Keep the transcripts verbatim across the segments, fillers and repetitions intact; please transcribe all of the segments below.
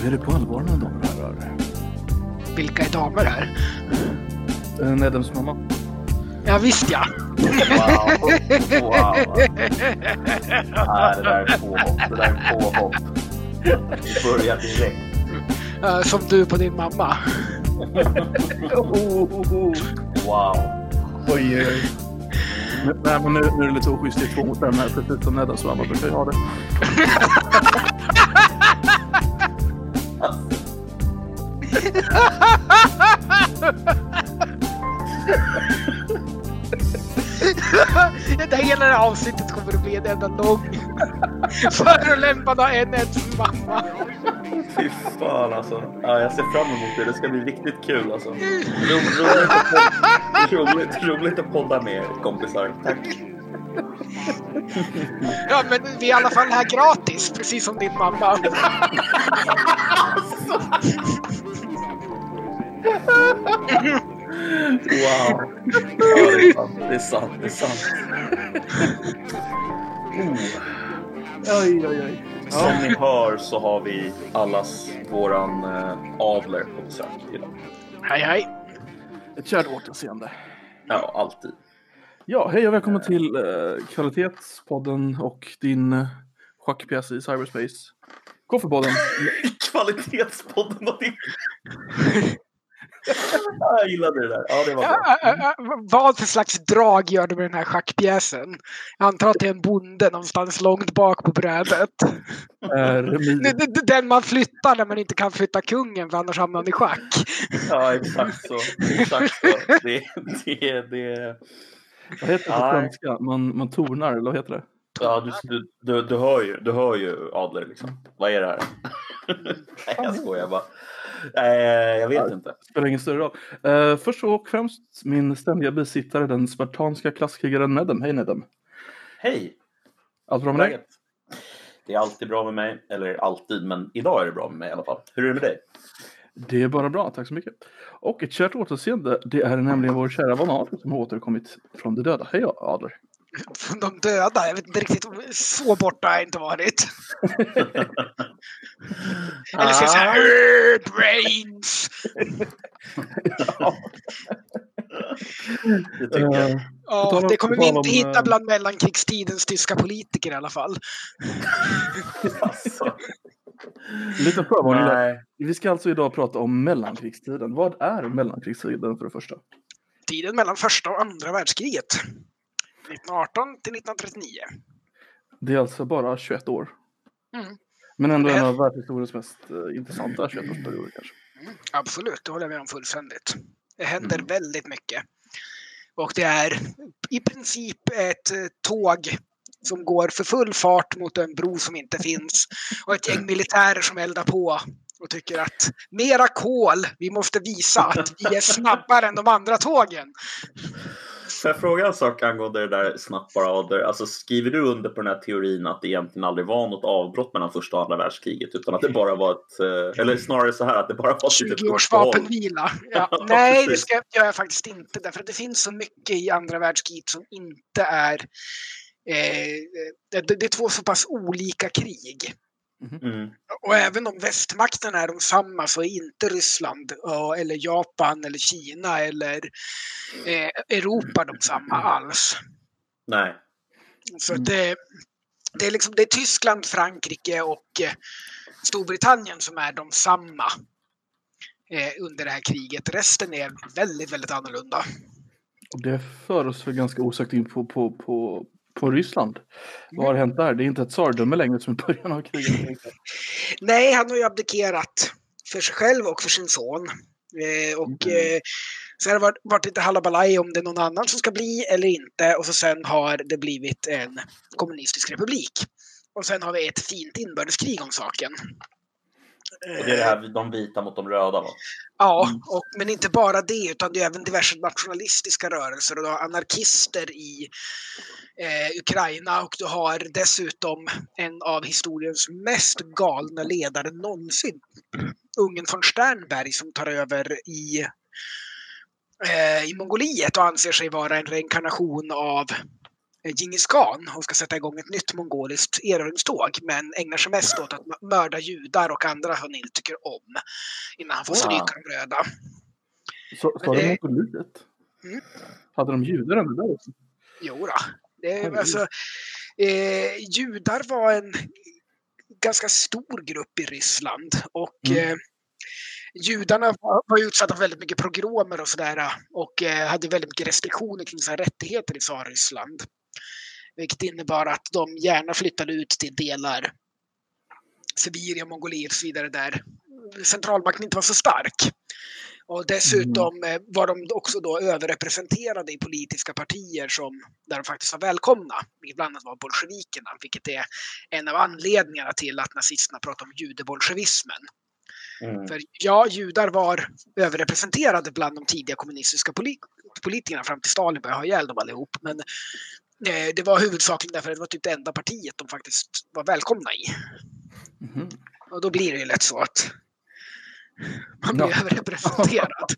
Är det på allvar när damer och herrar? Vilka är damer här? Nedems mamma. Ja, visst ja. Wow. Wow. Nej, det där är påhopp. Det där är påhopp. Vi börjar direkt. Uh, som du på din mamma. Wow. Oj, oj. Nej, men nu, nu är det lite oschysst i två mot den här, precis som Nedems mamma brukar ha det. Det hela det här avsnittet kommer att bli en enda lång förolämpad av en enda mamma. Fy fan alltså. Ja, jag ser fram emot det. Det ska bli riktigt kul alltså. Ro, roligt, att podda, roligt, roligt att podda med er, kompisar. Tack. Ja, men vi är i alla fall här gratis, precis som din mamma. Wow. Ja, det är sant. Det är sant. Det är sant. Oh. Oj, oj, oj. Som ni hör så har vi allas våran uh, Adler på besök idag. Hej, hej. Ett kärt återseende. Ja, alltid. Ja, hej och välkommen till uh, Kvalitetspodden och din uh, schackpjäs i cyberspace. Koffepodden. Kvalitetspodden och din... Jag gillade det där. Ja, det var bra. Ja, äh, äh, vad för slags drag gör du med den här schackpjäsen? Jag antar att det är en bonde någonstans långt bak på brädet. Äh, den man flyttar när man inte kan flytta kungen, för annars hamnar man i schack. Ja, exakt så. Exakt så. Det, det, det... Vad heter det på svenska? Man, man tornar, eller vad heter det? Ja, du, du, du, hör ju, du hör ju Adler liksom. Vad är det här? Nej, jag skojar bara. Nej, jag vet ja, inte. Spelar ingen större roll. Uh, först och främst min ständiga bisittare, den spartanska klasskrigaren Nedem. Hej Nedem. Hej. Allt bra med dig? Det är alltid bra med mig. Eller alltid, men idag är det bra med mig i alla fall. Hur är det med dig? Det är bara bra, tack så mycket. Och ett kärt återseende, det är nämligen vår kära Van Adler som har återkommit från de döda. Hej Adler. Från de döda? Jag vet inte riktigt, så borta har jag inte varit. Eller ska jag säga brains. Ja. Det tycker jag. Uh, ja, det kommer vi inte hitta bland mellankrigstidens tyska politiker i alla fall. Alltså. Lite förvarning där. Vi ska alltså idag prata om mellankrigstiden. Vad är mellankrigstiden för det första? Tiden mellan första och andra världskriget. nittonarton till nittonhundratrettionio. Det är alltså bara tjugoett år. Mm. Men ändå en av världshistoriens mest uh, intressanta tjugoett-årsperioder kanske. Mm, absolut, det håller jag med om fullständigt. Det händer Mm. väldigt mycket. Och det är i princip ett uh, tåg som går för full fart mot en bro som inte finns. Och ett gäng militärer som eldar på och tycker att mera kol, vi måste visa att vi är snabbare än de andra tågen. Får jag fråga en sak angående det där snabbare Adler? Alltså skriver du under på den här teorin att det egentligen aldrig var något avbrott mellan första och andra världskriget, utan att det bara var ett, eller snarare så här att det bara var tjugo års vapenvila. Ja. Ja, nej, det ska jag faktiskt inte, därför att det finns så mycket i andra världskriget som inte är eh, det, det är två så pass olika krig. Mm. Och även om västmakterna är de samma, så är inte Ryssland eller Japan eller Kina eller eh, Europa de samma alls. Nej. Så det, det, är liksom, det är Tyskland, Frankrike och eh, Storbritannien som är de samma eh, under det här kriget. Resten är väldigt, väldigt annorlunda. Och det för oss för ganska osökt in på, på, på, på Ryssland. Vad har hänt där? Det är inte ett tsardöme längre som i början av kriget. Nej, han har ju abdikerat för sig själv och för sin son. Eh, och mm. eh, så har det varit, varit lite halabalaj om det är någon annan som ska bli eller inte. Och så sen har det blivit en kommunistisk republik. Och sen har vi ett fint inbördeskrig om saken. Och det är det här, de vita mot de röda, va? Ja, och, men inte bara det, utan det är även diverse nationalistiska rörelser. Och du har anarkister i eh, Ukraina, och du har dessutom en av historiens mest galna ledare någonsin, Ungen von Sternberg, som tar över i, eh, i Mongoliet och anser sig vara en reinkarnation av Djingis khan och ska sätta igång ett nytt mongoliskt erövringståg, men ägnar sig mest åt att mörda judar och andra han inte tycker om innan han får stryka de röda. Så, så det mongoliet? Mm. Hade de judar under där också? Jo då. Det, alltså, eh, judar var en ganska stor grupp i Ryssland och mm. eh, judarna var, var utsatta för väldigt mycket pogromer och sådär och eh, hade väldigt mycket restriktioner kring sina rättigheter i Tsarryssland. Vilket innebar att de gärna flyttade ut till delar Sibirien, Mongoliet och så vidare där centralmakten inte var så stark. Och dessutom mm. var de också då överrepresenterade i politiska partier som, där de faktiskt var välkomna. Bland annat var bolsjevikerna, vilket är en av anledningarna till att nazisterna pratar om judebolsjevismen. Mm. För ja, judar var överrepresenterade bland de tidiga kommunistiska polit- politikerna fram till Stalin började ha ihjäl dem allihop. Men eh, det var huvudsakligen därför att det var typ det enda partiet de faktiskt var välkomna i. Mm. Och då blir det ju lätt så att man blir ja. överrepresenterad.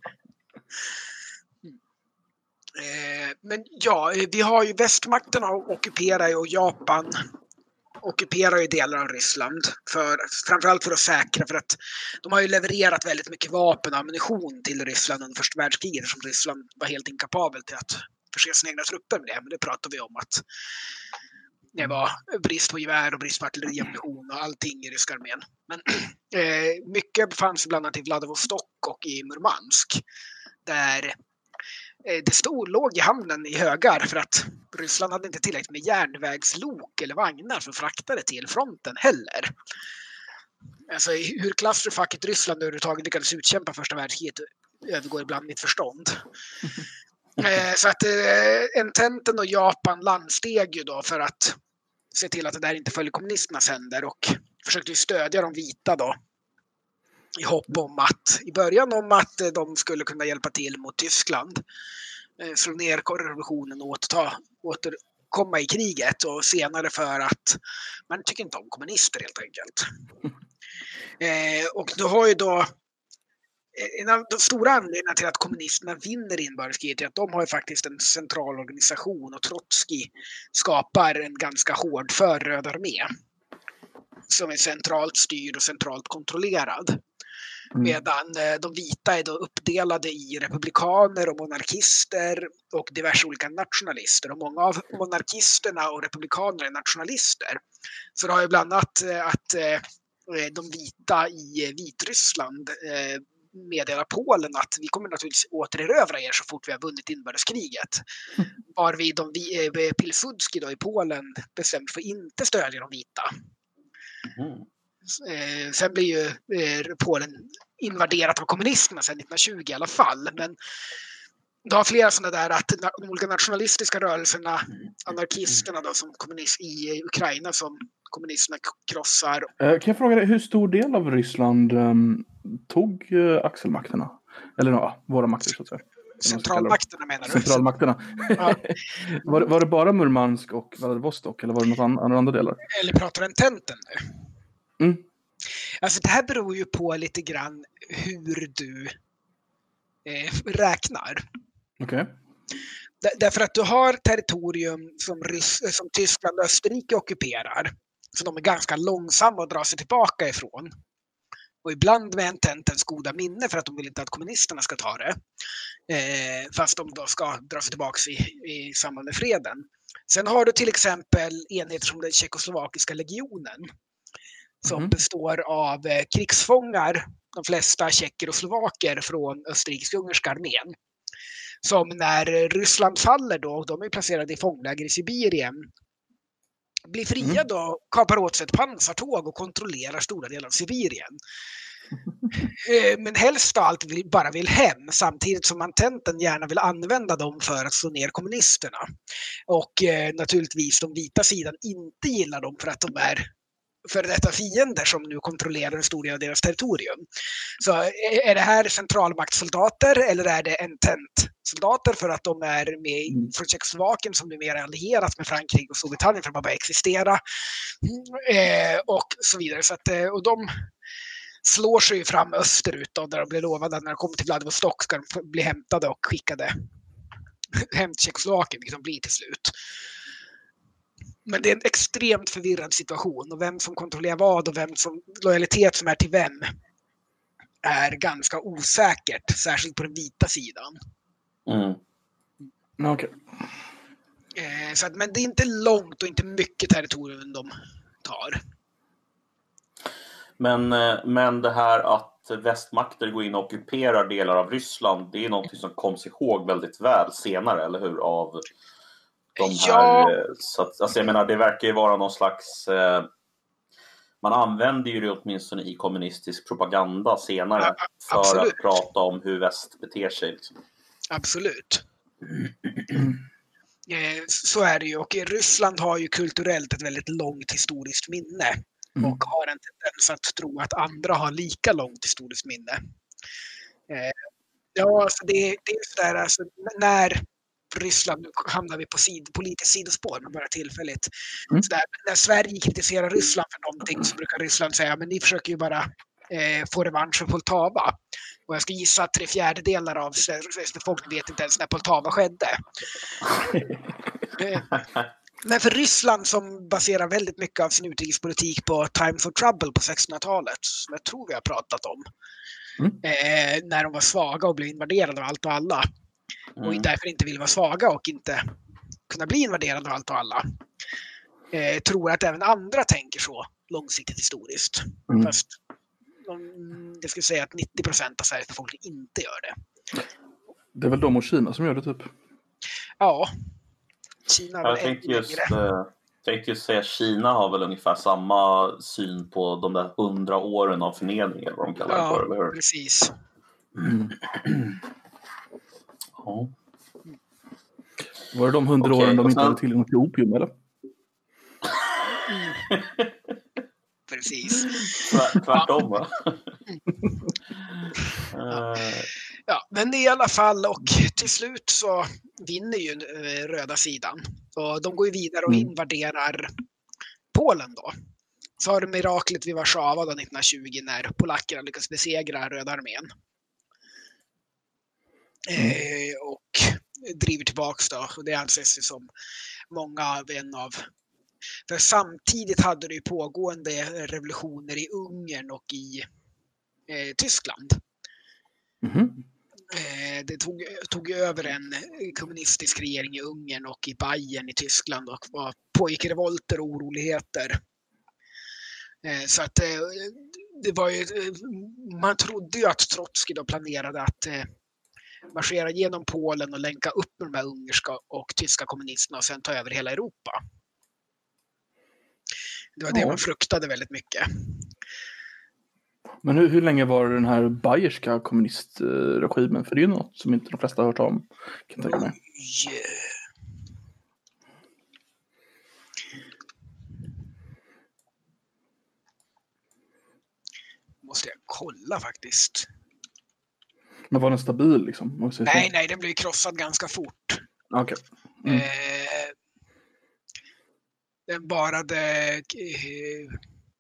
eh, men ja, vi har ju västmakterna ockuperar och Japan ockuperar ju delar av Ryssland för, framförallt för att säkra, för att de har ju levererat väldigt mycket vapen och ammunition till Ryssland under första världskriget som Ryssland var helt inkapabel till att förse sina egna trupper med det. Men det pratar vi om att det var brist på gevär och brist på artilleriammunition och allting i ryska armén. Men eh, mycket fanns bland annat i Vladivostok och i Murmansk där eh, det stod, låg i hamnen i högar för att Ryssland hade inte tillräckligt med järnvägslok eller vagnar som fraktade till fronten heller. Alltså hur klasterfacket Ryssland överhuvudtaget lyckades utkämpa första världskriget övergår ibland mitt förstånd. eh, så att eh, Ententen och Japan landsteg ju då för att se till att det där inte följer kommunisternas händer och försökte ju stödja de vita då i hopp om att, i början om att de skulle kunna hjälpa till mot Tyskland, slå ner revolutionen och återta, återkomma i kriget och senare för att man tycker inte om kommunister helt enkelt. Eh, och då har ju då en av de stora anledningarna till att kommunisterna vinner inbördeskriget är att de har ju faktiskt en central organisation och Trotskij skapar en ganska hård för Röd armé som är centralt styrd och centralt kontrollerad. Mm. Medan de vita är då uppdelade i republikaner och monarkister och diverse olika nationalister. Och många av monarkisterna och republikanerna är nationalister. Så det har ju bland annat att de vita i Vitryssland meddela Polen att vi kommer naturligtvis återerövra er så fort vi har vunnit inbördeskriget. Mm. Varvid de Pilsudski då i Polen bestämt för att inte stödja de vita. Mm. Eh, sen blir ju eh, Polen invaderat av kommunisterna sedan nittonhundratjugo i alla fall. Men det har flera sådana där att de olika nationalistiska rörelserna, anarkisterna då, som kommunist i Ukraina som kommunisterna krossar. Eh, kan jag fråga dig, hur stor del av Ryssland um, tog uh, axelmakterna? Eller ja, våra makter så att säga. Centralmakterna menar du? Centralmakterna. Ja. var, var det bara Murmansk och Vladivostok eller var det något an- andra delar? Eller pratar Ententen nu? Mm. Alltså det här beror ju på lite grann hur du eh, räknar. Okej. Okay. D- därför att du har territorium som, Rys- som Tyskland och Österrike ockuperar. Så de är ganska långsamma att dra sig tillbaka ifrån. Och ibland med Ententens goda minne för att de vill inte att kommunisterna ska ta det. Eh, fast de då ska dra sig tillbaka i, i samband med freden. Sen har du till exempel enheter som den tjeckoslovakiska legionen. Som mm. består av eh, krigsfångar, de flesta tjecker och slovaker från österrikisk-ungerska armén. Som när Ryssland faller då, de är placerade i fångläger i Sibirien, blir fria mm. då, kapar åt sig ett pansartåg och kontrollerar stora delar av Sibirien. eh, men helst av allt vill, bara vill hem, samtidigt som Ententen gärna vill använda dem för att slå ner kommunisterna. Och eh, naturligtvis de vita sidan inte gillar dem för att de är för detta fiender som nu kontrollerar en stor del av deras territorium. Så är det här centralmaktssoldater eller är det Entente-soldater för att de är med från Tjeckoslovakien som numera är allierat med Frankrike och Storbritannien för att bara existera eh, och så vidare. Så att, och de slår sig fram österut då, där de blir lovade att när de kommer till Vladivostok ska de bli hämtade och skickade hem till Tjeckoslovakien, vilket de blir till slut. Men det är en extremt förvirrad situation och vem som kontrollerar vad och vem som, lojalitet som är till vem är ganska osäkert, särskilt på den vita sidan. Mm. Okej. Eh, så att, men det är inte långt och inte mycket territorium de tar. Men, men det här att västmakter går in och ockuperar delar av Ryssland, det är något som koms ihåg väldigt väl senare, eller hur? Av de här, ja. så att, alltså jag menar, det verkar ju vara någon slags, eh, man använder ju det åtminstone i kommunistisk propaganda senare, ja, för absolut. Att prata om hur väst beter sig. Liksom. Absolut. eh, så är det ju, och Ryssland har ju kulturellt ett väldigt långt historiskt minne. Mm. Och har en tendens att tro att andra har lika långt historiskt minne. Eh, ja, alltså det, det är sådär, alltså, när Ryssland, nu hamnar vi på sid, politiskt sidospår, men bara tillfälligt. Mm. Sådär, när Sverige kritiserar Ryssland för någonting så brukar Ryssland säga, men ni försöker ju bara eh, få revansch för Poltava. Och jag ska gissa att tre fjärdedelar av svenska folk vet inte ens när Poltava skedde. eh, Men för Ryssland, som baserar väldigt mycket av sin utrikespolitik på Time for Trouble på sextonhundratalet, som jag tror vi har pratat om, mm. eh, när de var svaga och blev invaderade av allt och alla, mm. och därför inte vill vara svaga och inte kunna bli invaderade av allt och alla, eh, tror att även andra tänker så långsiktigt historiskt. Mm. Fast de, det skulle säga att nittio procent av Sveriges befolkning inte gör det. Det är väl de och Kina som gör det typ? Ja. Kina jag tänkte just, äh, tänkte just säga Kina har väl ungefär samma syn på de där hundra åren av förnedring, eller vad de kallar ja, det för, eller hur? Precis. Mm. Ja. Var det de hundra okay, åren de inte sen... hade tillgång till opium, eller? Mm. Precis. Tvärtom, va? Ja. Ja, men i alla fall, och till slut så vinner ju röda sidan. Och de går ju vidare och invaderar Polen då. Så har de miraklet vid Warszawa då nittonhundratjugo när polackerna lyckas besegra Röda armén. Mm. Eh, och driver tillbaks då. Och det anses som många av en av... För samtidigt hade det ju pågående revolutioner i Ungern och i eh, Tyskland. Mm. Det tog, tog över en kommunistisk regering i Ungern och i Bayern i Tyskland och var, pågick revolter och oroligheter. Så att det var ju, man trodde ju att Trotskij då planerade att marschera genom Polen och länka upp med de här ungerska och tyska kommunisterna och sen ta över hela Europa. Det var det man fruktade väldigt mycket. Men hur, hur länge var den här bayerska kommunistregimen? För det är ju något som inte de flesta har hört om, kan jag tänka mig. Yeah. Måste jag kolla faktiskt. Men var den stabil liksom? Nej, nej, den blev krossad ganska fort. Okej. Okay. Mm. Eh, den varade... Eh,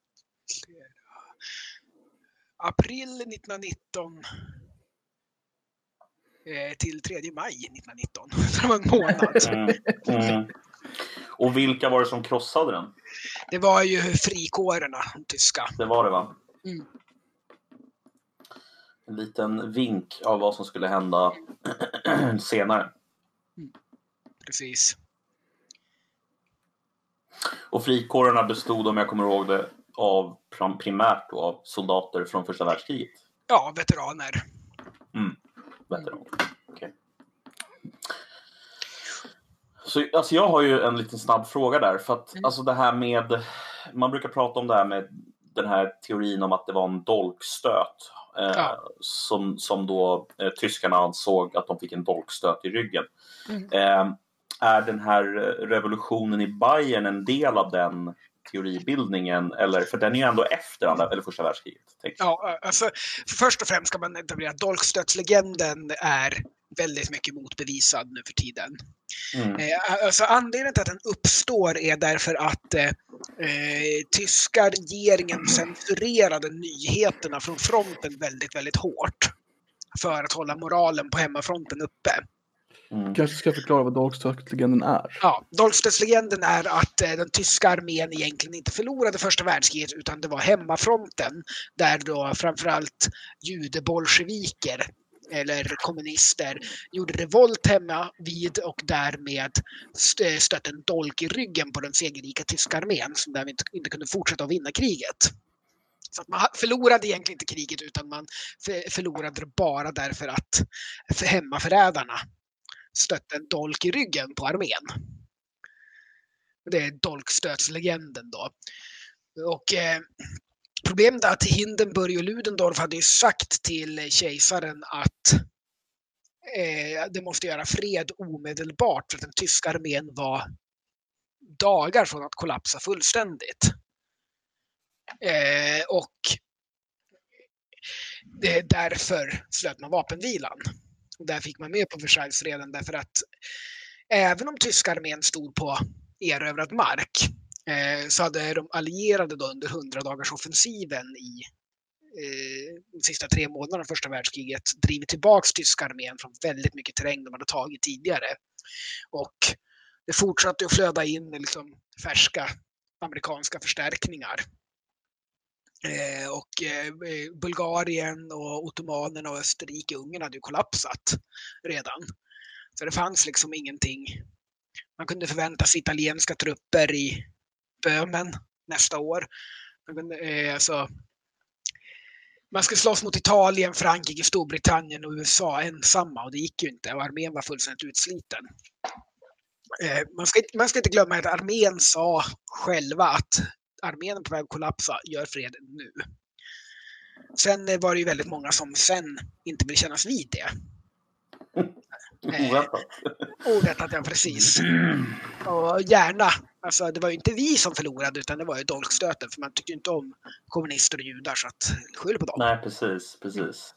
april nittonhundranitton eh, till tredje maj nittonhundranitton. Det var en månad. Mm, mm. Och vilka var det som krossade den? Det var ju frikårerna, de tyska. Det var det, va? Mm. En liten vink av vad som skulle hända senare. Mm. Precis. Och frikårerna bestod, om jag kommer ihåg det, av primärt då, av soldater från första världskriget. Ja, veteraner. Mm, veteraner. Okej. Så alltså jag har ju en liten snabb fråga där, för att mm. alltså det här med, man brukar prata om det här med den här teorin om att det var en dolkstöt eh, ja. som, som då eh, tyskarna ansåg att de fick en dolkstöt i ryggen. Mm. Eh, är den här revolutionen i Bayern en del av den teoribildningen, eller för den är ju ändå efter andra eller första världskriget. Ja, alltså först och främst ska man etablera att dolkstötslegenden är väldigt mycket motbevisad nu för tiden. Mm. Eh, alltså anledningen till att den uppstår är därför att eh, tyska regeringen censurerade nyheterna från fronten väldigt, väldigt hårt för att hålla moralen på hemmafronten uppe. Mm. Kanske ska förklara vad dolkstötslegenden är. Ja, dolkstötslegenden är att eh, den tyska armén egentligen inte förlorade första världskriget utan det var hemmafronten där då framförallt judebolsjeviker eller kommunister gjorde revolt hemma vid och därmed stötte en dolk i ryggen på den segerrika tyska armén som därmed inte kunde fortsätta att vinna kriget. Så att man förlorade egentligen inte kriget utan man förlorade det bara därför att för hemmaförrädarna stötte en dolk i ryggen på armén. Det är dolkstötslegenden då. Och eh, problemet är att Hindenburg och Ludendorff hade ju sagt till kejsaren att eh, det måste göra fred omedelbart för att den tyska armén var dagar från att kollapsa fullständigt. Eh, och det, därför slöt man vapenvilan. Och där fick man med på Versaillesfreden därför att även om tyska armén stod på erövrad mark eh, så hade de allierade då under hundradagarsofensiven i eh, de sista tre månaderna av första världskriget drivit tillbaks tyska armén från väldigt mycket terräng de hade tagit tidigare. Och det fortsatte att flöda in liksom färska amerikanska förstärkningar. Eh, och eh, Bulgarien och ottomanerna och Österrike och Ungern hade ju kollapsat redan. Så det fanns liksom ingenting. Man kunde förvänta sig italienska trupper i Böhmen nästa år. Man, kunde, eh, alltså, man skulle slåss mot Italien, Frankrike, Storbritannien och U S A ensamma och det gick ju inte och armén var fullständigt utsliten. Eh, man, ska, man ska inte glömma att armén sa själva att armén på väg att kollapsa, gör fred nu. Sen var det ju väldigt många som sen inte vill kännas vid det. Oväntat. Eh, oväntat, ja precis. Och gärna, alltså det var ju inte vi som förlorade utan det var ju dolkstöten för man tyckte ju inte om kommunister och judar så att skyll på dem. Nej, precis, precis.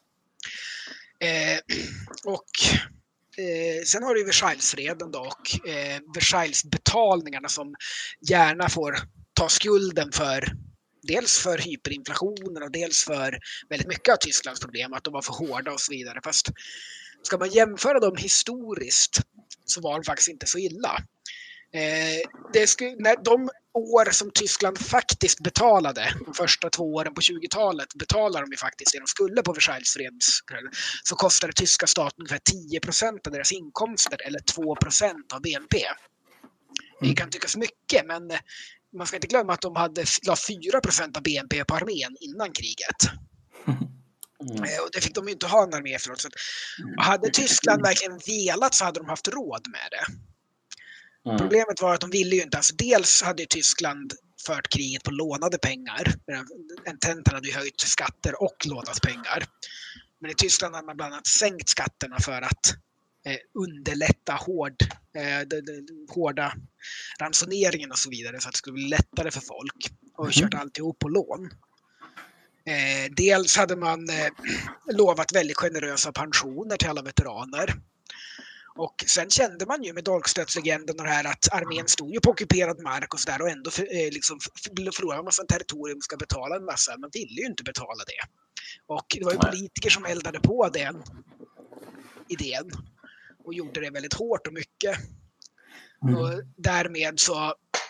Eh, och eh, sen har du ju Versaillesfreden då och eh, Versaillesbetalningarna som gärna får ta skulden för dels för hyperinflationen och dels för väldigt mycket av Tysklands problem att de var för hårda och så vidare. Fast ska man jämföra dem historiskt så var de faktiskt inte så illa. Eh, det skulle, när de år som Tyskland faktiskt betalade, de första två åren på tjugotalet betalade de ju faktiskt det de skulle på Versaillesfreds, så kostade tyska staten ungefär tio procent av deras inkomster eller två procent av B N P. Det kan tyckas mycket men man ska inte glömma att de hade la fyra procent av B N P på armén innan kriget. Mm. Och det fick de ju inte ha en armé efteråt. Så att, hade Tyskland verkligen velat så hade de haft råd med det. Mm. Problemet var att de ville ju inte. Alltså, dels hade ju Tyskland fört kriget på lånade pengar. Ententen hade ju höjt skatter och lånat pengar. Men i Tyskland hade man bland annat sänkt skatterna för att eh, underlätta hård, eh, de, de, de, hårda ransoneringen och så vidare. Så att det skulle bli lättare för folk. Och mm. kört alltihop på lån. Eh, dels hade man eh, lovat väldigt generösa pensioner till alla veteraner. Och sen kände man ju med dolkstötslegenden och det här att armén stod ju på ockuperad mark och sådär och ändå för, eh, liksom förlorade en massa territorium och ska betala en massa. Man ville ju inte betala det. Och det var ju politiker som eldade på den idén och gjorde det väldigt hårt och mycket. Mm. Och därmed så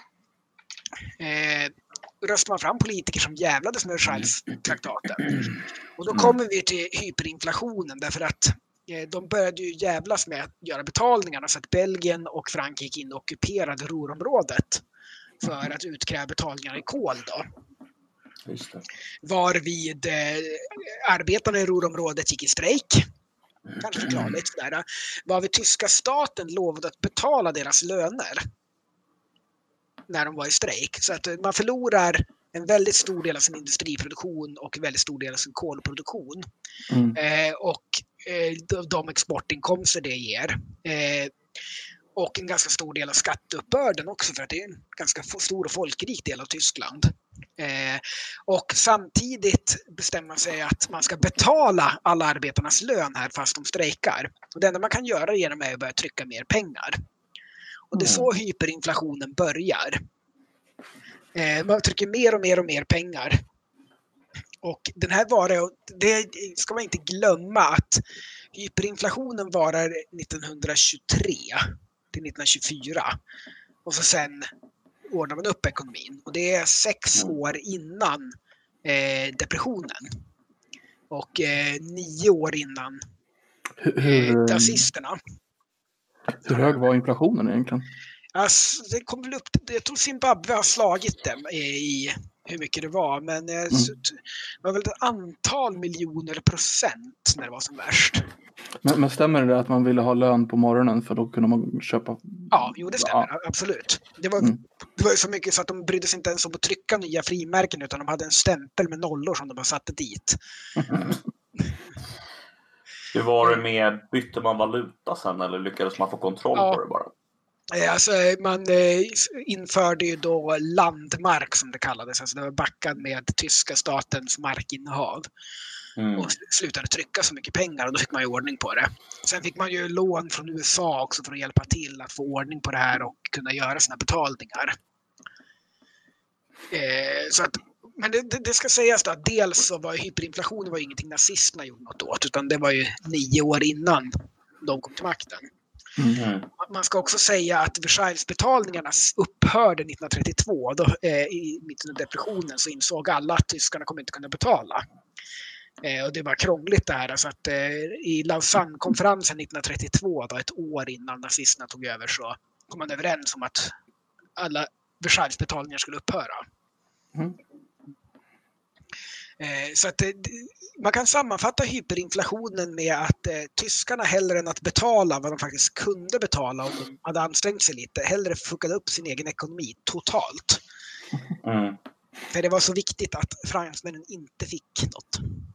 eh, röstade man fram politiker som jävlades med Versaillestraktaten. Och då kommer vi till hyperinflationen därför att de började ju jävlas med att göra betalningarna så att Belgien och Frankrike gick in och ockuperade Ruhrområdet för att utkräva betalningar i kol då. Just det. Varvid eh, arbetarna i Ruhrområdet gick i strejk. Kanske förklarligt där. Varvid tyska staten lovade att betala deras löner när de var i strejk. Så att man förlorar en väldigt stor del av sin industriproduktion och en väldigt stor del av sin kolproduktion. Mm. Eh, och eh, de exportinkomster det ger. Eh, och en ganska stor del av skatteuppbörden också för att det är en ganska stor och folkrik del av Tyskland. Eh, och samtidigt bestämmer man sig att man ska betala alla arbetarnas lön här fast de strejkar. Och det enda man kan göra genom är att börja trycka mer pengar. Och det är så hyperinflationen börjar. Eh, man trycker mer och mer och mer pengar. Och den här var det, det ska man inte glömma att hyperinflationen varar nittonhundratjugotre till nittonhundratjugofyra. Och så sen ordnar man upp ekonomin. Och det är sex år innan eh, depressionen. Och eh, nio år innan eh, nazisterna. Hur hög var inflationen egentligen? Alltså, det kom väl upp, jag tror Zimbabwe har slagit dem i hur mycket det var, men mm. det var väl ett antal miljoner procent när det var som värst. Men, men stämmer det att man ville ha lön på morgonen för då kunde man köpa? Ja, jo det stämmer, ja. Absolut. Det var, mm. det var ju så mycket så att de brydde sig inte ens om att trycka nya frimärken utan de hade en stämpel med nollor som de bara satte dit. Hur var det med, bytte man valuta sen eller lyckades man få kontroll ja. på det bara? Alltså, man införde ju då landmark som det kallades. Alltså det var backad med tyska statens markinnehav. Mm. Och slutade trycka så mycket pengar och då fick man ju ordning på det. Sen fick man ju lån från U S A också för att hjälpa till att få ordning på det här och kunna göra sina betalningar. Eh, så att, men det, det, det ska sägas då att dels så var hyperinflationen var ju ingenting nazisterna gjorde något åt utan det var ju nio år innan de kom till makten. Mm. Man ska också säga att Versaillesbetalningarna upphörde nittonhundratrettiotvå. Då, eh, i mitten av depressionen så insåg alla att tyskarna kommer inte kunna betala. Eh, och det var krångligt det här. Alltså att, eh, i Lausanne-konferensen nittonhundratrettiotvå, då, ett år innan nazisterna tog över, så kom man överens om att alla Versaillesbetalningar skulle upphöra. Mm. Eh, så att det, man kan sammanfatta hyperinflationen med att eh, tyskarna hellre än att betala vad de faktiskt kunde betala om de hade ansträngt sig lite, hellre fuckade upp sin egen ekonomi totalt. Mm. För det var så viktigt att fransmännen inte fick något.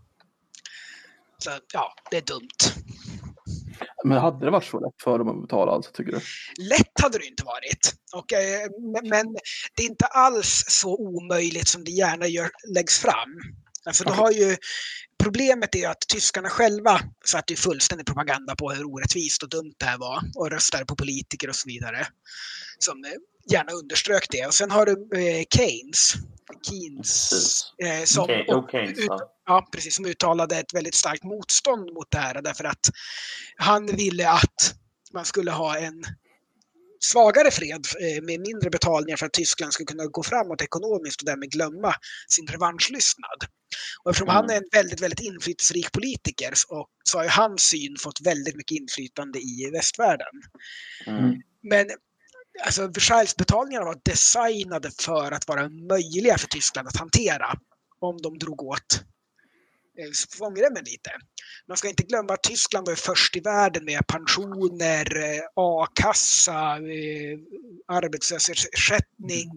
Så ja, det är dumt. Men hade det varit så lätt för dem att betala alltså, tycker du? Lätt hade det inte varit. Och, eh, men det är inte alls så omöjligt som det gärna gör, läggs fram. Alltså, okay. Då har ju, problemet är att tyskarna själva satt ju fullständig propaganda på hur orättvist och dumt det här var och röstade på politiker och så vidare som gärna underströk det. Och sen har du eh, Keynes, Keynes eh, som, okay. Okay, ut, ja, precis, som uttalade ett väldigt starkt motstånd mot det här därför att han ville att man skulle ha en svagare fred med mindre betalningar för att Tyskland skulle kunna gå framåt ekonomiskt och därmed glömma sin revanschlystnad. Och eftersom mm. han är en väldigt, väldigt inflytelserik politiker och så har ju hans syn fått väldigt mycket inflytande i västvärlden. Mm. Men alltså, Versaillesbetalningarna var designade för att vara möjliga för Tyskland att hantera om de drog åt svångremmen lite. Man ska inte glömma att Tyskland var först i världen med pensioner, a-kassa, arbetslöshetsersättning,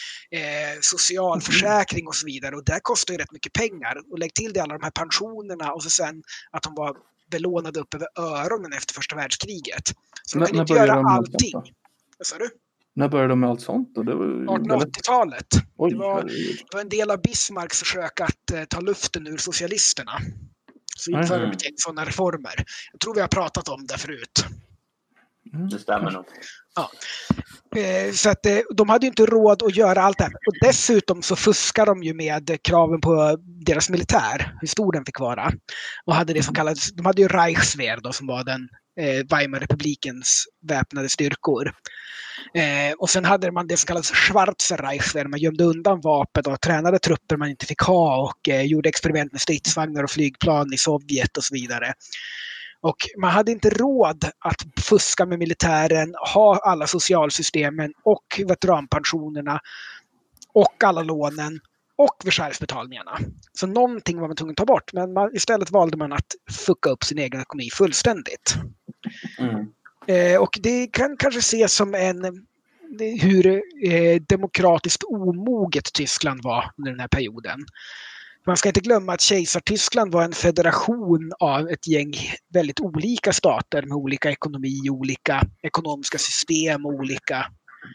socialförsäkring och så vidare. Och det kostar ju rätt mycket pengar. Och lägg till det alla de här pensionerna och så sen att de var belånade upp över öronen efter första världskriget. Så de kan inte göra allting. Vad sa du? När började de med allt sånt? Och det var artonhundraåttiotalet. Oj, det, var, det var en del av Bismarcks försök att eh, ta luften ur socialisterna. Så införde de ett gäng sådana reformer. Jag tror vi har pratat om det förut. Mm. Det stämmer nog. Ja. Eh, så att eh, de hade ju inte råd att göra allt det här. Och dessutom så fuskar de ju med kraven på deras militär. Hur stor den fick vara. Och hade det som kallades, de hade ju Reichswehr då, som var den eh, Weimarrepublikens väpnade styrkor. Eh, och sen hade man det som kallas Schwarzer Reichswehr. Man gömde undan vapen och tränade trupper man inte fick ha och eh, gjorde experiment med stridsvagnar och flygplan i Sovjet och så vidare. Och man hade inte råd att fuska med militären, ha alla socialsystemen och veteranpensionerna och alla lånen och Versaillesbetalningarna. Så någonting var man tvungen att ta bort, men man, istället valde man att fucka upp sin egen ekonomi fullständigt. Mm. Eh, och det kan kanske ses som en hur eh, demokratiskt omoget Tyskland var under den här perioden. Man ska inte glömma att kejsartyskland var en federation av ett gäng väldigt olika stater med olika ekonomi, olika ekonomiska system och olika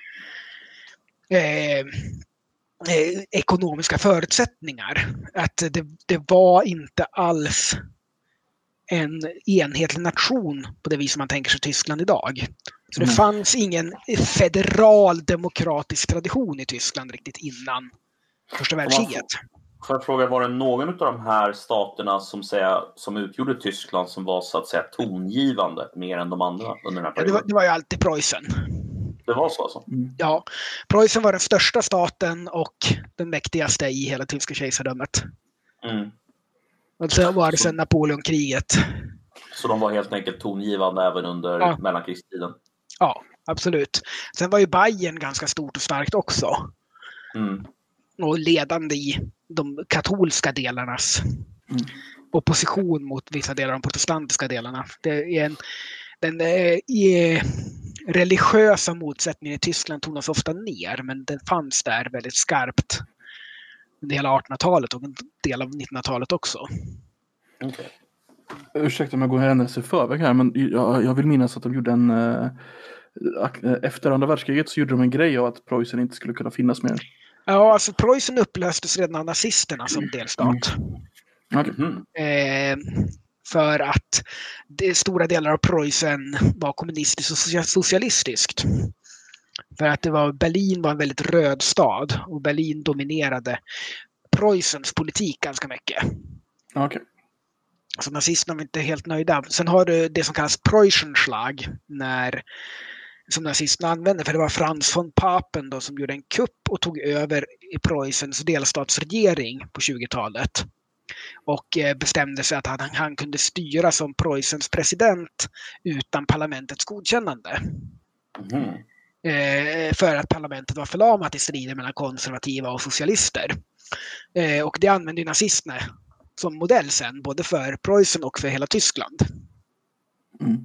eh, eh, ekonomiska förutsättningar. Att det, det var inte alls en enhetlig nation på det vis man tänker sig Tyskland idag. Så det mm. fanns ingen federal demokratisk tradition i Tyskland riktigt innan första världskriget. Får jag fråga, var det någon av de här staterna som, säga, som utgjorde Tyskland som var så att säga tongivande mer än de andra under den här Ja, det, perioden? var, det var ju alltid Preussen. Det var så alltså? Mm. Ja, Preussen var den största staten och den mäktigaste i hela tyska kejsardömet. Mm. Och så var det sedan Napoleonkriget. Så de var helt enkelt tongivande även under Ja. mellankrigstiden? Ja, absolut. Sen var ju Bayern ganska stort och starkt också. Mm. Och ledande i de katolska delarnas Mm. opposition mot vissa delar av de protestantiska delarna. Det är en, den är, religiösa motsättningen i Tyskland tonas ofta ner, men den fanns där väldigt skarpt under hela artonhundratalet och en del av nittonhundratalet också. Okay. Ursäkta om jag går händelser i förväg här, men jag, jag vill minnas att de gjorde en... Äh, efter andra världskriget så gjorde de en grej av att Preussen inte skulle kunna finnas mer. Ja, alltså Preussen upplöstes redan av nazisterna som delstat. Mm. Okay. Mm. Eh, för att det, stora delar av Preussen var kommunistiskt och socialistiskt. För att det var, Berlin var en väldigt röd stad och Berlin dominerade Preussens politik ganska mycket. Okay. Så nazisterna var inte helt nöjda. Sen har du det som kallas Preußenschlag, när, som nazisterna använde, för det var Franz von Papen då, som gjorde en kupp och tog över i Preussens delstatsregering på tjugotalet. Och eh, bestämde sig att han, han kunde styra som Preussens president utan parlamentets godkännande. Mm. Eh, för att parlamentet var förlamat i strider mellan konservativa och socialister. Eh, och det använde ju nazisterna som modell sen, både för Preussen och för hela Tyskland. Mm.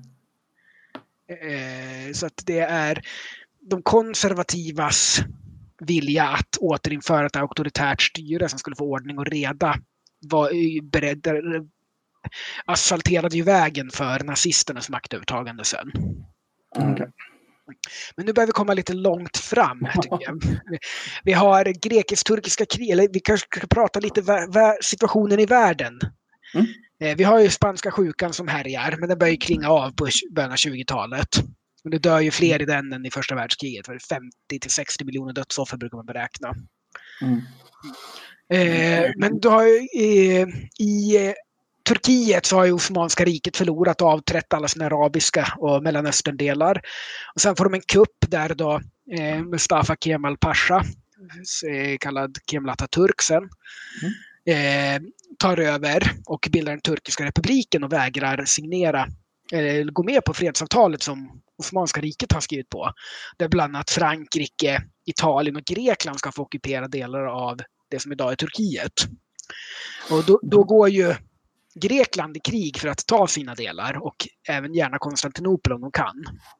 Eh, så att det är de konservativas vilja att återinföra ett auktoritärt styre som skulle få ordning och reda var beredda, asfalterade ju vägen för nazisternas maktövertagande sen. Mm. Okay. Men nu börjar vi komma lite långt fram, tycker jag. Vi har grekisk-turkiska krig, eller vi kanske ska prata lite om situationen i världen. Mm. Vi har ju spanska sjukan som härjar, men den börjar ju klinga av på början av tjugotalet. Och det dör ju fler i den än i första världskriget. femtio till sextio miljoner dödsoffer brukar man beräkna. Mm. Eh, men då har ju, eh, i Turkiet så har ju Osmanska riket förlorat och avträtt alla sina arabiska och Mellanöstern-delar. Och sen får de en kupp där då eh, Mustafa Kemal Pasha, eh, kallad Kemal Atatürk sen, mm. eh, tar över och bildar den turkiska republiken och vägrar signera eller gå med på fredsavtalet som Osmanska riket har skrivit på. Där bland annat Frankrike, Italien och Grekland ska få ockupera delar av det som idag är Turkiet. Och då, då går ju Grekland i krig för att ta sina delar och även gärna Konstantinopel om de kan.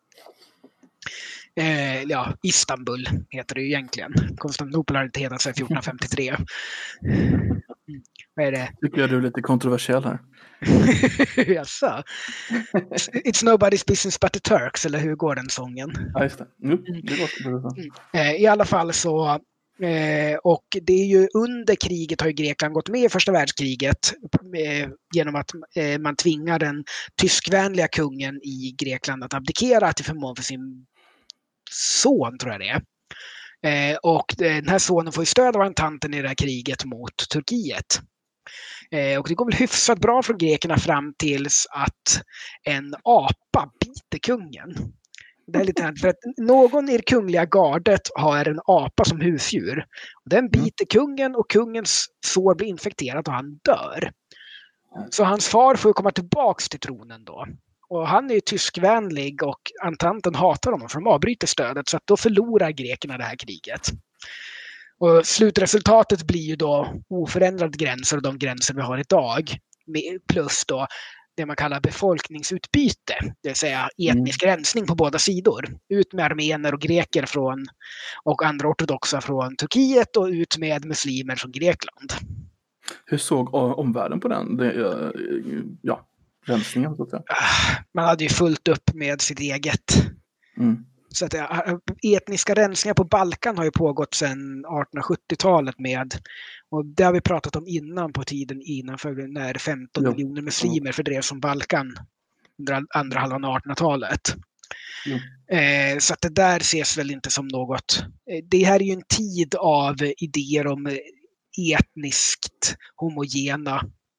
Eh, ja, Istanbul heter det ju egentligen. Konstantinopel har inte hetat sedan fjorton femtiotre. Mm. Vad är det? Tycker jag du är lite kontroversiell här. Jaså? It's nobody's business but the Turks, eller hur går den sången? Ja, just det. Mm, det låter bra. Mm. Eh, I alla fall så Eh, och det är ju under kriget har ju Grekland gått med i första världskriget eh, genom att eh, man tvingar den tyskvänliga kungen i Grekland att abdikera till förmån för sin son, tror jag det är. Eh, och den här sonen får ju stöd av entanten i det här kriget mot Turkiet. Eh, och det går väl hyfsat bra för grekerna fram tills att en apa biter kungen. Det är lite här, för att någon i det kungliga gardet har en apa som husdjur. Och den biter kungen och kungens sår blir infekterat och han dör. Så hans far får komma tillbaks till tronen då. Och han är ju tyskvänlig och entanten hatar honom för de avbryter stödet, så att då förlorar grekerna det här kriget. Och slutresultatet blir ju då oförändrade gränser och de gränser vi har idag. Plus då det man kallar befolkningsutbyte, det vill säga etnisk mm. rensning på båda sidor. Ut med armener och greker från, och andra ortodoxa från Turkiet och ut med muslimer från Grekland. Hur såg omvärlden på den? Det, ja, rensningen så att säga. Man hade ju fullt upp med sitt eget. Mm. Så att etniska rensningar på Balkan har ju pågått sedan artonhundrasjuttiotalet med, och det har vi pratat om innan på tiden innan, för när femton jo. miljoner muslimer fördrevs från Balkan under andra halvan av artonhundratalet. Eh, så att det där ses väl inte som något. Det här är ju en tid av idéer om etniskt homogena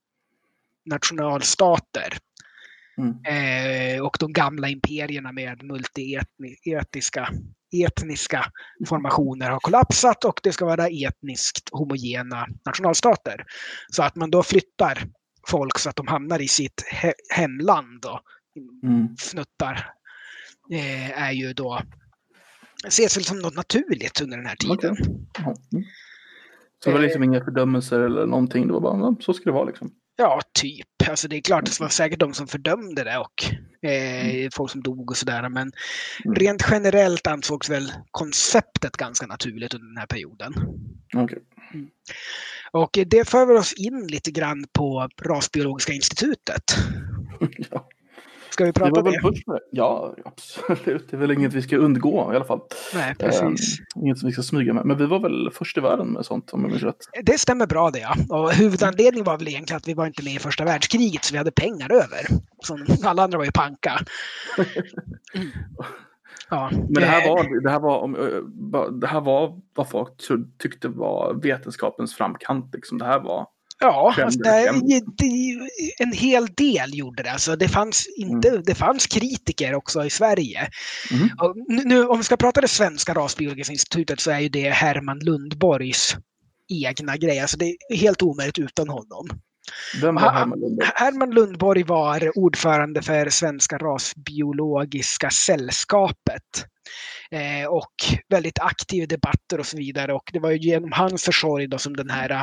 nationalstater. Mm. Eh, och de gamla imperierna med multietniska etniska formationer har kollapsat och det ska vara etniskt homogena nationalstater. Så att man då flyttar folk så att de hamnar i sitt he- hemland och Mm. fnuttar eh, är ju då ses väl som något naturligt under den här tiden. Okay. Ja. Mm. Så det var liksom inga fördömelser eller någonting, det var bara, så ska det vara liksom. Ja, typ. Alltså det är klart att det var säkert de som fördömde det och eh, mm. folk som dog och sådär. Men mm. rent generellt ansågs väl konceptet ganska naturligt under den här perioden. Okay. Mm. Och det för oss in lite grann på Rasbiologiska institutet. Ja. Ska vi prata det? Var det? väl först med. Ja, absolut. Det är väl inget vi ska undgå i alla fall. Nej, precis. Eh, inget som vi ska smyga med. Men vi var väl först i världen med sånt, om jag minns rätt. Det stämmer bra det, ja. Och huvudanledningen var väl egentligen att vi var inte med i första världskriget så vi hade pengar över. Som alla andra var ju panka. Mm. Ja. Men det här var, det här var, det här var vad folk tyckte var vetenskapens framkant. Liksom. Det här var... Ja, alltså det, det, en hel del gjorde det. Alltså det, fanns inte, mm. det fanns kritiker också i Sverige. Mm. Och nu, om vi ska prata det svenska Rasbiologiska institutet så är ju det Herman Lundborgs egna grej. Alltså det är helt omöjligt utan honom. Vem var Herman Lundborg? Herman Lundborg var ordförande för Svenska Rasbiologiska sällskapet. Eh, och väldigt aktiv i debatter och så vidare. Och det var ju genom hans försorg då som den här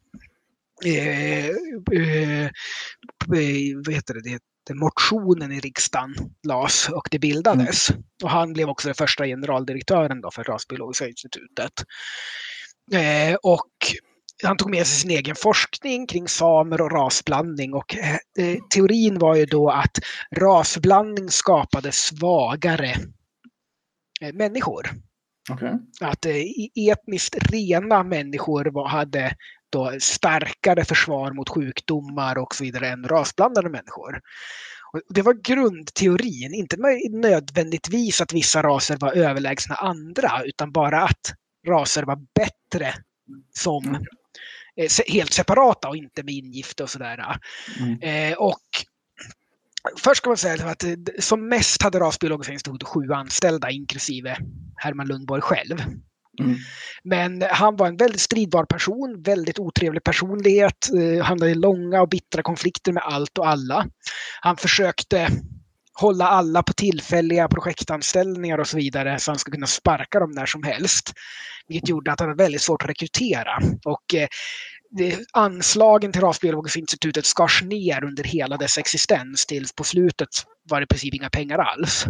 Eh, eh, vad heter det, det motionen i riksdagen las och det bildades. Mm. Och han blev också den första generaldirektören då för Rasbiologiska institutet. Eh, och han tog med sig sin egen forskning kring samer och rasblandning och eh, teorin var ju då att rasblandning skapade svagare eh, människor. Okay. Att eh, etniskt rena människor var, hade då starkare försvar mot sjukdomar och så vidare än rasblandade människor. Och det var grundteorin, inte nödvändigtvis att vissa raser var överlägsna andra utan bara att raser var bättre som eh, helt separata och inte med ingifte och sådär. Mm. Eh, och först ska man säga att eh, som mest hade Rasbiologiska institutet sju anställda inklusive Herman Lundborg själv. Mm. Men han var en väldigt stridbar person, väldigt otrevlig personlighet, eh, hamnade i långa och bittra konflikter med allt och alla. Han försökte hålla alla på tillfälliga projektanställningar och så vidare så han skulle kunna sparka dem när som helst. Vilket gjorde att han hade väldigt svårt att rekrytera. Och eh, anslagen till Rasbiologiska institutet skars ner under hela dess existens tills på slutet var det i princip inga pengar alls.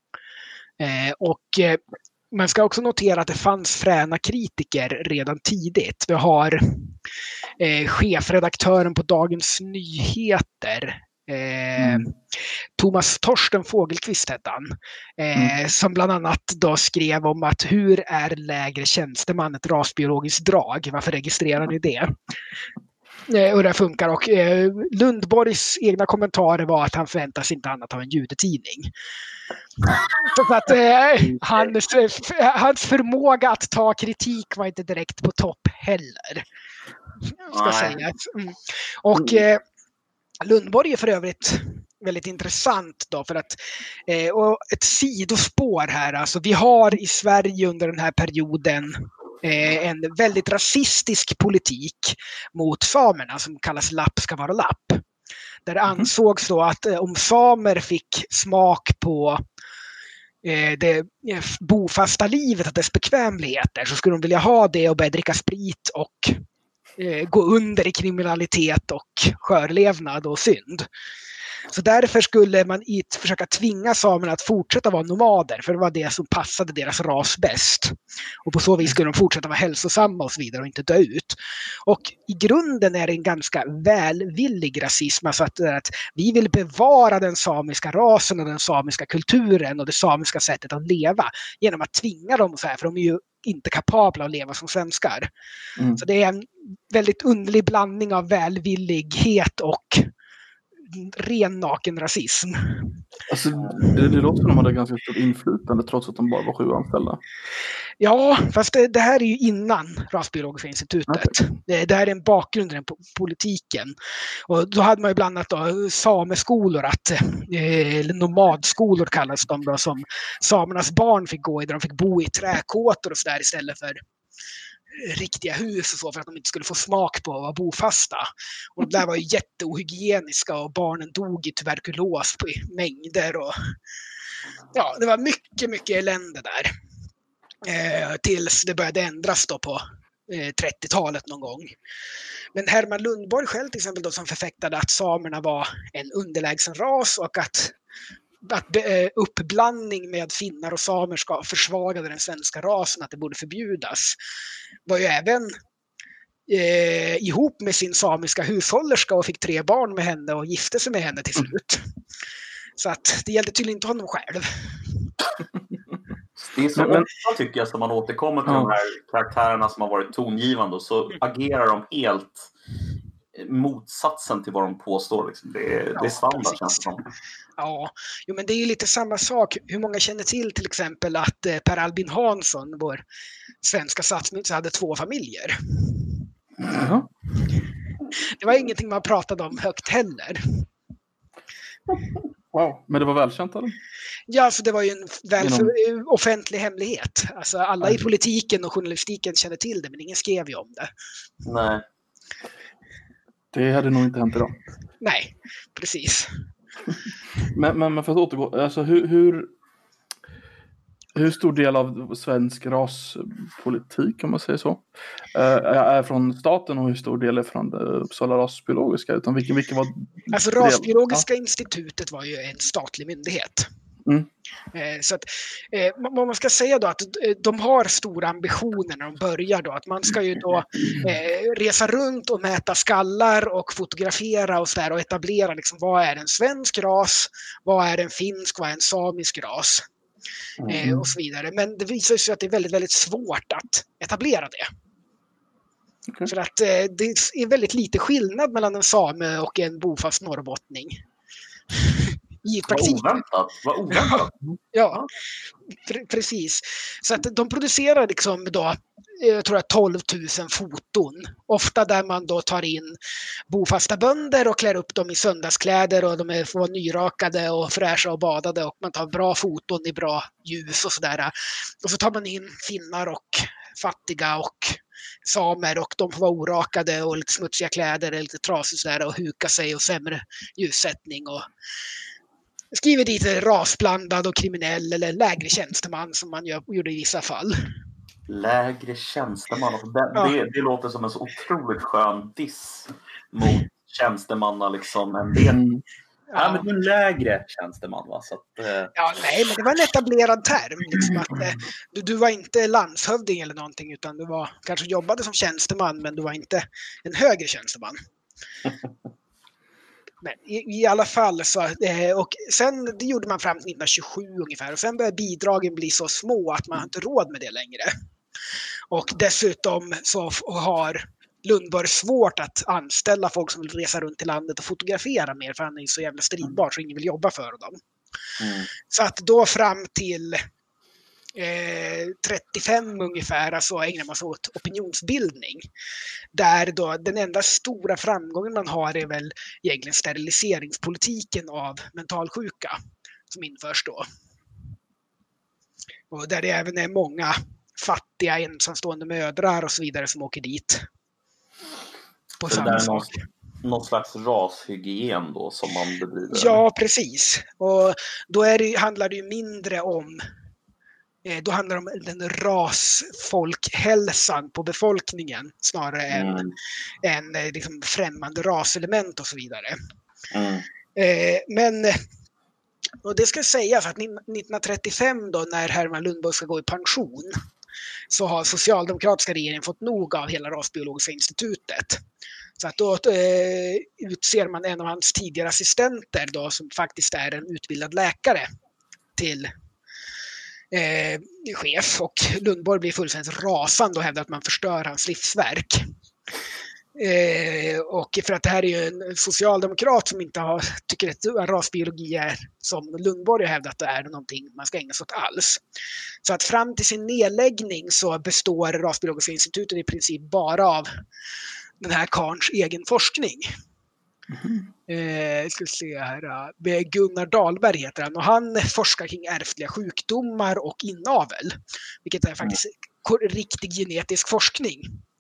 Eh, och eh, man ska också notera att det fanns fräna kritiker redan tidigt. Vi har eh, chefredaktören på Dagens Nyheter, eh, mm. Thomas Torsten Fågelqvist hette han, eh, mm. som bland annat då skrev om att hur är lägre tjänsteman ett rasbiologiskt drag? Varför registrerar ni det? Eh, och det funkar. Och eh, Lundborgs egna kommentarer var att han förväntas inte annat av en judetidning. Så att eh, hans, hans förmåga att ta kritik var inte direkt på topp heller. Ska sägas. Mm. Och eh, Lundborg är för övrigt väldigt intressant då för att eh, och ett sidospår här. Alltså vi har i Sverige under den här perioden eh, en väldigt rasistisk politik mot samerna som kallas lapp ska vara lapp. Där det ansågs då att eh, om samer fick smak på eh, det bofasta livet och dess bekvämligheter så skulle de vilja ha det och börja dricka sprit och eh, gå under i kriminalitet och skörlevnad och synd. Så därför skulle man it försöka tvinga samerna att fortsätta vara nomader för det var det som passade deras ras bäst. Och på så vis skulle de fortsätta vara hälsosamma och så vidare och inte dö ut. Och i grunden är det en ganska välvillig rasism, alltså att, att vi vill bevara den samiska rasen och den samiska kulturen och det samiska sättet att leva genom att tvinga dem så här, för de är ju inte kapabla att leva som svenskar. Mm. Så det är en väldigt underlig blandning av välvillighet och ren naken rasism. Alltså, det, det låter som de hade ganska stort inflytande trots att de bara var sju anställda. Ja, fast det, det här är ju innan Rasbiologiska institutet. Okay. Det, det här är en bakgrund i den politiken. Och då hade man ju bland annat då sameskolor, att, eh, eller nomadskolor kallas de då, som samernas barn fick gå i, där de fick bo i träkåtor och sådär istället för riktiga hus och så, för att de inte skulle få smak på att vara bofasta. Och de där var ju jätteohygieniska och barnen dog i tuberkulos på mängder. Och, ja, det var mycket, mycket elände där. Eh, tills det började ändras då på eh, trettiotalet någon gång. Men Herman Lundborg själv till exempel då, som förfäktade att samerna var en underlägsen ras och att, att eh, uppblandning med finnar och samer ska försvaga den svenska rasen, att det borde förbjudas, var ju även eh, ihop med sin samiska hushållerska och fick tre barn med henne och gifte sig med henne till slut. Så att det gällde tydligen inte honom själv. Det är så ofta, tycker jag, som man återkommer till ja. de här karaktärerna som har varit tongivande, och så agerar de helt motsatsen till vad de påstår. Liksom. Det, är, ja, det är standard, precis. Känns det som. Ja, jo, men det är ju lite samma sak. Hur många känner till till exempel att eh, Per Albin Hansson, vår svenska statsminister, hade två familjer? Mm. Det var ingenting man pratade om högt heller. Wow, men det var välkänt eller? Ja, för det var ju en väl Genom... offentlig hemlighet. Alltså alla i politiken och journalistiken känner till det, men ingen skrev ju om det. Nej. Det hade nog inte hänt idag. Nej, precis. men, men, men för att återgå, alltså hur, hur, hur stor del av svensk raspolitik, om man säger så, är från staten och hur stor del är från det Uppsala rasbiologiska? Utan vilken, vilken var alltså Rasbiologiska ja. institutet var ju en statlig myndighet. Mm. Så att, vad man ska säga då, att de har stora ambitioner när de börjar då, att man ska ju då eh, resa runt och mäta skallar och fotografera och sådär och etablera liksom, vad är en svensk ras, vad är en finsk, vad är en samisk ras eh, mm. och så vidare. Men det visar sig att det är väldigt, väldigt svårt att etablera det. Okay. För att eh, det är väldigt lite skillnad mellan en same och en bofast norrbottning. I praktiken. Vad oväntat. Vad oväntat. Ja, pre- precis. Så att de producerar liksom då, jag tror jag, tolv tusen foton. Ofta där man då tar in bofasta bönder och klär upp dem i söndagskläder och de är, får vara nyrakade och fräscha och badade och man tar bra foton i bra ljus och sådär. Och så tar man in finnar och fattiga och samer och de får vara orakade och lite smutsiga kläder, lite trasigt sådär och huka sig och sämre ljussättning och skriver dit rasblandad och kriminell eller lägre tjänsteman som man gör, gjorde i vissa fall. Lägre tjänsteman. Alltså det, ja. det, det låter som en så otroligt skön diss mot tjänstemanna liksom. En del. Mm. Ja. ja, men du är en lägre tjänsteman, va? Så att, eh... Ja, nej, men det var en etablerad term. Liksom att, eh, du, du var inte landshövding eller någonting, utan du var, kanske jobbade som tjänsteman, men du var inte en högre tjänsteman. Men i, i alla fall så, eh, och sen det gjorde man fram till nittonhundratjugosju ungefär och sen började bidragen bli så små att man inte råd med det längre. Och dessutom så har Lundborg svårt att anställa folk som vill resa runt i landet och fotografera mer, för han är så jävla stridbar så ingen vill jobba för dem. Mm. Så att då fram till Eh, trettiofem ungefär så alltså ägnar man sig åt opinionsbildning. Där då den enda stora framgången man har är väl egentligen steriliseringspolitiken av mentalsjuka som införs då. Och där det även är många fattiga ensamstående mödrar och så vidare som åker dit. På så samma det är sak. Någon, någon slags rashygien då som man bedriver? Ja, precis. Och då är det, handlar det ju mindre om Då handlar det om den rasfolkhälsan på befolkningen snarare mm. än, än liksom främmande raselement och så vidare. Mm. Eh, men och det ska sägas att nittonhundratrettiofem då när Herman Lundborg ska gå i pension så har socialdemokratiska regeringen fått nog av hela Rasbiologiska institutet. Så att då eh, utser man en av hans tidigare assistenter då, som faktiskt är en utbildad läkare till Eh, chef, och Lundborg blir fullständigt rasande och hävdar att man förstör hans livsverk. Eh, och för att det här är ju en socialdemokrat som inte har, tycker att rasbiologi är, som Lundborg har hävdat, det är någonting man ska ägna sig åt alls. Så att fram till sin nedläggning så består Rasbiologiska institutet i princip bara av den här karns egen forskning. Mm. Eh, ska se här, Gunnar Dahlberg heter han, och han forskar kring ärftliga sjukdomar och inavel, vilket är faktiskt mm. riktig genetisk forskning.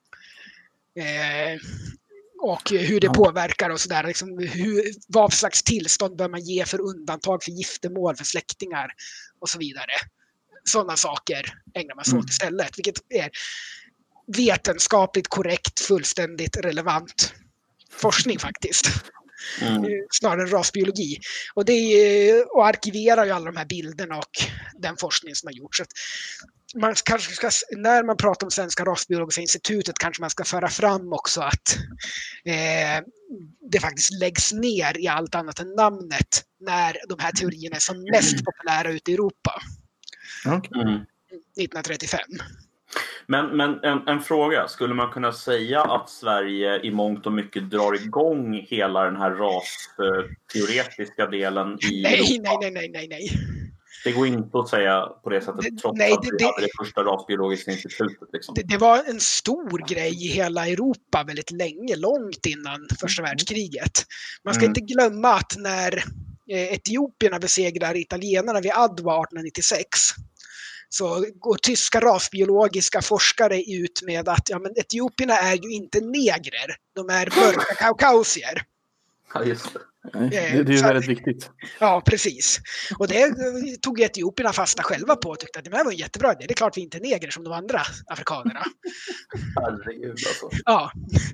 Eh, och hur det påverkar och sådär. Liksom hur, vad för slags tillstånd bör man ge för undantag för giftermål för släktingar och så vidare. Sådana saker ägnar man sig åt istället. Vilket är vetenskapligt korrekt, fullständigt relevant forskning faktiskt. Mm. Snarare än rasbiologi. Och, det är, och arkiverar ju alla de här bilderna och den forskning som har gjorts. Så att man kanske ska, när man pratar om Svenska rasbiologiska institutet kanske man ska föra fram också att eh, det faktiskt läggs ner i allt annat än namnet när de här teorierna är som mest populära ute i Europa. Mm. nittonhundratrettiofem. Men, men en, en fråga, skulle man kunna säga att Sverige i mångt och mycket drar igång hela den här rasteoretiska delen i nej, Europa? Nej, nej, nej, nej, nej. Det går inte att säga på det sättet det, trots nej, att vi det, hade det första rasbiologiska institutet. Liksom. Det, det var en stor grej i hela Europa väldigt länge, långt innan första världskriget. Man ska mm. inte glömma att när eh, etiopierna besegrar italienarna vid Adwa arton nittiosex så går tyska rasbiologiska forskare ut med att ja, men etiopierna är ju inte negrer, de är mörka kaukasier. Ja, just det. Nej, det, det är ju väldigt viktigt. Ja, precis. Och det tog etiopierna fasta själva på och tyckte att det här var en jättebra idé. Det är klart vi inte är negrer som de andra afrikanerna. Herregud alltså. Ja.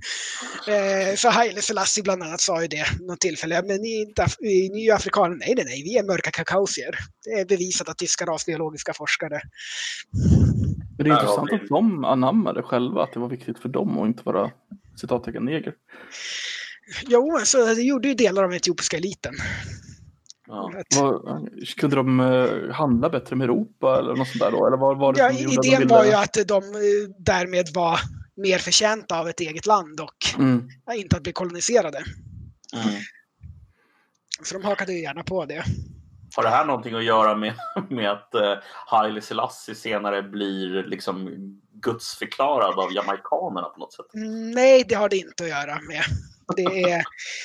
Så Haile Selassie bland annat sa ju det något tillfälle. Men ni är, inte, ni är ju afrikaner. Nej, nej, nej. Vi är mörka kaukasier. Det är bevisat av tyska rasbiologiska forskare. Men det är intressant att de anammade själva att det var viktigt för dem och inte vara citattecken neger. Jo, alltså, det gjorde ju delar av den etiopiska eliten. Ja. Var, kunde de uh, handla bättre med Europa eller något sånt där då? Eller var, var det ja, idén var ju att de uh, därmed var mer förtjänta av ett eget land och mm. ja, inte att bli koloniserade. Mm. Så de hakade ju gärna på det. Har det här någonting att göra med, med att uh, Haile Selassie senare blir liksom gudsförklarad av jamaikanerna på något sätt? Nej, det har det inte att göra med. Det är,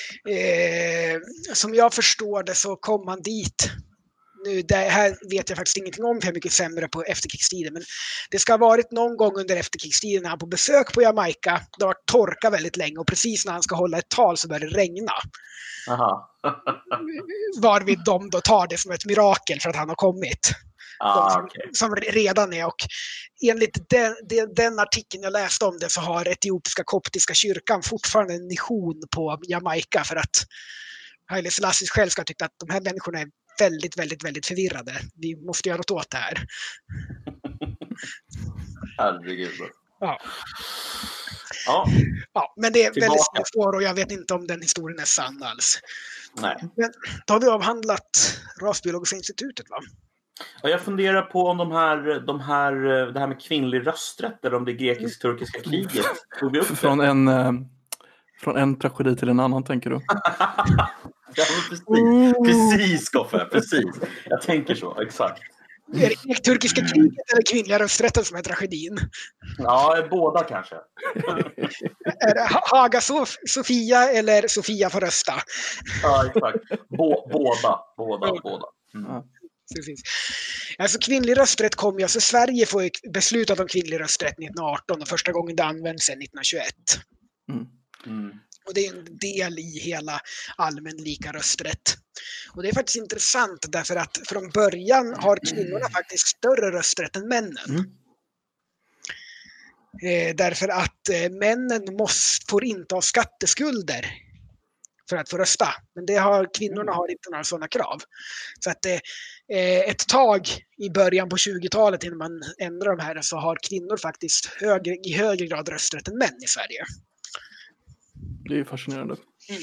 eh, som jag förstår det så kom man dit. Nu, det här vet jag faktiskt ingenting om för jag är mycket sämre på efterkrigstiden. Men det ska ha varit någon gång under efterkrigstiden när han på besök på Jamaica. Det har varit torka väldigt länge och precis när han ska hålla ett tal så börjar det regna. Aha. Varvid de då tar det som ett mirakel för att han har kommit. Ah, som, okay. som redan är och enligt den, den, den artikeln jag läste om det så har etiopiska koptiska kyrkan fortfarande en mission på Jamaica för att Haile Selassie själv ska tycka att de här människorna är väldigt, väldigt, väldigt förvirrade. Vi måste göra något åt det här. Herregud. Ja. Ja. Ja, men det är Tillbaka. väldigt svårt och jag vet inte om den historien är sann alls. Nej. Men då har vi avhandlat Rasbiologiska institutet, va? Ja, jag funderar på om de här, de här, det här med kvinnlig rösträtt eller om det grekisk-turkiska kriget. Tog vi upp från, en, från en tragedi till en annan, tänker du? Ja, precis. Precis, Koffe. Precis. Jag tänker så, exakt. Är det turkiska kriget eller kvinnliga rösträtten som är tragedin? Ja, båda kanske. Är det Haga Sof- Sofia eller Sofia får rösta? Ja, exakt. Bå- båda, båda, båda. Mm. Ja. Precis. Alltså kvinnlig rösträtt kom ju, alltså Sverige får ju beslutat om kvinnlig rösträtt nittonhundraarton och första gången det används sedan nittonhundratjugoett. Mm. Mm. Och det är en del i hela allmän lika rösträtt. Och det är faktiskt intressant därför att från början har kvinnorna faktiskt större rösträtt än männen. Mm. Eh, därför att eh, männen måste, får inte ha skatteskulder för att få rösta. Men det har, kvinnorna har inte några sådana krav. Så att eh, ett tag i början på tjugotalet innan man ändrar de här så har kvinnor faktiskt högre, i högre grad rösträtt än män i Sverige. Det är ju fascinerande. Mm.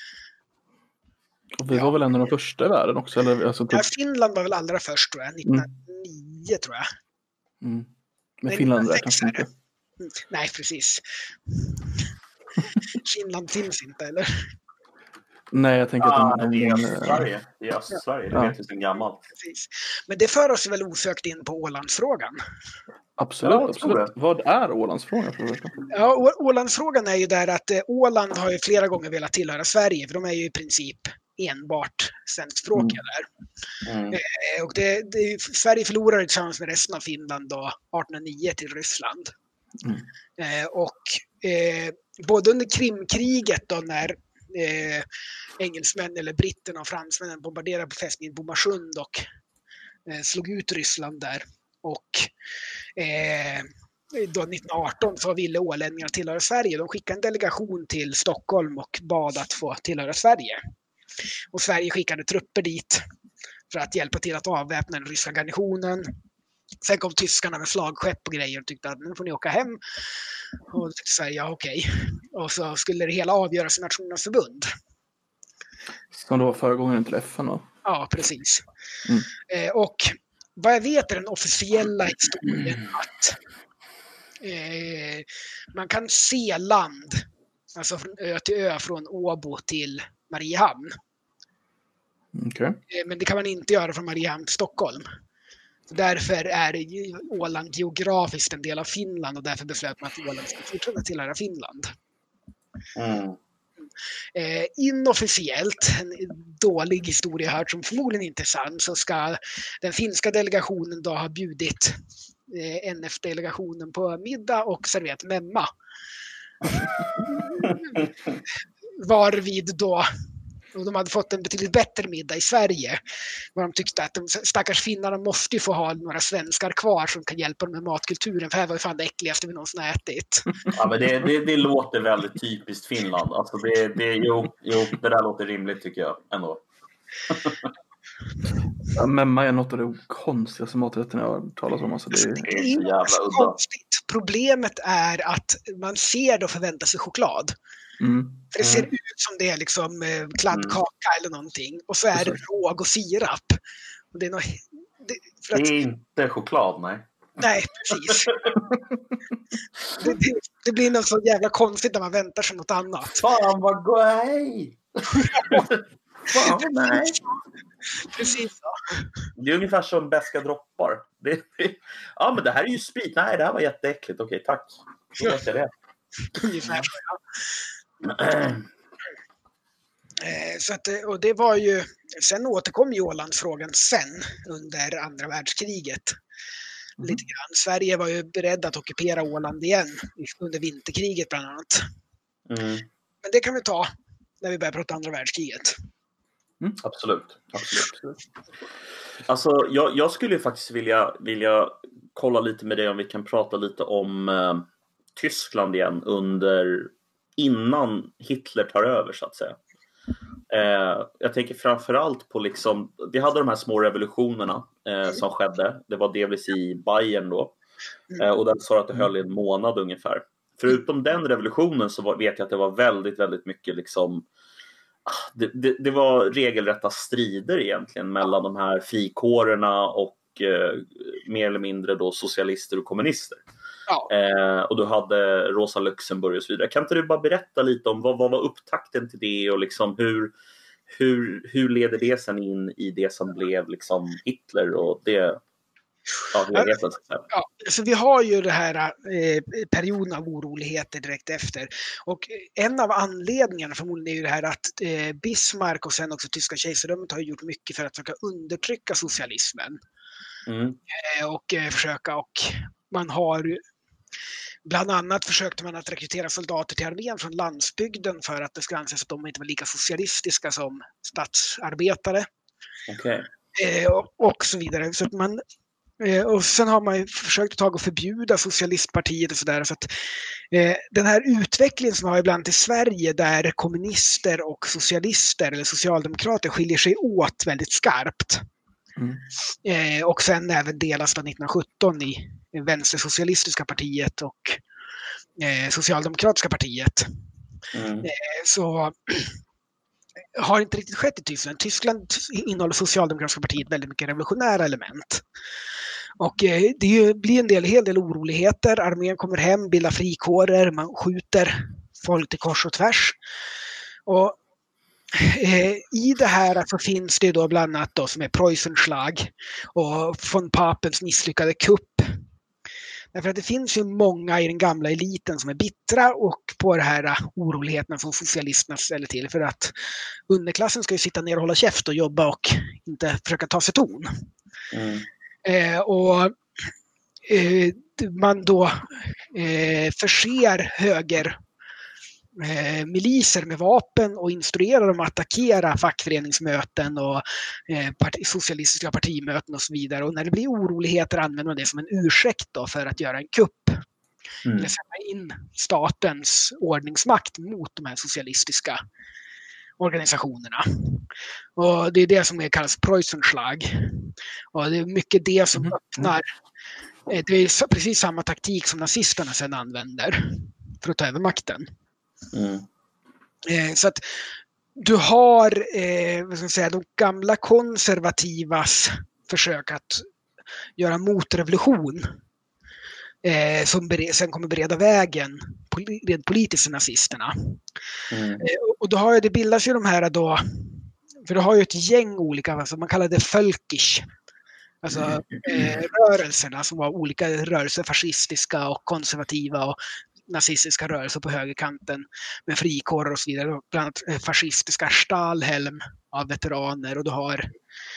Och vi var ja. väl en av de första i världen också? Eller, alltså, typ... ja, Finland var väl allra först tror jag, nittonhundranio mm. tror jag. Mm. Men Finland räknas inte. Mm. Nej, precis. Finland finns inte, eller? Nej, jag tänker ah, att de... det är de Öst-Sverige. Det är Öst-Sverige, det Ja. vet vi sedan gammalt. Precis. Men det för oss väl osökt in på Ålandsfrågan. Absolut, Ja, jag tror absolut. Vad är Ålandsfrågan för det första? Ja, Å- Ålandsfrågan är ju där att eh, Åland har ju flera gånger velat tillhöra Sverige, för de är ju i princip enbart svenskspråkiga där. Mm. Eh, och det, det, Sverige förlorade tillsammans med resten av Finland då artonhundranio till Ryssland. Mm. Eh, och eh, både under Krimkriget då när eh, engelsmän eller britterna och fransmännen bombarderade på fästningen Bomarsund och eh, slog ut Ryssland där. Och eh, då nittonhundraarton så ville ålänningarna tillhöra Sverige. De skickade en delegation till Stockholm och bad att få tillhöra Sverige. Och Sverige skickade trupper dit för att hjälpa till att avväpna den ryska garnisonen. Sen kom tyskarna med slagskepp och grejer och tyckte att nu får ni åka hem. Och tyckte Sverige, ja okej. Och så skulle det hela avgöras i Nationernas förbund. Som då var föregångaren till F N, va? Ja, precis. Mm. Eh, och vad jag vet är den officiella historien att eh, man kan se land, alltså från ö till ö, från Åbo till Mariehamn. Okej. Eh, men det kan man inte göra från Mariehamn till Stockholm. Så därför är Åland geografiskt en del av Finland och därför beslöt man att Åland ska fortsätta tillhöra Finland. Mm. Eh, inofficiellt, en dålig historia hört som förmodligen inte är sann, så ska den finska delegationen då ha bjudit eh, N F-delegationen på middag och serverat memma. Varvid då, och de hade fått en betydligt bättre middag i Sverige, var de tyckte att de stackars finnarna måste ju få ha några svenskar kvar som kan hjälpa dem med matkulturen, för här var ju fan det äckligaste vi någonsin har ätit. Ja, men det, det, det låter väldigt typiskt Finland. Alltså det, det, jo, jo, det där låter rimligt tycker jag ändå. Ja, memma är något av det konstigaste maträtten jag har talat om. Alltså det är... Det är så jävla udda. Konstigt. Problemet är att man ser och förväntar sig choklad. Mm. För det ser Mm. ut som det är liksom eh, kladdkaka eller någonting. Och så är det råg och sirap. Och det är något, det, för att, Det är inte choklad, nej. nej, precis. det, det, det blir något så jävla konstigt när man väntar sig något annat. Fan vad gott! Fan vad nej! Precis. Ja. Det är ungefär som beska droppar. Det, det, ja, men det här är ju sprit. Nej, det här var jätteäckligt. Okej, tack. Då vet jag det. Ungefär så, ja. Eh, så att, och det var ju, sen återkom ju Ålandsfrågan sen under andra världskriget. Mm. Lite grann. Sverige var ju beredd att ockupera Åland igen under vinterkriget bland annat. Mm. Men det kan vi ta när vi börjar prata andra världskriget. Mm. Absolut. Absolut. Alltså, jag, jag skulle ju faktiskt vilja, vilja kolla lite med dig om vi kan prata lite om eh, Tyskland igen under innan Hitler tar över så att säga. Eh, jag tänker framförallt på liksom, vi hade de här små revolutionerna eh, som skedde. Det var delvis i Bayern då. Eh, och där sa att det höll i en månad ungefär. Förutom den revolutionen så var, vet jag att det var väldigt, väldigt mycket liksom, det, det, det var regelrätta strider egentligen mellan de här frikårerna och eh, mer eller mindre då socialister och kommunister. Ja. Eh, och du hade Rosa Luxemburg och så vidare. Kan inte du bara berätta lite om vad, vad var upptakten till det och liksom hur, hur, hur leder det sen in i det som blev liksom Hitler och det, ja, helheten, så att säga. Ja, så vi har ju det här eh, perioden av oroligheter direkt efter. Och en av anledningarna förmodligen är ju det här att eh, Bismarck och sen också tyska kejsardömet har gjort mycket för att försöka undertrycka socialismen. Mm. Eh, och eh, försöka, och man har bland annat försökte man att rekrytera soldater till armén från landsbygden för att det skulle anses att de inte var lika socialistiska som statsarbetare. Okay. Eh, och, och så vidare. Så att man, eh, och sen har man ju försökt ta och förbjuda socialistpartiet och sådär. Så att eh, den här utvecklingen som vi har ibland i Sverige där kommunister och socialister eller socialdemokrater skiljer sig åt väldigt skarpt. Mm. Eh, och sen även delas då nittonhundrasjutton i vänstersocialistiska partiet och eh, socialdemokratiska partiet. Mm. Eh, så har inte riktigt skett i Tyskland. Tyskland innehåller socialdemokratiska partiet väldigt mycket revolutionära element. Och eh, det blir en del, hel del oroligheter. Armén kommer hem, bildar frikårer, man skjuter folk till kors och tvärs. Och eh, i det här så finns det då bland annat då som är Preußenschlag och von Papens misslyckade kupp. Därför att det finns ju många i den gamla eliten som är bittra och på det här oroligheterna som socialisterna ställer till. För att underklassen ska ju sitta ner och hålla käft och jobba och inte försöka ta sig ton. Mm. Eh, och eh, man då eh, förser höger eh, miliser med vapen och instruerar dem att attackera fackföreningsmöten och eh, parti, socialistiska partimöten och så vidare. Och när det blir oroligheter använder man det som en ursäkt då för att göra en kupp. Mm. Eller sätta in statens ordningsmakt mot de här socialistiska organisationerna. Och det är det som kallas Preußenschlag. Och det är mycket det som mm. öppnar. Det är precis samma taktik som nazisterna sedan använder för att ta över makten. Mm. Så att du har eh, vad ska jag säga, de gamla konservativas försök att göra motrevolution eh, som bere- sen kommer bereda vägen rent politiskt för nazisterna. Mm. Eh, och då har ju, det bildas ju de här då, för du har ju ett gäng olika, alltså man kallar det Völkisch. Alltså eh, rörelserna som var olika rörelser, fascistiska och konservativa och nazistiska rörelser på högerkanten med frikårer och så vidare. Bland annat fascistiska Stahlhelm av veteraner och du har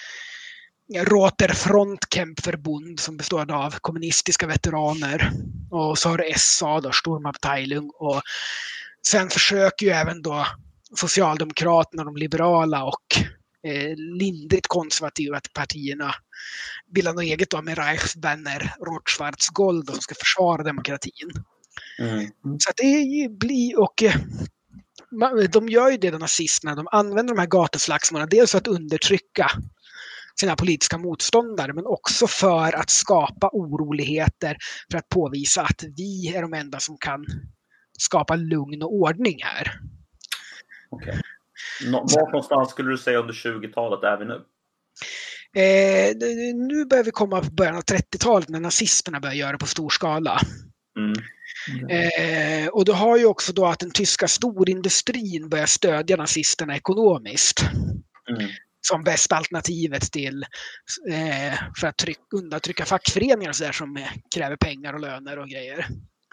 Roter Frontkämpferbund som består av kommunistiska veteraner och så har du S A då, Sturmabteilung och sen försöker ju även då Socialdemokraterna, de liberala och eh, lindrigt konservativa partierna bilda något eget då med Reichsbanner, Rot-Schwarz-Gold som ska försvara demokratin. Mm. Så att det blir och de gör ju det, de nazisterna, de använder de här gatuslagsmålen dels för att undertrycka sina politiska motståndare men också för att skapa oroligheter för att påvisa att vi är de enda som kan skapa lugn och ordning här. Okej. Okay. Var någonstans skulle du säga under tjugotalet är vi nu? Eh, nu börjar vi komma på början av trettiotalet när nazisterna börjar göra det på stor skala. Mm. Mm. Eh, och då har ju också då att den tyska storindustrin börjar stödja nazisterna ekonomiskt. Mm. Som bästa alternativet till eh, för att tryck, undertrycka fackföreningar så där, som eh, kräver pengar och löner och grejer.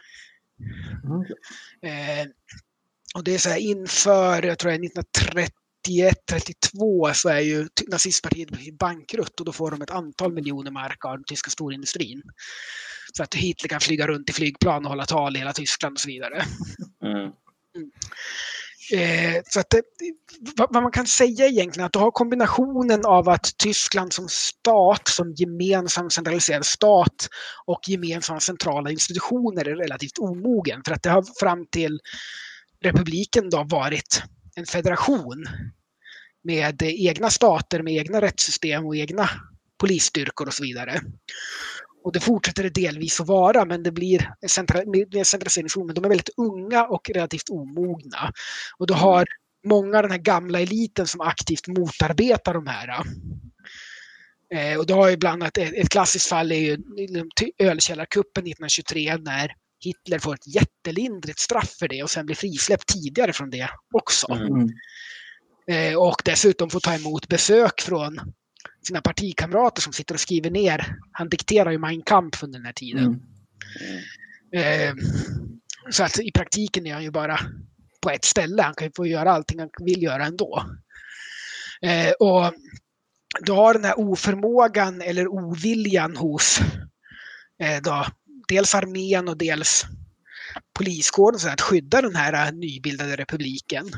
Mm. Eh, och det är så här inför, jag tror det är nittonhundratrettioett trettiotvå så är ju nazistpartiet bankrutt och då får de ett antal miljoner mark av den tyska storindustrin. Så att Hitler kan flyga runt i flygplan och hålla tal i hela Tyskland och så vidare. Mm. Mm. Eh, så att det, vad man kan säga egentligen att du har kombinationen av att Tyskland som stat, som gemensam centraliserad stat och gemensamma centrala institutioner är relativt omogen. För att det har fram till republiken då varit en federation med egna stater, med egna rättssystem och egna polisstyrkor och så vidare. Och det fortsätter det delvis att vara, men det blir en centralisering. Men de är väldigt unga och relativt omogna. Och då har många av den här gamla eliten som aktivt motarbetar de här. Eh, och då har ju bland annat ett, ett klassiskt fall är ju ölkällarkuppen nittonhundratjugotre när Hitler får ett jättelindrigt straff för det och sen blir frisläppt tidigare från det också. Mm. Eh, och dessutom får ta emot besök från sina partikamrater som sitter och skriver ner. Han dikterar ju Mein Kampf under den här tiden. Mm. Mm. Eh, så att i praktiken är han ju bara på ett ställe. Han kan ju få göra allting han vill göra ändå. Eh, och då har den här oförmågan eller oviljan hos eh, då, dels armén och dels poliskåren så att skydda den här nybildade republiken.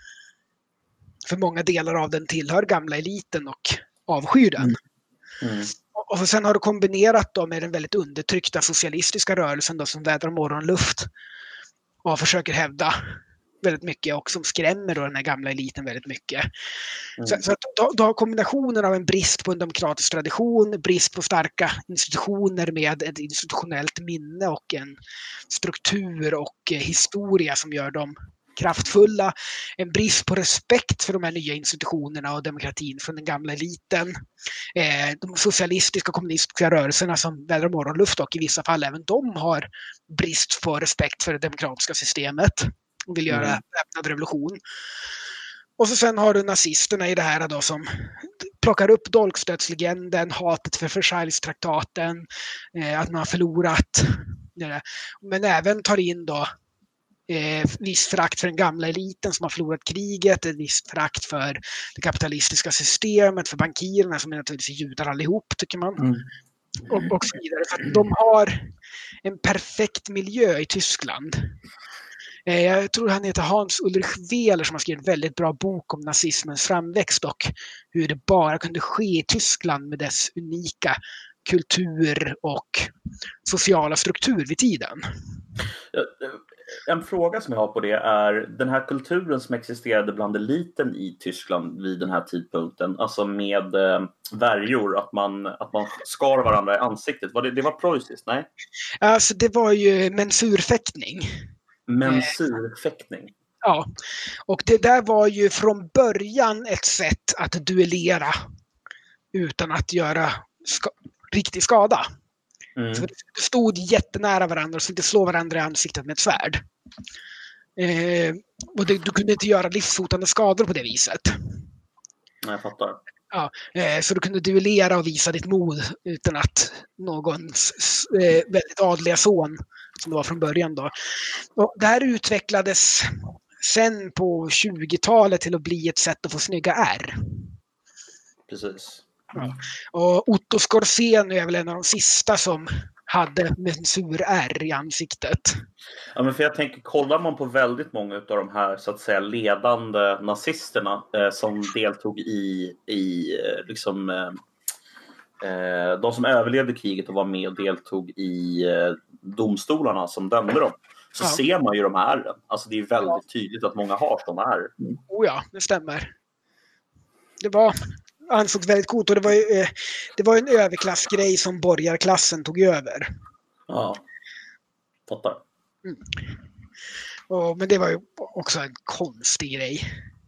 För många delar av den tillhör gamla eliten och avskyr den. Mm. Mm. Och, och sen har du kombinerat då med den väldigt undertryckta socialistiska rörelsen då, som vädrar morgonluft och försöker hävda väldigt mycket och som skrämmer då den här gamla eliten väldigt mycket. Mm. Så, så att då, då har kombinationen av en brist på en demokratisk tradition, brist på starka institutioner med ett institutionellt minne och en struktur och eh, historia som gör dem kraftfulla, en brist på respekt för de här nya institutionerna och demokratin från den gamla eliten. Eh, de socialistiska och kommunistiska rörelserna som vädrar morgonluft och i vissa fall även de har brist på respekt för det demokratiska systemet. och vill göra Mm. väpnad revolution. Och så sen har du nazisterna i det här då som plockar upp dolkstötslegenden, hatet för Versailles-traktaten, eh, att man har förlorat. Eh, men även tar in då eh, viss frakt för den gamla eliten som har förlorat kriget, ett visst frakt för det kapitalistiska systemet, för bankirerna som är naturligtvis judar allihop, tycker man. Mm. Och, och så vidare. För att de har en perfekt miljö i Tyskland. Eh, jag tror han heter Hans Ulrich Wehler som har skrivit en väldigt bra bok om nazismens framväxt och hur det bara kunde ske i Tyskland med dess unika kultur och sociala struktur vid tiden. En fråga som jag har på det är den här kulturen som existerade bland eliten i Tyskland vid den här tidpunkten, alltså med eh, värjor, att man, att man skar varandra i ansiktet. Var det, det var preussiskt, nej? Alltså det var ju mensurfäktning. Mensurfäktning. Ja, och det där var ju från början ett sätt att duellera utan att göra ska- riktig skada. Mm. Så det stod jättenära varandra och så inte slå varandra i ansiktet med ett svärd. Eh, och det, du kunde inte göra livshotande skador på det viset. Jag fattar. Ja, eh, så du kunde duellera och visa ditt mod utan att någons eh, väldigt adliga son, som det var från början då. Och det här utvecklades sen på tjugotalet till att bli ett sätt att få snygga ärr. Precis. Ja. Och Otto Skorzeny är väl en av de sista som hade mensur-ärr i ansiktet. Ja, men för jag tänker, kollar man på väldigt många av de här så att säga ledande nazisterna eh, som deltog i, i eh, liksom eh, de som överlevde kriget och var med och deltog i eh, domstolarna som dömde dem, så Ja. ser man ju de här ärren. Alltså det är väldigt Ja. tydligt att många har sådana här. Oh ja, det stämmer. Det var ansågs väldigt coolt och det var ju, eh, det var en överklassgrej som borgarklassen tog över. Ja, fattar. Mm. Och, men det var ju också en konstig grej.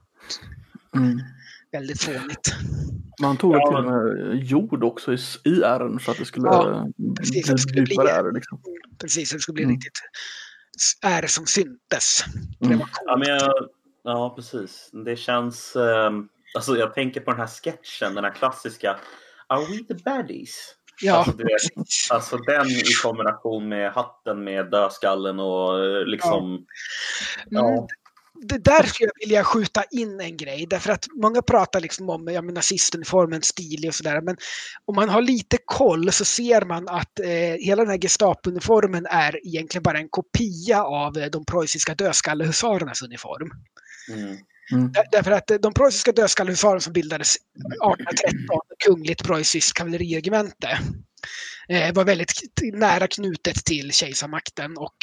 Mm. Väldigt fånigt. Man tog Ja, till och med jord också i, i ärren för att det skulle Ja, bli precis, att det skulle bli- djupare ärr. Liksom. Precis, det skulle bli Mm. riktigt ärr som syntes. Det Mm. var coolt. Ja, men jag, ja, precis. Det känns... Eh, alltså jag tänker på den här sketchen, den här klassiska Are we the baddies? Ja, Alltså, det, alltså den i kombination med hatten med dödskallen och eh, liksom... Ja. Mm. Det där skulle jag vilja skjuta in en grej, därför att många pratar liksom om ja, nazistuniformen, stilig och sådär, men om man har lite koll så ser man att eh, hela den här Gestapo-uniformen är egentligen bara en kopia av eh, de preussiska dödskallehusarernas uniform. Mm. Mm. Där, därför att eh, de preussiska dödskallehusarerna som bildades arton tretton, kungligt preussiskt kavalleriregemente, eh, var väldigt k- nära knutet till kejsarmakten och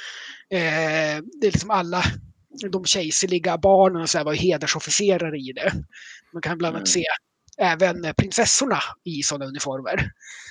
eh, det är liksom alla de kejserliga barnen och så här var ju hedersofficerare i det. Man kan bland annat Mm. se även prinsessorna i sådana uniformer.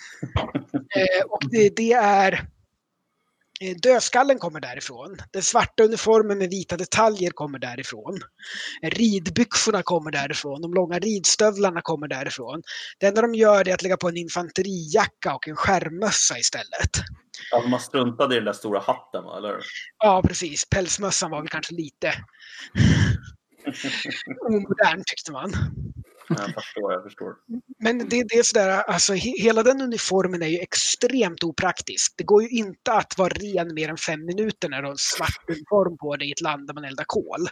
eh, och det, det är eh, dödskallen kommer därifrån. Den svarta uniformen med vita detaljer kommer därifrån. Ridbyxorna kommer därifrån. De långa ridstövlarna kommer därifrån. Det enda de gör är att lägga på en infanterijacka och en skärmmössa istället. Alltså man struntade i den där stora hatten, va, eller? Ja, precis. Pälsmössan var väl kanske lite omodern, tyckte man. Jag förstår, jag förstår. Men det, det är sådär, alltså he, hela den uniformen är ju extremt opraktisk. Det går ju inte att vara ren mer än fem minuter när du har en svart uniform på dig i ett land där man eldar kol.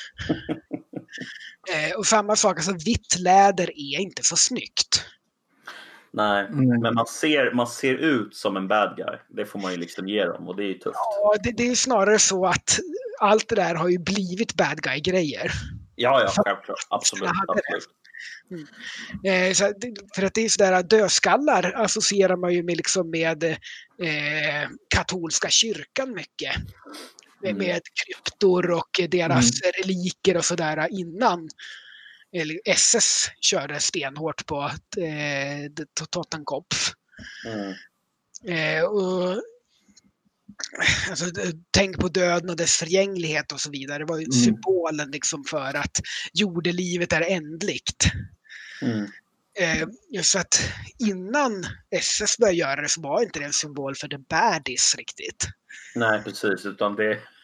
eh, och samma sak, alltså vitt läder är inte så snyggt. Nej, Mm. men man ser, man ser ut som en bad guy. Det får man ju liksom ge dem och det är ju tufft. Ja, det, det är snarare så att allt det där har ju blivit bad guy-grejer. Ja, ja, självklart. Absolut. Jag hade det. absolut. Eh, så att, för att det är sådär, dödskallar associerar man ju med, liksom med eh, katolska kyrkan mycket. Mm. Med kryptor och deras reliker och sådär innan eller S S körde stenhårt på eh, Totenkopf. Mm. Eh, och, alltså, tänk på döden och dess förgänglighet och så vidare. Det var ju Mm. symbolen liksom för att jordelivet är ändligt. Mm. Eh, så att innan S S började göra det så var inte det en symbol för the baddies riktigt. Nej, precis. Utan det,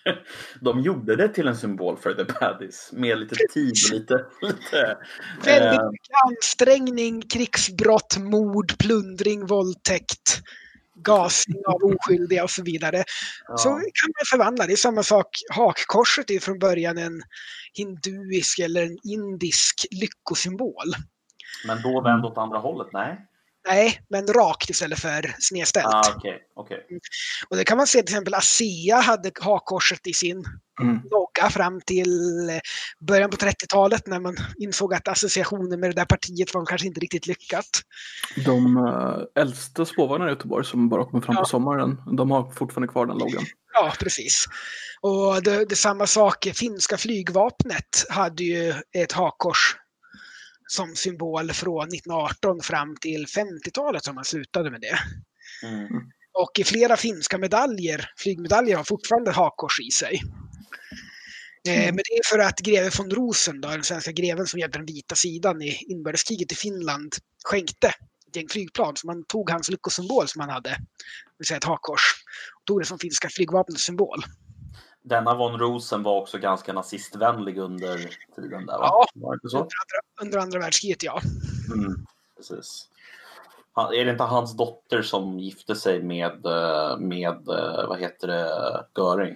de gjorde det till en symbol för the baddies med lite tid och lite... lite Väldigt eh, mycket ansträngning, krigsbrott, mord, plundring, våldtäkt, gasning av oskyldiga och så vidare. ja. Så kan man förvandla. Det är samma sak. Hakkorset är från början en hinduisk eller en indisk lyckosymbol. Men då vände åt andra hållet, nej? Nej, men rakt istället för snedställt. Ah, okay, okay. Och det kan man se till exempel ASEA hade hakkorset i sin mm. logga fram till början på trettiotalet när man insåg att associationen med det där partiet var kanske inte riktigt lyckat. De äh, äldsta spårvagnarna i Göteborg som bara kommer fram ja. på sommaren, de har fortfarande kvar den loggan. Ja, precis. Och det, det är samma sak, finska flygvapnet hade ju ett hakkors som symbol från nittonhundraarton fram till femtiotalet som man slutade med det. Mm. Och i flera finska medaljer, flygmedaljer har fortfarande hakkors i sig. Mm. Eh, men det är för att greve von Rosen, då, den svenska greven som hjälpte den vita sidan i inbördeskriget i Finland, skänkte ett gäng flygplan. Så man tog hans lyckosymbol som han hade, det vill säga ett hakkors, och tog det som finska flygvapnets symbol. Denna von Rosen var också ganska nazistvänlig under tiden där, va? Ja, var det inte så? Under, andra, under andra världskriget, ja. Mm, precis. Han, är det inte hans dotter som gifte sig med, med vad heter det, Göring?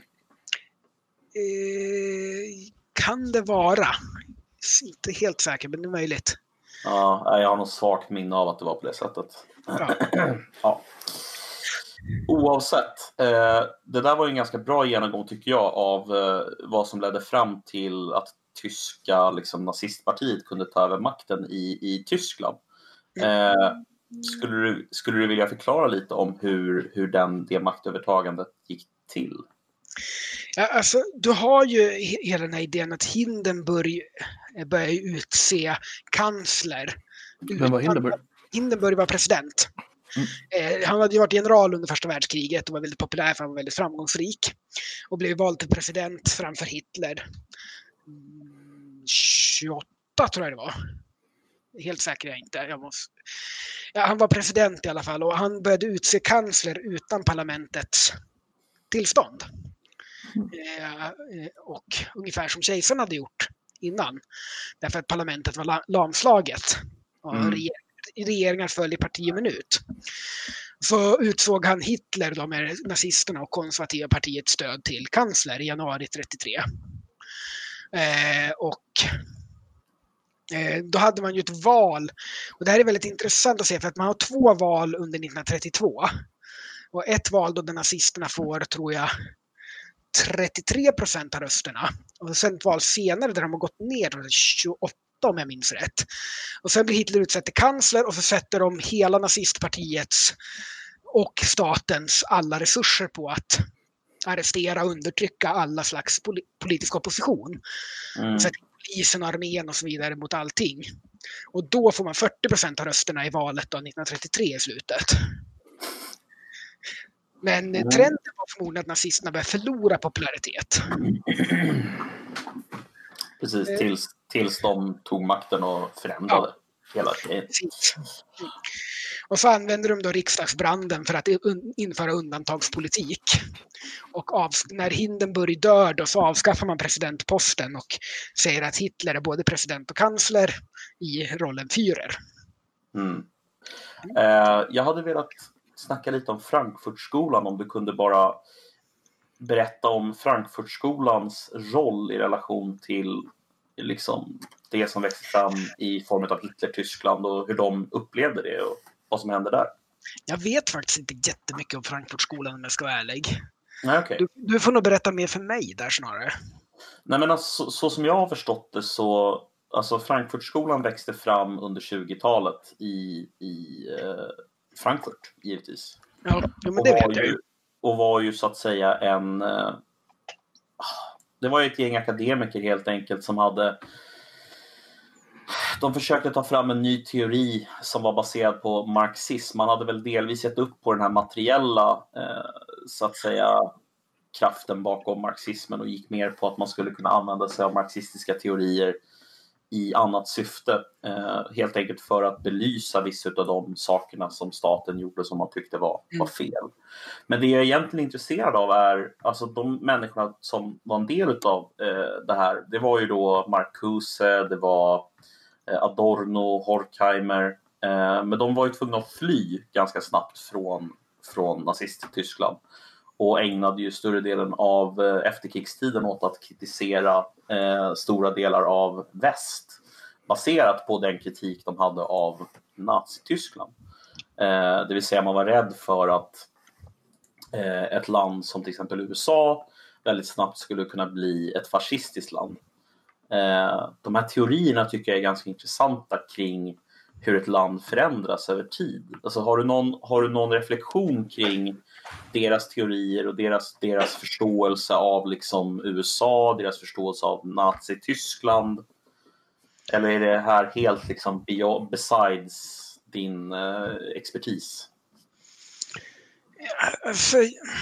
Eh, kan det vara? Inte helt säker, men det är möjligt. Ja, jag har något svagt minne av att det var på det sättet. Ja. Ja. Oavsett, eh, det där var en ganska bra genomgång tycker jag av eh, vad som ledde fram till att tyska liksom, nazistpartiet kunde ta över makten i, i Tyskland. Eh, skulle, du, skulle du vilja förklara lite om hur, hur den, det maktövertagandet gick till? Ja, alltså, du har ju hela den här idén att Hindenburg börjar utse kansler. Vem var Hindenburg? Hindenburg var president. Mm. Han hade ju varit general under första världskriget och var väldigt populär för han var väldigt framgångsrik. Och blev vald till president framför Hitler. tjugoåtta tror jag det var. Helt säker är jag inte. Jag måste... ja, han var president i alla fall och han började utse kansler utan parlamentets tillstånd. Mm. Eh, och ungefär som kejsaren hade gjort innan. Därför att parlamentet var lamslaget. Och mm. regeringar föll i parti och minut. Så utsåg han Hitler, de med nazisterna och konservativa partiets stöd till kansler i januari trettiotre. Eh, och eh, då hade man ju ett val. Och det här är väldigt intressant att se för att man har två val under nittonhundratrettiotvå. Och ett val då nazisterna får, tror jag, trettiotre procent av rösterna. Och sen ett val senare där de har gått ner tjugoåtta om jag minns rätt. Och sen blir Hitler utsedd till kansler och så sätter de hela nazistpartiets och statens alla resurser på att arrestera och undertrycka alla slags politisk opposition. Mm. Sätter polisen, armén och så vidare mot allting. Och då får man fyrtio procent av rösterna i valet då nittonhundratrettiotre i slutet. Men mm. trenden var förmodligen att nazisterna började förlora popularitet. Precis, tills, tills de tog makten och förändrade ja. hela tiden. Och så använder de då riksdagsbranden för att införa undantagspolitik. Och av, när Hindenburg dör då så avskaffar man presidentposten och säger att Hitler är både president och kansler i rollen Führer. Mm. Eh, jag hade velat snacka lite om Frankfurtskolan, om du kunde bara berätta om Frankfurtskolans roll i relation till liksom det som växte fram i form av Hitler-Tyskland och hur de upplevde det och vad som hände där. Jag vet faktiskt inte jättemycket om Frankfurtskolan om jag ska vara ärlig. Nej, okay. du, du får nog berätta mer för mig där snarare. Nej, men alltså, så, så som jag har förstått det så alltså Frankfurtskolan växte fram under tjugotalet i, i eh, Frankfurt givetvis. Ja, men det vet jag ju. Och var ju så att säga en... Eh, det var ju ett gäng akademiker helt enkelt som hade... De försökte ta fram en ny teori som var baserad på marxism. Man hade väl delvis gett upp på den här materiella eh, så att säga kraften bakom marxismen och gick mer på att man skulle kunna använda sig av marxistiska teorier i annat syfte. Eh, helt enkelt för att belysa vissa av de sakerna som staten gjorde som man tyckte var, var fel. Men det jag är egentligen intresserad av är alltså de människorna som var en del av eh, det här. Det var ju då Marcuse, det var eh, Adorno, Horkheimer. Eh, men de var ju tvungna att fly ganska snabbt från, från nazist-Tyskland. Och ägnade ju större delen av eh, efterkrigstiden åt att kritisera eh, stora delar av väst. Baserat på den kritik de hade av Nazityskland. Eh, det vill säga man var rädd för att eh, ett land som till exempel U S A väldigt snabbt skulle kunna bli ett fascistiskt land. Eh, de här teorierna tycker jag är ganska intressanta kring hur ett land förändras över tid. Alltså har du någon, har du någon reflektion kring deras teorier och deras, deras förståelse av liksom U S A, deras förståelse av Nazi-Tyskland? Eller är det här helt liksom besides din eh, expertis? Alltså,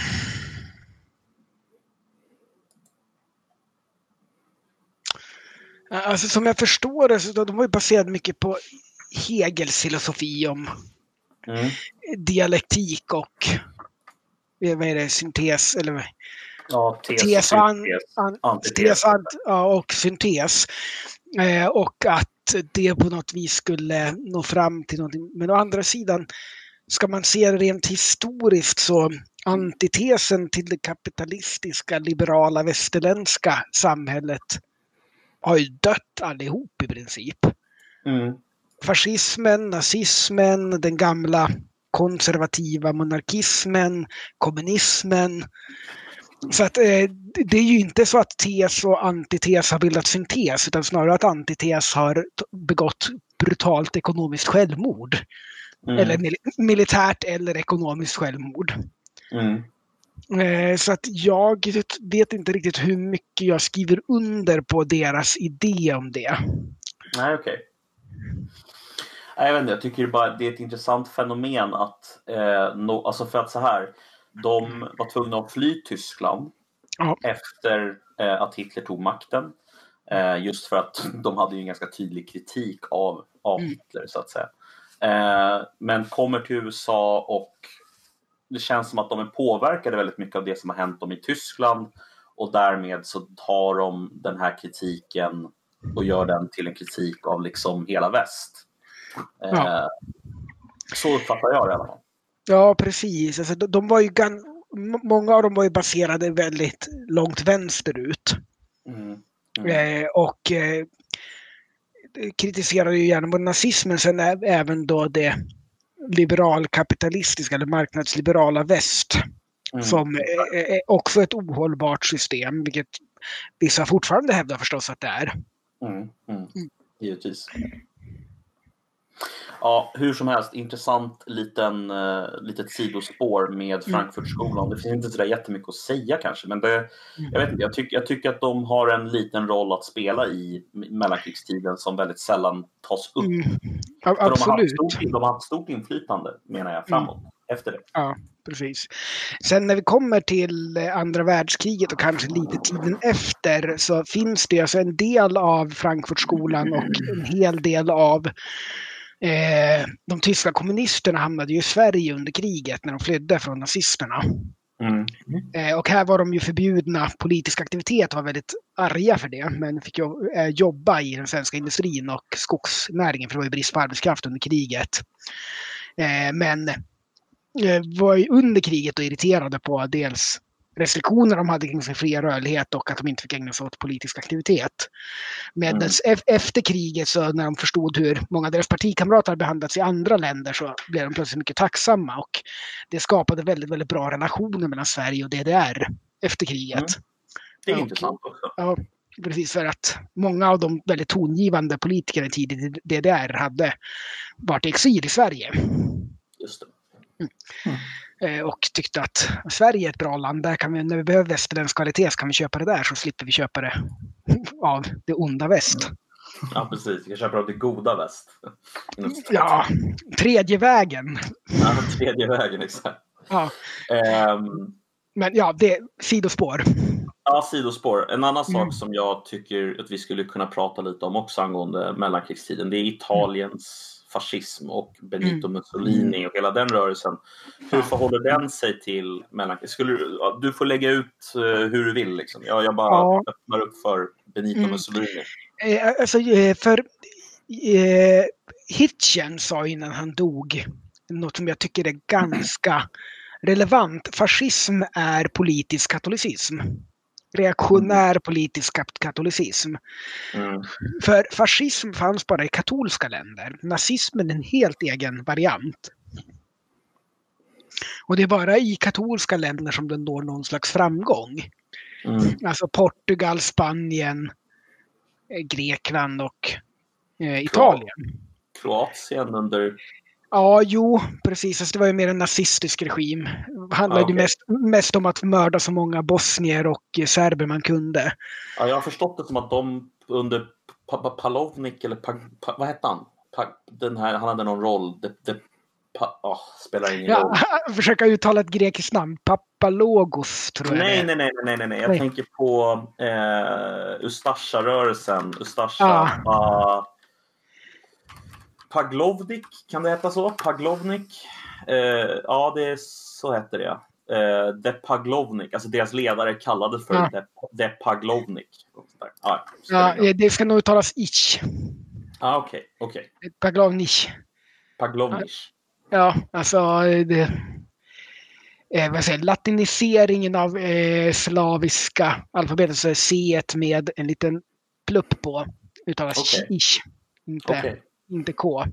alltså som jag förstår det så de var ju baserade mycket på Hegels filosofi om mm. dialektik och vad är det, syntes eller ja, tes, tes, an, an, an, tes an, ja, och syntes eh, och att det på något vis skulle nå fram till någonting. Men å andra sidan ska man se rent historiskt så antitesen till det kapitalistiska liberala västerländska samhället har ju dött allihop i princip. Mm. Fascismen, nazismen, den gamla konservativa monarkismen, kommunismen. Så att eh, det är ju inte så att tes och antites har bildat syntes utan snarare att antites har begått brutalt ekonomiskt självmord. Mm. Eller mil- militärt eller ekonomiskt självmord. Mm. Eh, så att jag vet inte riktigt hur mycket jag skriver under på deras idé om det. Nej, okej. Okay. Jag vet inte, jag tycker bara det är ett intressant fenomen att eh, no, alltså för att så här de var tvungna att fly Tyskland ja. efter eh, att Hitler tog makten eh, just för att de hade ju en ganska tydlig kritik av, av mm. Hitler så att säga eh, men kommer till U S A och det känns som att de är påverkade väldigt mycket av det som har hänt dem i Tyskland och därmed så tar de den här kritiken och gör den till en kritik av liksom hela väst. Ja. Eh, så uppfattar jag det i alla fall. Ja, precis. Alltså, de, de var ju gan- många av dem var ju baserade väldigt långt vänsterut. Mm. Mm. Eh, och eh, kritiserade ju gärna både nazismen sen ä- även då det liberalkapitalistiska eller marknadsliberala väst mm. som är, är också ett ohållbart system, vilket vissa fortfarande hävdar förstås att det är. Mm. Mm. Mm. Givetvis. Ja, hur som helst, intressant liten, uh, litet sidospår med Frankfurtskolan. Det finns inte så där jättemycket att säga kanske, men det, jag, vet inte, jag, tyck, jag tycker att de har en liten roll att spela i mellankrigstiden som väldigt sällan tas upp. Mm. Ja, absolut. De har, haft stort, de har haft stort inflytande, menar jag, framåt mm. efter det. Ja, precis. Sen när vi kommer till andra världskriget och kanske lite tiden efter så finns det alltså en del av Frankfurtskolan och en hel del av Eh, de tyska kommunisterna hamnade ju i Sverige under kriget när de flydde från nazisterna. Mm. Eh, och här var de ju förbjudna politisk aktivitet och var väldigt arga för det. Men fick jo- eh, jobba i den svenska industrin och skogsnäringen för det var ju brist på arbetskraft under kriget. Eh, men eh, var ju under kriget och irriterade på dels restriktioner de hade kring sin fria rörlighet och att de inte fick ägna sig åt politisk aktivitet. Medan mm. efter kriget så när de förstod hur många av deras partikamrater behandlats i andra länder så blev de plötsligt mycket tacksamma och det skapade väldigt, väldigt bra relationer mellan Sverige och D D R efter kriget. Mm. Det är och, intressant också. Ja, precis för att många av de väldigt tongivande politikerna tidigt i D D R hade varit i exil i Sverige. Just det. Mm. Mm. Och tyckte att Sverige är ett bra land. Där kan vi, när vi behöver västerländsk kvalitet så kan vi köpa det där så slipper vi köpa det av det onda väst. Ja, precis. Vi kan köpa av det goda väst. Ja, tredje vägen. Ja, tredje vägen, exakt. Ja. Um... Men ja, det är sidospår. Ja, Ja, sidospår. En annan Mm. sak som jag tycker att vi skulle kunna prata lite om också angående mellankrigstiden, det är Italiens fascism och Benito Mm. Mussolini och hela den rörelsen. Hur förhåller den sig till mellankrig? Skulle du, du får lägga ut uh, hur du vill. Liksom. Jag, jag bara Ja. öppnar upp för Benito Mm. Mussolini. Eh, alltså, eh, för eh, Hitchen sa innan han dog något som jag tycker är ganska relevant. Fascism är politisk katolicism. Reaktionär politisk kat- katolicism. Mm. För fascism fanns bara i katolska länder. Nazismen är en helt egen variant. Och det är bara i katolska länder som den når någon slags framgång. Mm. Alltså Portugal, Spanien, eh, Grekland och eh, Italien. Kroatien under... Ja, jo, precis. Alltså, det var ju mer en nazistisk regim. Det handlade Ah, okay. ju mest, mest om att mörda så många bosnier och eh, serber man kunde. Ja, jag har förstått det som att de under pa- pa- Palovnik eller pa- pa- vad hette han? Pa- den här, han hade någon roll. Det, det, pa- oh, spelar ingen roll. Ja, försöka uttala ett grekiskt namn. Papalogos, tror jag Nej, det är. nej, nej, nej, nej, nej. Jag Nej. tänker på eh, Ustasja-rörelsen. Ustasja... Ah. Pa- Paglovnik, kan det heta så? Paglovnik? Eh, ja, det är, så heter det. Eh, De Paglovnik, alltså deras ledare kallades för Ja. De, De Paglovnik. Ah, Ja, eh, det ska nog uttalas ich. ah, okej, okej. Paglovnich. Paglovnik. Ja, alltså eh, det, eh, vad säger, latiniseringen av eh, slaviska alfabetet, så är C med en liten plupp på uttalas Okej. ich, inte, Okej. inte K.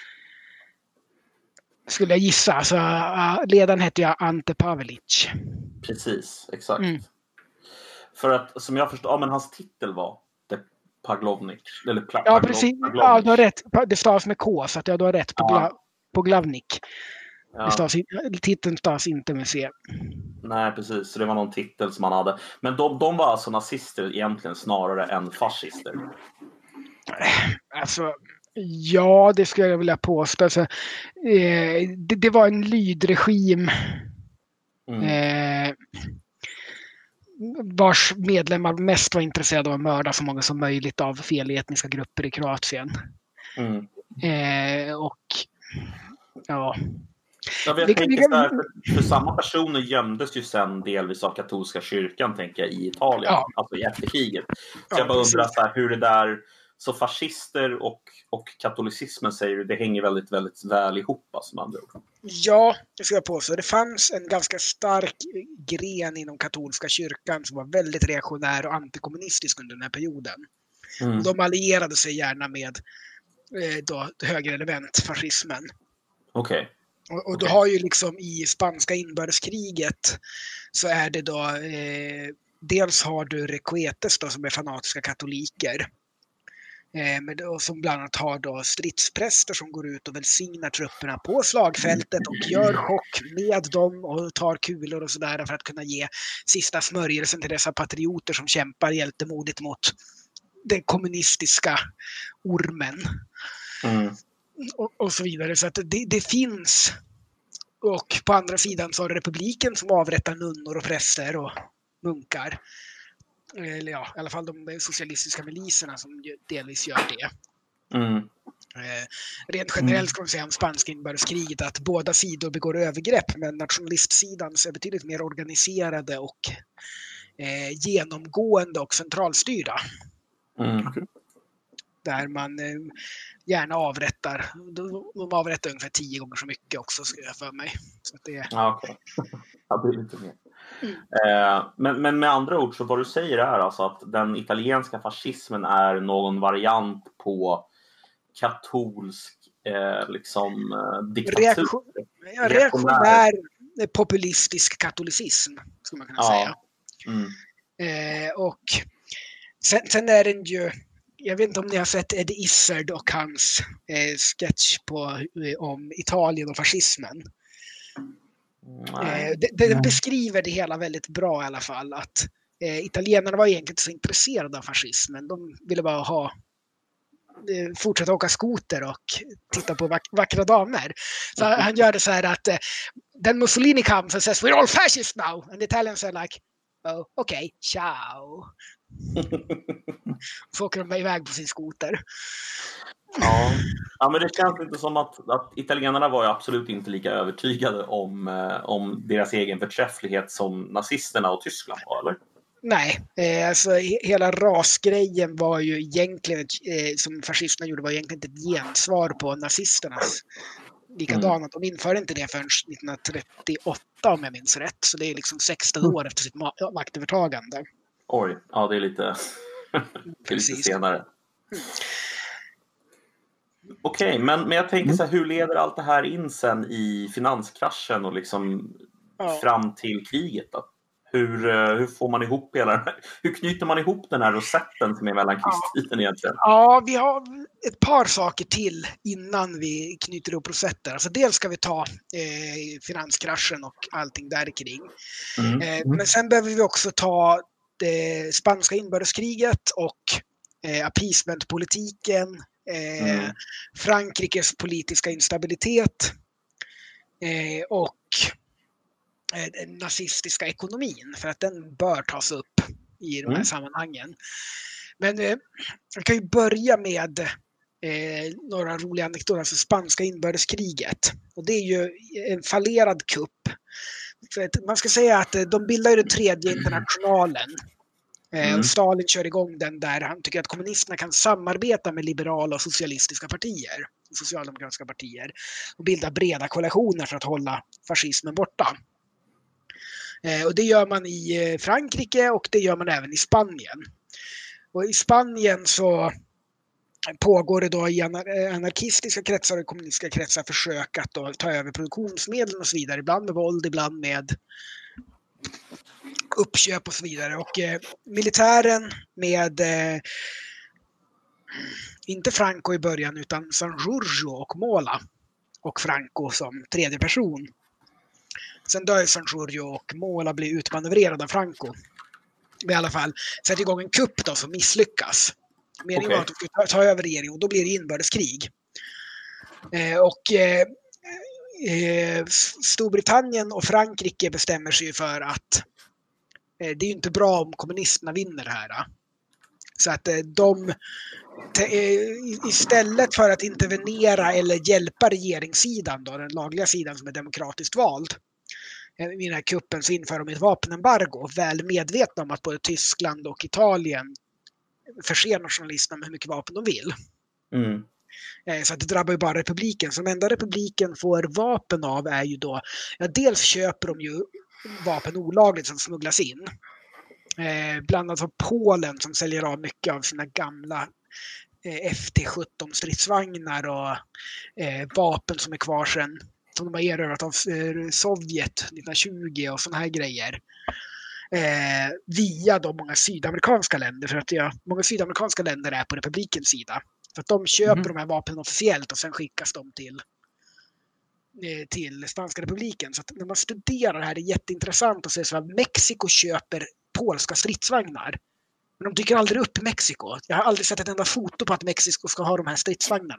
Skulle jag gissa. Alltså, uh, ledaren hette jag Ante Pavelic. Precis, exakt. Mm. För att, som jag förstår, ja, men hans titel var De Paglovnik. Eller Pla- Ja, Paglov- precis. Paglovnik. Ja, du har rätt. Det stavas med K, så att ja, du har rätt på, Ja. gla, på Glavnik. Ja. Det stavas, titeln stavas inte med C. Nej, precis. Så det var någon titel som han hade. Men de, de var alltså nazister egentligen snarare än fascister. Alltså, ja, det skulle jag vilja påstå. Alltså, eh, det, det var en lydregim Mm. eh, vars medlemmar mest var intresserade av att mörda så många som möjligt av feletniska grupper i Kroatien. Mm. Eh, och ja... Ja, jag Vi- tänker vi- så här, för, för samma personer gömdes ju sen delvis av katolska kyrkan, tänker jag, i Italien, Ja. alltså i efterkriget. Så Ja, jag bara undrar precis. så här, hur det där, så fascister och, och katolicismen, säger du, det hänger väldigt, väldigt väl ihop, alltså, med andra ord. Ja, det ska jag påstå. Det fanns en ganska stark gren inom katolska kyrkan som var väldigt reaktionär och antikommunistisk under den här perioden. Mm. Och de allierade sig gärna med eh, då, högerelement, fascismen. Okej. Och, och du Okej. har ju liksom i spanska inbördeskriget så är det då eh, dels har du Requetes då, som är fanatiska katoliker. Eh, men då, som bland annat har då stridspräster som går ut och välsignar trupperna på slagfältet och gör chock med dem och tar kulor och sådär för att kunna ge sista smörjelsen till dessa patrioter som kämpar hjältemodigt mot den kommunistiska ormen. Mm. Och, och så vidare. Så att det, det finns. Och på andra sidan så har du republiken som avrättar nunnor och präster och munkar. Eller ja, i alla fall de socialistiska miliserna som ju delvis gör det. Mm. Eh, rent generellt ska man säga om spanska inbördeskriget att båda sidor begår övergrepp, men nationalistsidan är betydligt mer organiserade och eh, genomgående och centralstyrda. Mm. Där man eh, gärna avrättar. De, de avrättar ungefär tio gånger så mycket också, skulle jag för mig. Så att det, Ja, okej. Ja, det är lite mer. Eh, men, men med andra ord, så vad du säger är alltså att den italienska fascismen är någon variant på katolsk eh, liksom, eh, diktatur. reaktion, ja, reaktionär populistisk katolicism, skulle man kunna Ja. säga. Mm. Eh, och sen, sen är den ju, jag vet inte om ni har sett Eddie Izzard och hans eh, sketch på, eh, om Italien och fascismen. Nej. Eh, det, det beskriver det hela väldigt bra i alla fall. Att eh, italienarna var egentligen inte så intresserade av fascismen. De ville bara ha eh, fortsätta åka skoter och titta på vack- vackra damer. Så han gör det så här att eh, then Mussolini comes and says we're all fascists now. And the Italians are like oh, okej, okay, ciao. Så åker de iväg på sin skoter. Ja. Ja, men det känns inte som att, att italienarna var ju absolut inte lika övertygade om, eh, om deras egen förträfflighet som nazisterna och Tyskland var, eller? Nej, eh, alltså he- hela rasgrejen var ju egentligen, eh, som fascisterna gjorde, var egentligen inte ett gensvar på nazisternas. Likadant, mm. de införde inte det förrän nittonhundratrettioåtta om jag minns rätt. Så det är liksom sexton mm. år efter sitt ma- maktövertagande. Oj, ja det är lite, det är lite senare. Mm. Okej, okay, men, men jag tänker så här, hur leder allt det här in sen i finanskraschen och liksom ja. fram till kriget då? Hur, hur får man ihop hela den här, hur knyter man ihop den här rosetten som är mellan krigstiden ja. egentligen? Ja, vi har ett par saker till innan vi knyter ihop rosetter. Alltså dels ska vi ta eh, finanskraschen och allting där kring. Mm. Eh, men sen behöver vi också ta det spanska inbördeskriget och eh, appeasementpolitiken. Eh, mm. Frankrikes politiska instabilitet eh, och eh, den nazistiska ekonomin, för att den bör tas upp i de här mm. sammanhangen. Men eh, jag kan ju börja med eh, några roliga anekdoter, alltså spanska inbördeskriget. Och det är ju en fallerad kupp. För att man ska säga att de bildar ju den tredje internationalen. Mm. Och Stalin kör igång den där han tycker att kommunisterna kan samarbeta med liberala och socialistiska partier, socialdemokratiska partier, och bilda breda koalitioner för att hålla fascismen borta. Eh, och det gör man i Frankrike och det gör man även i Spanien. Och i Spanien så pågår det då i anarkistiska kretsar och kommunistiska kretsar försök att då ta över produktionsmedel och så vidare, ibland med våld, ibland med uppköp och så vidare. Och eh, militären med eh, inte Franco i början utan San Giorgio och Mola och Franco som tredje person. Sen dör San Giorgio och Mola blir utmanövrerad av Franco. Men i alla fall sätter igång en kupp då som misslyckas. Meningen okay. var att de skulle ta, ta över regeringen och då blir det inbördeskrig. Eh, och eh, eh, Storbritannien och Frankrike bestämmer sig för att det är ju inte bra om kommunisterna vinner det här. Så att de istället för att intervenera eller hjälpa regeringssidan, då, den lagliga sidan som är demokratiskt vald, i den här kuppen, så inför de ett vapenembargo, väl medvetna om att både Tyskland och Italien förser nationalisterna med hur mycket vapen de vill. Mm. Så att det drabbar ju bara republiken. Som enda republiken får vapen av är ju då, ja, dels köper de ju vapen olagligt som smugglas in. Eh, bland annat av Polen som säljer av mycket av sina gamla eh, F T sjutton stridsvagnar och eh, vapen som är kvar sedan, som de har erövrat av eh, Sovjet nittonhundratjugo och såna här grejer. Eh, via de många sydamerikanska länder, för att ja, många sydamerikanska länder är på republikens sida. För att de köper mm. de här vapnen officiellt och sen skickas de till till Spanska republiken. Så att när man studerar det här är det jätteintressant att se så att Mexiko köper polska stridsvagnar. Men de dyker aldrig upp i Mexiko. Jag har aldrig sett ett enda foto på att Mexiko ska ha de här stridsvagnarna.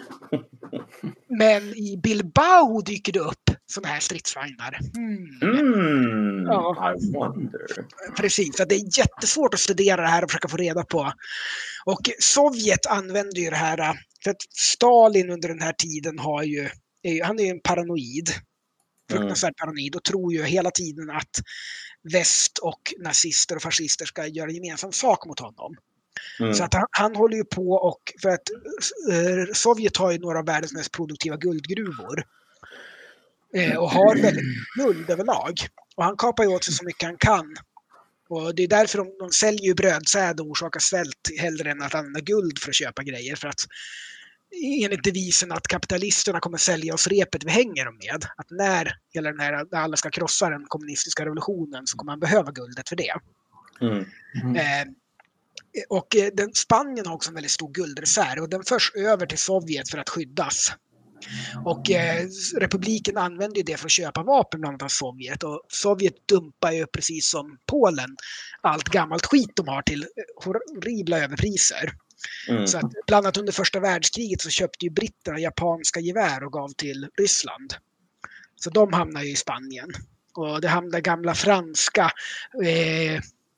Men i Bilbao dyker det upp sådana här stridsvagnar. Mm. Mm, ja. I wonder. Precis, så det är jättesvårt att studera det här och försöka få reda på. Och Sovjet använder ju det här, för att Stalin under den här tiden har ju han är en paranoid, fruktansvärt paranoid, och tror ju hela tiden att väst och nazister och fascister ska göra gemensam sak mot honom. Mm. Så att han, han håller ju på, och för att eh, Sovjet har ju några av världens mest produktiva guldgruvor eh, och har väldigt guld överlag. Och han kapar ju åt sig så mycket han kan. Och det är därför de, de säljer ju brödsäd och orsakar svält hellre än att använda guld för att köpa grejer, för att enligt devisen att kapitalisterna kommer sälja oss repet vi hänger dem med. Att när, hela den här, när alla ska krossa den kommunistiska revolutionen så kommer man behöva guldet för det. Mm. Mm. Eh, och den, Spanien har också en väldigt stor guldreserv och den förs över till Sovjet för att skyddas. Och eh, republiken använder ju det för att köpa vapen bland annat av Sovjet. Och Sovjet dumpar ju precis som Polen allt gammalt skit de har till horribla överpriser. Mm. Så att bland annat under första världskriget så köpte ju britterna japanska gevär och gav till Ryssland. Så de hamnar ju i Spanien. Och det hamnar gamla franska eh,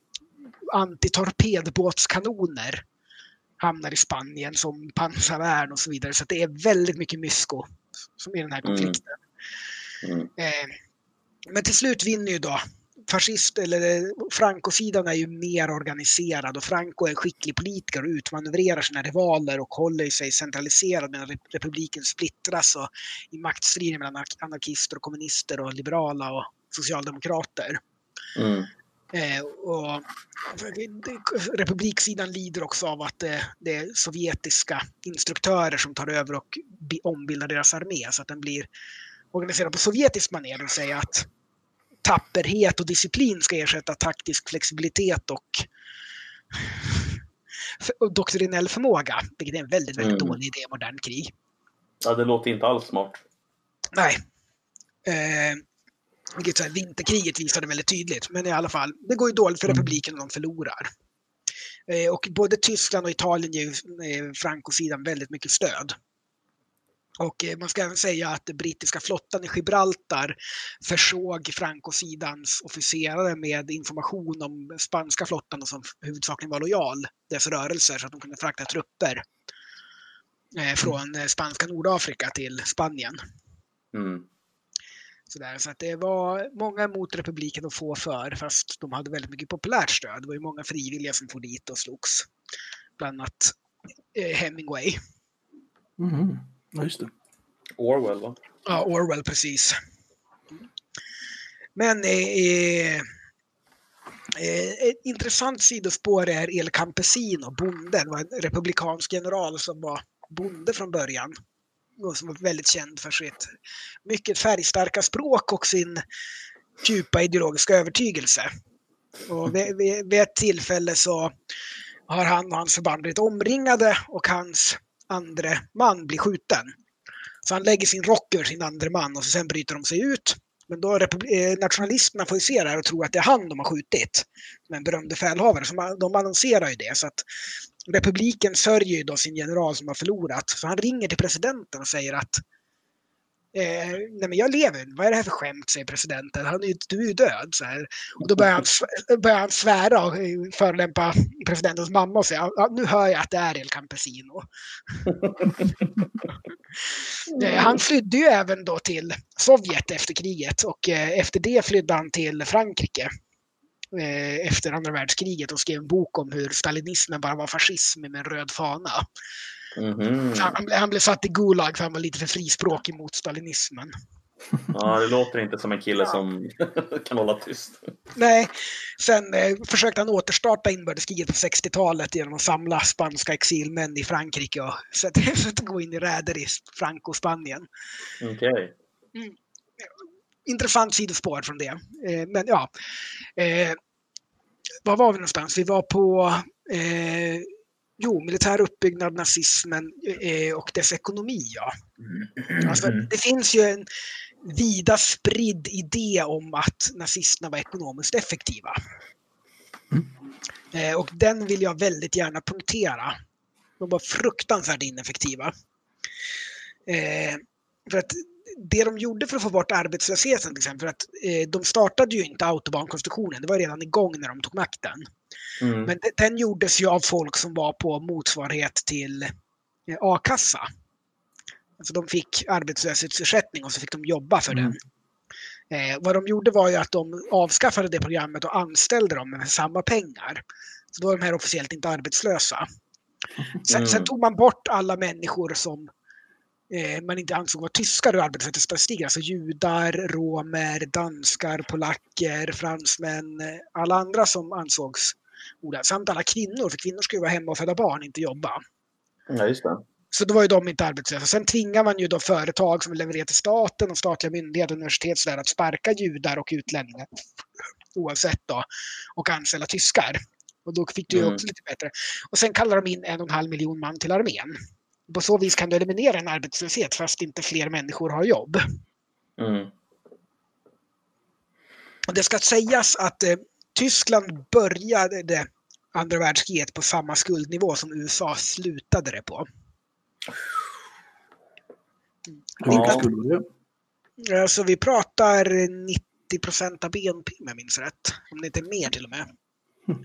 antitorpedbåtskanoner hamnar i Spanien som pansarvärn och så vidare. Så det är väldigt mycket mysko som är den här konflikten. Mm. Mm. Eh, men till slut vinner ju då fascist eller Franco-sidan är ju mer organiserad och Franco är en skicklig politiker och utmanövrerar sina rivaler och håller sig centraliserad medan republiken splittras och i maktstrider mellan anarkister och kommunister och liberala och socialdemokrater. Mm. Eh, och republiksidan lider också av att det, det är sovjetiska instruktörer som tar över och ombildar deras armé så att den blir organiserad på sovjetisk manér och säger att tapperhet och disciplin ska ersätta taktisk flexibilitet och, och doktrinell förmåga, vilket är en väldigt, väldigt mm. dålig idé i modern krig. Ja, det låter inte alls smart. Nej. Eh, vilket så här, vinterkriget visade väldigt tydligt. Men i alla fall, det går ju dåligt för republiken och de förlorar. Eh, och både Tyskland och Italien ger eh, Franco-sidan väldigt mycket stöd. Och man ska även säga att den brittiska flottan i Gibraltar försåg Franco-sidans officerare med information om spanska flottan som huvudsakligen var lojal dess rörelser så att de kunde frakta trupper från spanska Nordafrika till Spanien. Mm. Så, där, så att det var många emot republiken att få för fast de hade väldigt mycket populärt stöd. Det var ju många frivilliga som får dit och slogs. Bland annat Hemingway. Mm. Ja, just det. Orwell, va? Ja, Orwell, precis. Men eh, eh, ett intressant sidospår är El Campesino, bonden. Var en republikansk general som var bonde från början. Och som var väldigt känd för sitt mycket färgstarka språk och sin djupa ideologiska övertygelse. Och vid, vid, vid ett tillfälle så har han och hans förband blivit omringade och hans andra man blir skjuten. Så han lägger sin rock över sin andra man och så sen bryter de sig ut. Men då republi- nationalisterna får ju se det här och tror att det är han de har skjutit. Som en berömd befälhavare. Så de annonserar ju det. Så att republiken sörjer ju då sin general som har förlorat. Så han ringer till presidenten och säger att Eh, nej men jag lever, vad är det här för skämt, säger presidenten. Han är ju, du är ju död. Så här. Och då börjar han, börjar han svära och förolämpa presidentens mamma och säga ja, nu hör jag att det är El Campesino. eh, han flydde ju även då till Sovjet efter kriget och eh, efter det flydde han till Frankrike eh, efter andra världskriget och skrev en bok om hur stalinismen bara var fascism med en röd fana. Mm-hmm. Han, han blev satt i Gulag för han var lite för frispråkig mot stalinismen. Ja, det låter inte som en kille ja. som kan hålla tyst. Nej, sen eh, försökte han återstarta inbördeskriget på sextiotalet genom att samla spanska exilmän i Frankrike och så att, så att gå in i räder i Franco-Spanien. Okej. Okay. Mm. Intressant sidospår från det. Eh, men ja, eh, var var vi någonstans? Vi var på... Eh, Jo, militär uppbyggnad, nazismen eh, och dess ekonomi, ja. Alltså, det finns ju en vida spridd idé om att nazisterna var ekonomiskt effektiva. Eh, och den vill jag väldigt gärna punktera. De var fruktansvärt ineffektiva. Eh, för att det de gjorde för att få bort arbetslösheten till exempel, för att eh, de startade ju inte autobahnkonstruktionen, det var redan igång när de tog makten. Mm. Men den gjordes ju av folk som var på motsvarighet till eh, a-kassa. Alltså de fick arbetslöshetsersättning och så fick de jobba för mm. den. Eh, vad de gjorde var ju att de avskaffade det programmet och anställde dem med samma pengar. Så då var de här officiellt inte arbetslösa. Sen, mm. sen tog man bort alla människor som eh, man inte ansåg var tyskar ur arbetslöshetsstatistiken. Alltså judar, romer, danskar, polacker, fransmän, alla andra som ansågs oda. Samt alla kvinnor, för kvinnor skulle vara hemma och föda barn, inte jobba. Ja, just det. Så då var ju de inte arbetslösa. Sen tvingar man ju då företag som levererar till staten och statliga myndigheter och universitet så där, att sparka judar och utlänningar oavsett då och anställa tyskar. Och då fick du ju också mm. lite bättre. Och sen kallar de in en och en halv miljon man till armén. På så vis kan du eliminera en arbetslöshet fast inte fler människor har jobb. Mm. Och det ska sägas att eh, Tyskland började det andra världskriget på samma skuldnivå som U S A slutade det på. Ja. Så vi pratar nittio trettio procent av B N P om jag minns rätt. Om det inte är mer till och med. Mm.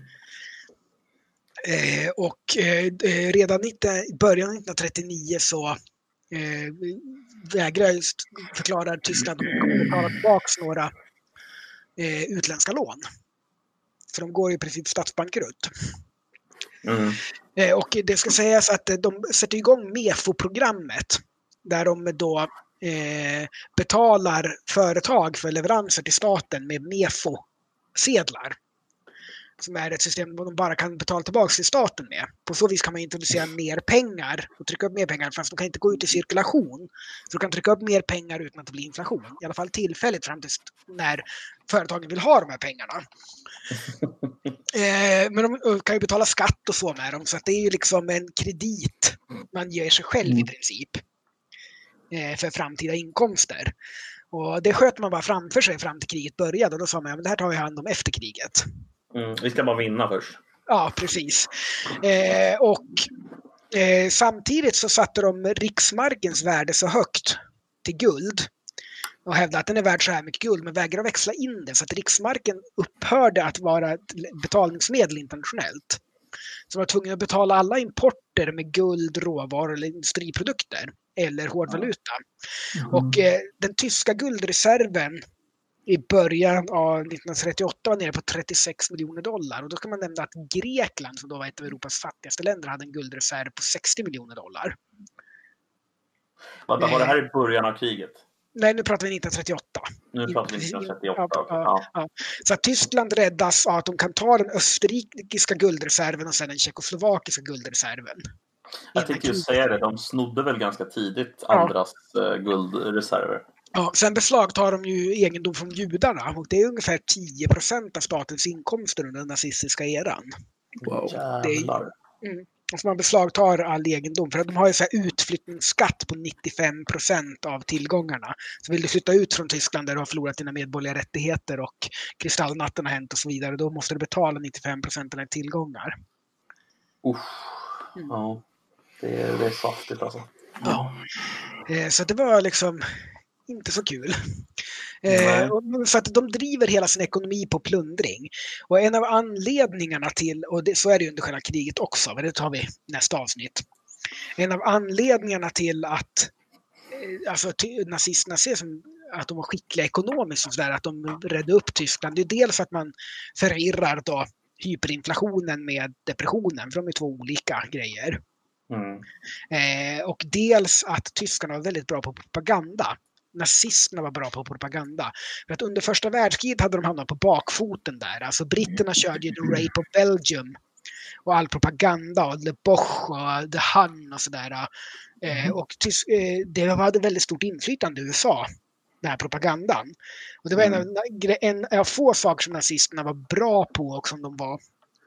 Eh, och eh, redan i början av nittonhundratrettionio så eh, vägrar förklarar Tyskland att de kommer betala tillbaka några eh, utländska lån. För de går i princip statsbankrutt. Mm. Eh, och det ska sägas att de sätter igång M E F O-programmet där de då eh, betalar företag för leveranser till staten med M E F O-sedlar. Som är ett system där de bara kan betala tillbaka till staten med. På så vis kan man introducera mer pengar och trycka upp mer pengar, fast de kan inte gå ut i cirkulation. Så de kan trycka upp mer pengar utan att det blir inflation. I alla fall tillfälligt fram till när företagen vill ha de här pengarna. eh, men de kan ju betala skatt och så med dem, så att det är ju liksom en kredit man ger sig själv i princip. Eh, för framtida inkomster. Och det sköt man bara framför sig fram till kriget började, och då sa man att det här tar vi hand om efter kriget. Mm, vi ska bara vinna först. Ja, precis. Eh, och eh, samtidigt så satte de riksmarkens värde så högt till guld och hävdade att den är värd så här mycket guld, men vägrade växla in det, så att riksmarken upphörde att vara ett betalningsmedel internationellt. Så man var tvungen att betala alla importer med guld, råvaror eller industriprodukter eller hårdvaluta. Mm. Och eh, den tyska guldreserven i början av nittonhundratrettioåtta var nere på trettiosex miljoner dollar. Och då kan man nämna att Grekland, som då var ett av Europas fattigaste länder, hade en guldreserv på sextio miljoner dollar. Vänta, var det här i början av kriget? Nej, nu pratar vi nittonhundratrettioåtta. Nu pratar vi nittonhundratrettioåtta. Ja, ja, ja. Så att Tyskland räddas av att de kan ta den österrikiska guldreserven och sen den tjeckoslovakiska guldreserven. Jag tänkte just säga det, de snodde väl ganska tidigt andras ja. guldreserver. Ja, sen beslagtar de ju egendom från judarna, och det är ungefär tio procent av statens inkomster under den nazistiska eran. Wow. Det är, mm, alltså man beslagtar all egendom, för att de har ju så här utflyttningsskatt på nittiofem procent av tillgångarna. Så vill du flytta ut från Tyskland där du har förlorat dina medborgerliga rättigheter och kristallnatten har hänt och så vidare, då måste du betala nittiofem procent av dina tillgångar. Uff. Mm. Ja, det är, det är saftigt alltså. Ja. Eh, så det var liksom inte så kul. Eh, för att de driver hela sin ekonomi på plundring. Och en av anledningarna till, och det, så är det under själva kriget också, men det tar vi nästa avsnitt. En av anledningarna till att eh, alltså, till, nazisterna ser som att de var skickliga ekonomiskt och så där, att de räddade upp Tyskland, det är dels att man förirrar då hyperinflationen med depressionen, för de är två olika grejer. Mm. Eh, och dels att tyskarna var väldigt bra på propaganda. Nazisterna var bra på propaganda. För att under första världskriget hade de hamnat på bakfoten där. Alltså britterna körde ju The Rape of Belgium och all propaganda och Le Bosch och The Hun och sådär. Eh, och tys- eh, det hade väldigt stort inflytande i U S A, den här propagandan. Och det var mm. en, av, en av få saker som nazisterna var bra på och som de var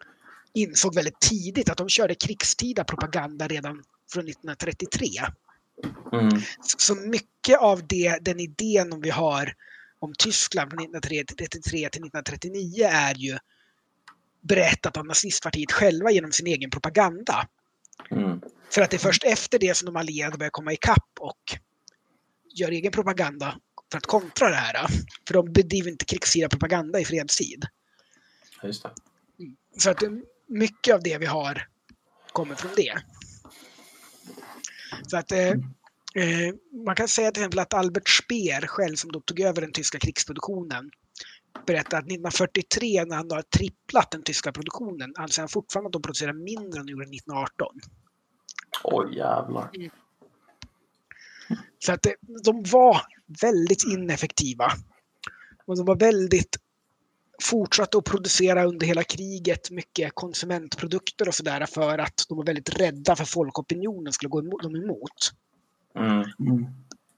insåg väldigt tidigt, att de körde krigstida propaganda redan från nittonhundratrettiotre. Mm. Så mycket av det, den idén om vi har om Tyskland från nittonhundratrettiotre till nittonhundratrettionio är ju berättat av nazistpartiet själva genom sin egen propaganda. Mm. För att det är först efter det som de allierade börjar komma ikapp och gör egen propaganda för att kontra det här. För de bedriver inte krigstida propaganda i fredstid. Just det. Mm. Så att mycket av det vi har kommer från det. Så att eh, eh, man kan säga till exempel att Albert Speer själv, som då tog över den tyska krigsproduktionen, berättade att nittonhundrafyrtiotre, när han har tripplat den tyska produktionen, alltså han fortfarande att de producerar mindre än de gjorde nittonhundraarton. Oj jävlar. Mm. Så att det, de var väldigt ineffektiva. Och de var väldigt fortsatte att producera under hela kriget mycket konsumentprodukter och sådär, för att de var väldigt rädda för folkopinionen skulle gå emot, dem emot. Mm. Mm.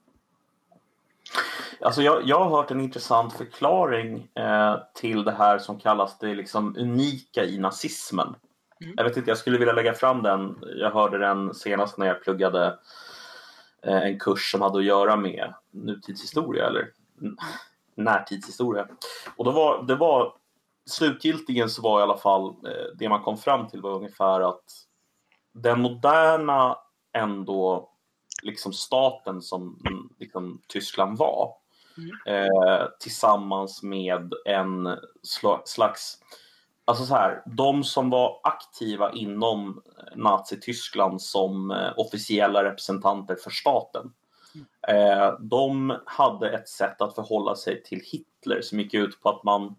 Alltså jag, jag har hört en intressant förklaring eh, till det här som kallas det liksom unika i nazismen. Mm. Jag vet inte, jag skulle vilja lägga fram den. Jag hörde den senast när jag pluggade eh, en kurs som hade att göra med nutidshistoria eller närtidshistoria. Och då var, det var slutgiltigen så var i alla fall eh, det man kom fram till var ungefär att den moderna ändå liksom staten som liksom Tyskland var Mm. Eh, tillsammans med en slags... Alltså så här, de som var aktiva inom Nazi-Tyskland som eh, officiella representanter för staten. Eh, de hade ett sätt att förhålla sig till Hitler som gick ut på att man,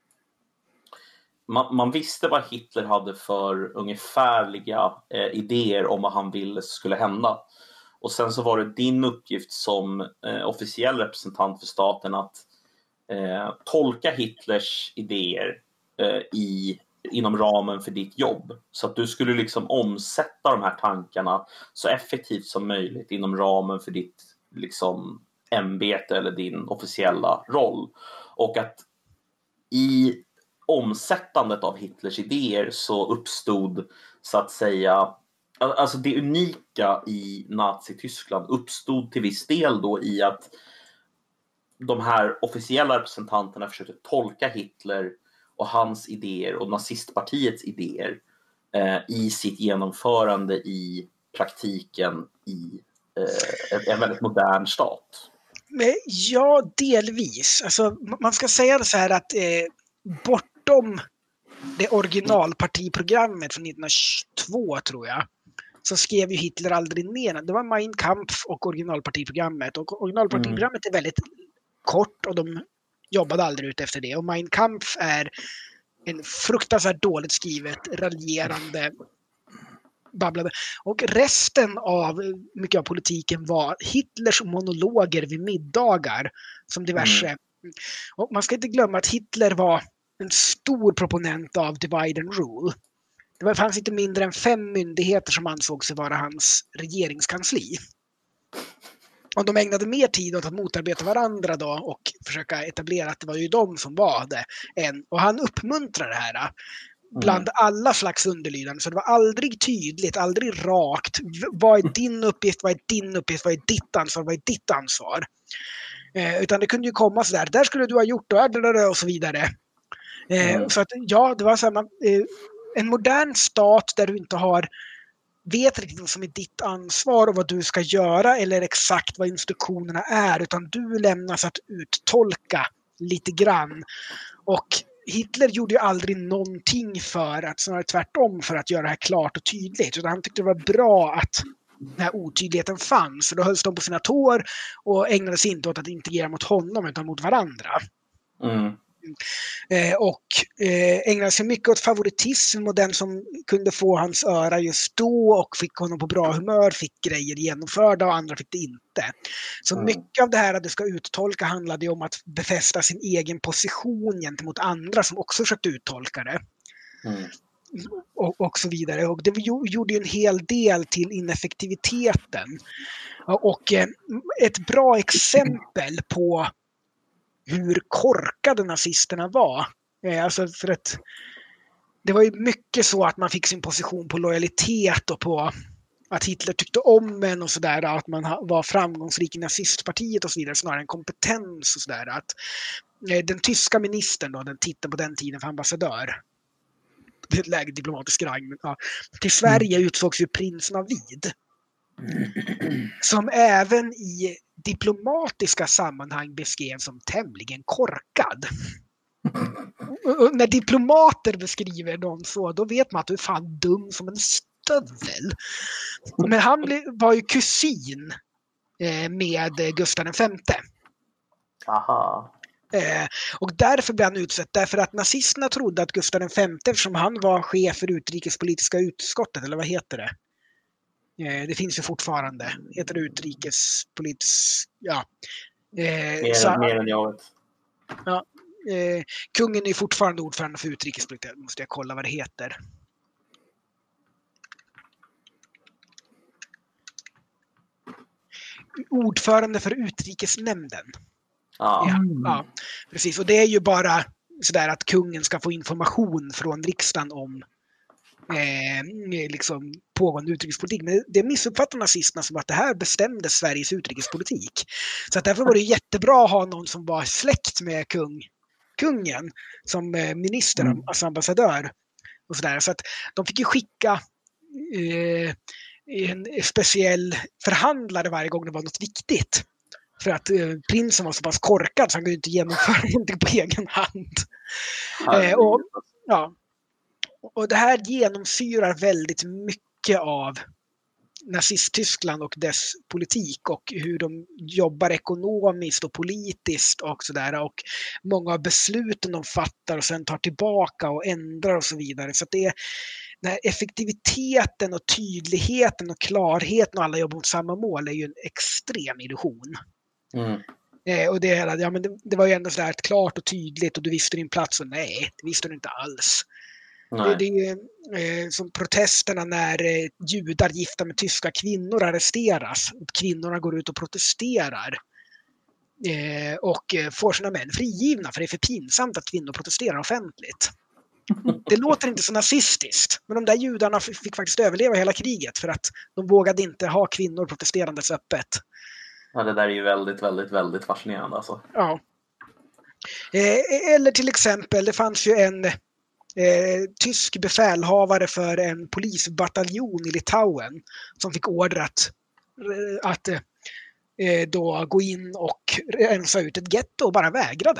man, man visste vad Hitler hade för ungefärliga eh, idéer om vad han ville skulle hända. Och sen så var det din uppgift som eh, officiell representant för staten att eh, tolka Hitlers idéer eh, i inom ramen för ditt jobb. Så att du skulle liksom omsätta de här tankarna så effektivt som möjligt inom ramen för ditt liksom ämbete eller din officiella roll. Och att i omsättandet av Hitlers idéer så uppstod så att säga, alltså det unika i Nazi-Tyskland uppstod till viss del då i att de här officiella representanterna försökte tolka Hitler och hans idéer och nazistpartiets idéer eh, i sitt genomförande i praktiken i eh, en väldigt modern stat. Ja, delvis. Alltså, man ska säga det så här att eh, bortom det originalpartiprogrammet från nittonhundratjugotvå tror jag, så skrev ju Hitler aldrig ner. Det var Mein Kampf och originalpartiprogrammet. Och originalpartiprogrammet är väldigt kort och de jobbade aldrig ut efter det. Och Mein Kampf är en fruktansvärt dåligt skrivet, raljerande, babblade. Och resten av mycket av politiken var Hitlers monologer vid middagar som diverse. Mm. Och man ska inte glömma att Hitler var en stor proponent av divide and rule. Det fanns inte mindre än fem myndigheter som ansåg sig vara hans regeringskansli. Och de ägnade mer tid åt att motarbeta varandra då och försöka etablera att det var ju de som var det. Än. Och han uppmuntrar det här bland mm. alla slags underlydande. Så det var aldrig tydligt, aldrig rakt. Vad är din uppgift, vad är din uppgift, vad är ditt ansvar, vad är ditt ansvar? Eh, utan det kunde ju komma sådär, där skulle du ha gjort och, och så vidare. Eh, mm. Så att ja, det var samma... Eh, en modern stat där du inte har vet riktigt vad som är ditt ansvar och vad du ska göra eller exakt vad instruktionerna är, utan du lämnas att uttolka lite grann. Och Hitler gjorde ju aldrig någonting för att, snarare tvärtom, för att göra det här klart och tydligt, utan han tyckte det var bra att den här otydligheten fanns, och då hölls de på sina tår och ägnade sig inte åt att integrera mot honom utan mot varandra. Mm. Eh, och eh, ägnade sig mycket åt favoritism, och den som kunde få hans öra just då och fick honom på bra humör fick grejer genomförda och andra fick det inte. Så mm. mycket av det här att du ska uttolka handlade ju om att befästa sin egen position gentemot andra som också försökte uttolka det. Mm. Och, och så vidare. Och det gjorde ju en hel del till ineffektiviteten. Och eh, ett bra exempel på hur korkade nazisterna var. Alltså för att det var ju mycket så att man fick sin position på lojalitet och på att Hitler tyckte om en och sådär, att man var framgångsrik i nazistpartiet och så vidare, snarare än kompetens och sådär. Att den tyska ministern då, den titeln på den tiden för ambassadör, det är ett läge diplomatisk rang, men ja, till Sverige utsågs ju prinsen av Vid. Som även i diplomatiska sammanhang beskrevs som tämligen korkad. Och när diplomater beskriver någon så, då vet man att du är fan dum som en stövel. Men han var ju kusin med Gustav den femte. Aha. Och därför blev han utsett, därför att nazisterna trodde att Gustav den femte, eftersom han var chef för utrikespolitiska utskottet, eller vad heter det? Det finns ju fortfarande. Heter det utrikespolitisk... Ja. Mer, så, mer än jag vet. Ja, eh, kungen är fortfarande ordförande för utrikespolitik. Måste jag kolla vad det heter. Ordförande för utrikesnämnden. Ah. Ja, ja, precis. Och det är ju bara sådär att kungen ska få information från riksdagen om Eh, liksom pågående utrikespolitik. Men det missuppfattar nazisterna som att det här bestämde Sveriges utrikespolitik. Så att därför var det jättebra att ha någon som var släkt med kung, kungen som eh, minister, mm. alltså ambassadör och sådär. Så att de fick ju skicka eh, en speciell förhandlare varje gång det var något viktigt. För att eh, prinsen var så pass korkad så han kunde inte genomföra någonting på egen hand. Eh, och, ja. och det här genomsyrar väldigt mycket av Nazist-Tyskland och dess politik och hur de jobbar ekonomiskt och politiskt och sådär. Och många av besluten de fattar och sen tar tillbaka och ändrar och så vidare. Så att det är den här effektiviteten och tydligheten och klarheten och alla jobbar mot samma mål är ju en extrem illusion. Mm. Eh, och det, ja, men det, det var ju ändå sådär klart och tydligt och du visste din plats och nej, det visste du inte alls. Det, det är ju eh, som protesterna när eh, judar gifta med tyska kvinnor arresteras och kvinnorna går ut och protesterar eh, och eh, får sina män frigivna för det är för pinsamt att kvinnor protesterar offentligt. Det låter inte så nazistiskt, men de där judarna fick faktiskt överleva hela kriget för att de vågade inte ha kvinnor protesterandes öppet. Ja, det där är ju väldigt, väldigt, väldigt fascinerande alltså. Ja. Eh, eller till exempel, det fanns ju en Eh, tysk befälhavare för en polisbataljon i Litauen som fick order att, att eh, då gå in och rensa ut ett getto och bara vägrade.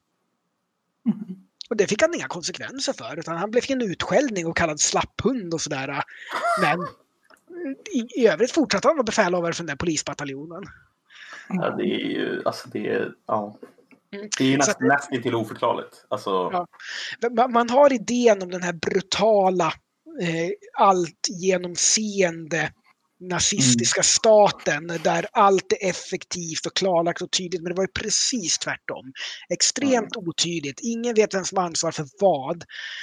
Mm. Och det fick han inga konsekvenser för utan han blev en utskällning och kallad slapphund och sådär. Men i, i övrigt fortsatte han vara befälhavare för den där polisbataljonen. Ja, det är ju, alltså det är, ja. Det är ju nästan, att, nästan till oförklarligt. Alltså... Ja. Man har idén om den här brutala, eh, allt genomseende nazistiska mm. staten där allt är effektivt och klarlagt och tydligt. Men det var ju precis tvärtom. Extremt mm. otydligt. Ingen vet vem som har ansvar för vad.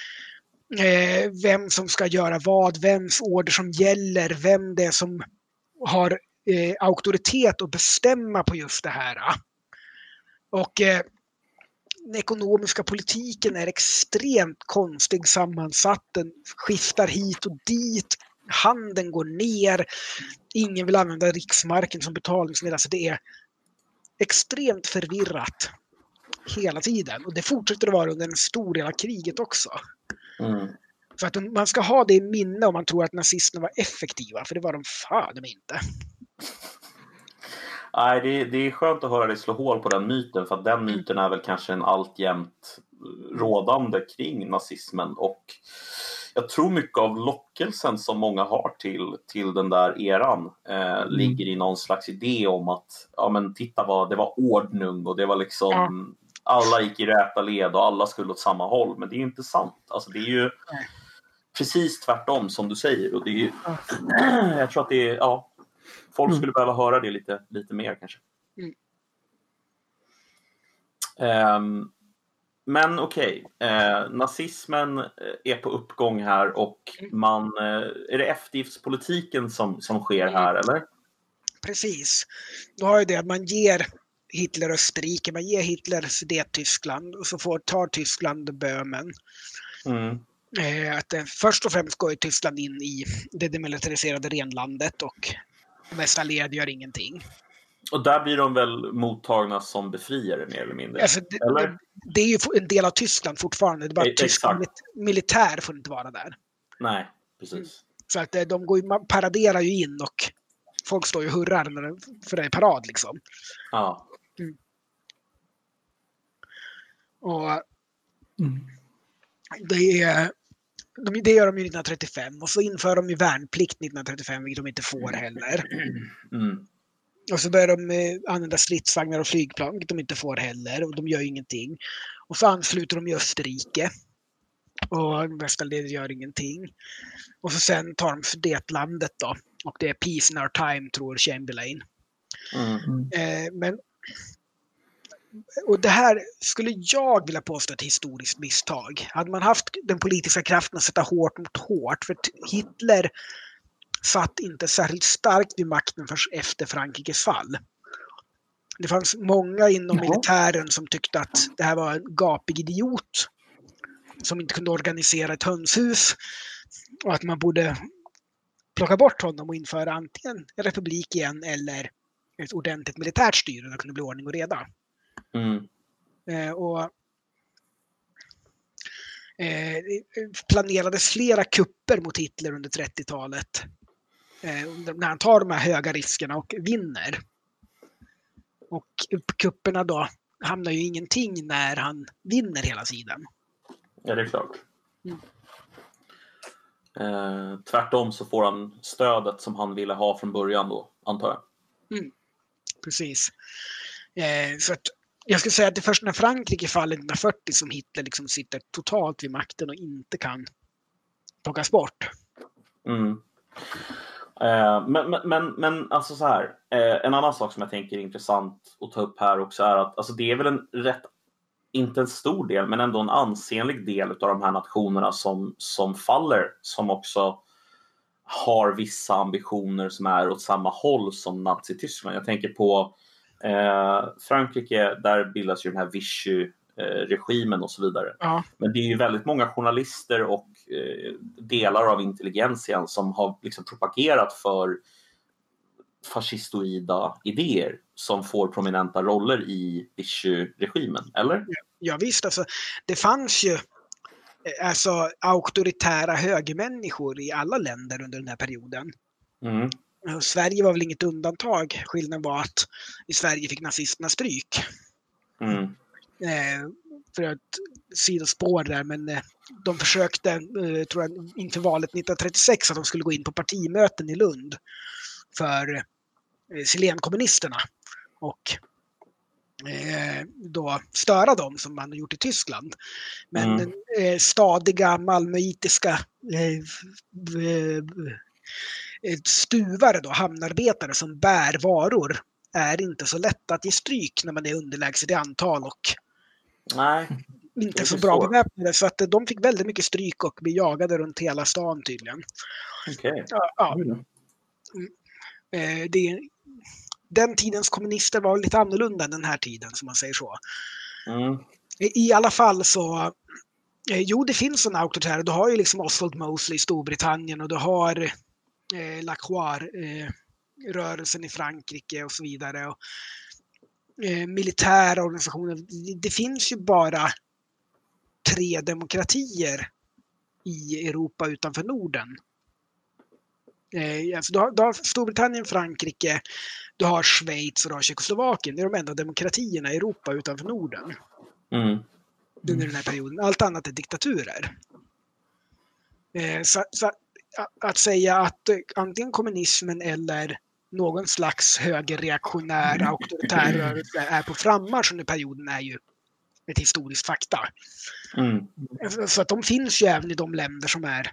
Eh, vem som ska göra vad. Vems order som gäller. Vem det är som har eh, auktoritet att bestämma på just det här. Och eh, den ekonomiska politiken är extremt konstig sammansatt. Den skiftar hit och dit. Handeln går ner. Ingen vill använda riksmarken som betalningsmedel. Alltså det är extremt förvirrat hela tiden. Och det fortsätter att vara under en stor del av kriget också. Mm. Så att man ska ha det i minne om man tror att nazisterna var effektiva. För det var de fan de inte. Nej, det är, det är skönt att höra dig slå hål på den myten. För att den myten är väl kanske en alltjämt rådande kring nazismen. Och jag tror mycket av lockelsen som många har till, till den där eran eh, mm. ligger i någon slags idé om att ja, men titta vad, det var ordning och det var liksom ja. Alla gick i räta led och alla skulle åt samma håll. Men det är ju inte sant. Alltså det är ju Nej. precis tvärtom som du säger. Och det är ju, ja. jag tror att det är... Ja, folk skulle mm. behöva höra det lite, lite mer kanske. Mm. Um, men okej, okay. uh, nazismen är på uppgång här och man, uh, är det eftergiftspolitiken som, som sker här, eller? Precis. Då har ju det att man ger Hitler Österrike, man ger Hitler Sudettyskland och så får, tar Tyskland Böhmen. Mm. Att, eh, först och främst går ju Tyskland in i det demilitariserade renlandet och de mesta led gör ingenting. Och där blir de väl mottagna som befriare mer eller mindre? Alltså, det, eller? Det, det är ju en del av Tyskland fortfarande. Det är bara att Tyskland militär får inte vara där. Nej, precis. Mm. Så att de går ju, man paraderar ju in och folk står ju och hurrar för det är parad liksom. Ja. Mm. Och mm. det är De, det gör de ju nittonhundratrettiofem och så inför de ju värnplikt nittonhundratrettiofem vilket de inte får heller. Mm. Och så börjar de eh, använda stridsvagnar och flygplan vilket de inte får heller och de gör ju ingenting. Och så ansluter de i Österrike och västlandet gör ingenting. Och så sen tar de Sudetlandet då och det är peace in our time tror Chamberlain. Mm. Eh, men och det här skulle jag vilja påstå ett historiskt misstag. Hade man haft den politiska kraften att sätta hårt mot hårt. För Hitler satt inte särskilt starkt vid makten först efter Frankrikes fall. Det fanns många inom militären som tyckte att det här var en gapig idiot. Som inte kunde organisera ett hönshus. Och att man borde plocka bort honom och införa antingen en republik igen eller ett ordentligt militärt styre där det kunde bli ordning och reda. Mm. Eh, och eh, planerades flera kupper mot Hitler under trettiotalet eh, när han tar de här höga riskerna och vinner. Och kupperna då hamnar ju ingenting när han vinner hela tiden. Ja, det är klart. Mm. Eh, tvärtom så får han stödet som han ville ha från början då, antar jag. Mm. Precis. Eh, så att jag skulle säga att det är först när Frankrike faller nittonhundrafyrtio som Hitler liksom sitter totalt vid makten och inte kan plockas bort. Mm. Eh, men, men, men, men alltså så här, eh, en annan sak som jag tänker är intressant att ta upp här också är att alltså det är väl en rätt, inte en stor del, men ändå en ansenlig del av de här nationerna som, som faller, som också har vissa ambitioner som är åt samma håll som Nazityskland. Jag tänker på eh, Frankrike, där bildas ju den här Vichy-regimen och så vidare. Ja. Men det är ju väldigt många journalister och eh, delar av intelligensien som har liksom propagerat för fascistoida idéer som får prominenta roller i Vichy-regimen, eller? Ja, ja visst, alltså, det fanns ju alltså, auktoritära högermänniskor i alla länder under den här perioden. Mm. Och Sverige var väl inget undantag. Skillnaden var att i Sverige fick nazisterna stryk. Mm. Eh, för ett sidospår där, men eh, de försökte, eh, tror jag, inför valet nittonhundratrettiosex att de skulle gå in på partimöten i Lund för eh, Silenkommunisterna och eh, då störa dem som man har gjort i Tyskland. Men Mm. eh, stadiga malmöitiska eh, eh, stuvare då, hamnarbetare som bär varor är inte så lätt att ge stryk när man är underlägset i antal och Nej. inte så bra beväpnade, så att de fick väldigt mycket stryk och blev jagade runt hela stan tydligen. Okay. Ja, ja. Mm. Det, den tidens kommunister var lite annorlunda än den här tiden, som man säger så. Mm. I alla fall så, eh, jo det finns sådana auktoritära, du har ju liksom Oswald Mosley i Storbritannien och du har eh, Lacroix, eh, rörelsen i Frankrike och så vidare. Och, eh, militära organisationer, det, det finns ju bara tre demokratier i Europa utanför Norden. Eh, alltså du, har, du har Storbritannien, Frankrike, du har Schweiz och du har Tjeckoslovakien. Det är de enda demokratierna i Europa utanför Norden. Mm. Under den här perioden. Allt annat är diktaturer. Eh, så, så att, att säga att eh, antingen kommunismen eller någon slags högerreaktionär auktoritär rörelse är på frammarsch under perioden är ju ett historiskt fakta. Mm. Så att de finns ju även i de länder som är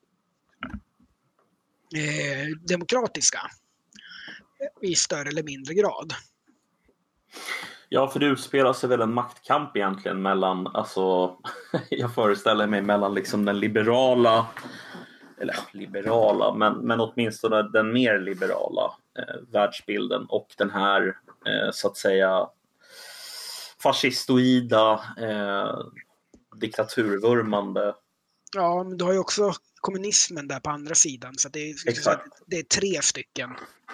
eh, demokratiska i större eller mindre grad. Ja, för det utspelar sig väl en maktkamp egentligen mellan, alltså, jag föreställer mig mellan liksom den liberala, eller liberala, men, men åtminstone den mer liberala eh, världsbilden och den här, eh, så att säga, fascistoida, eh, diktaturvurmande. Ja, men du har ju också kommunismen där på andra sidan, så det är, det är tre stycken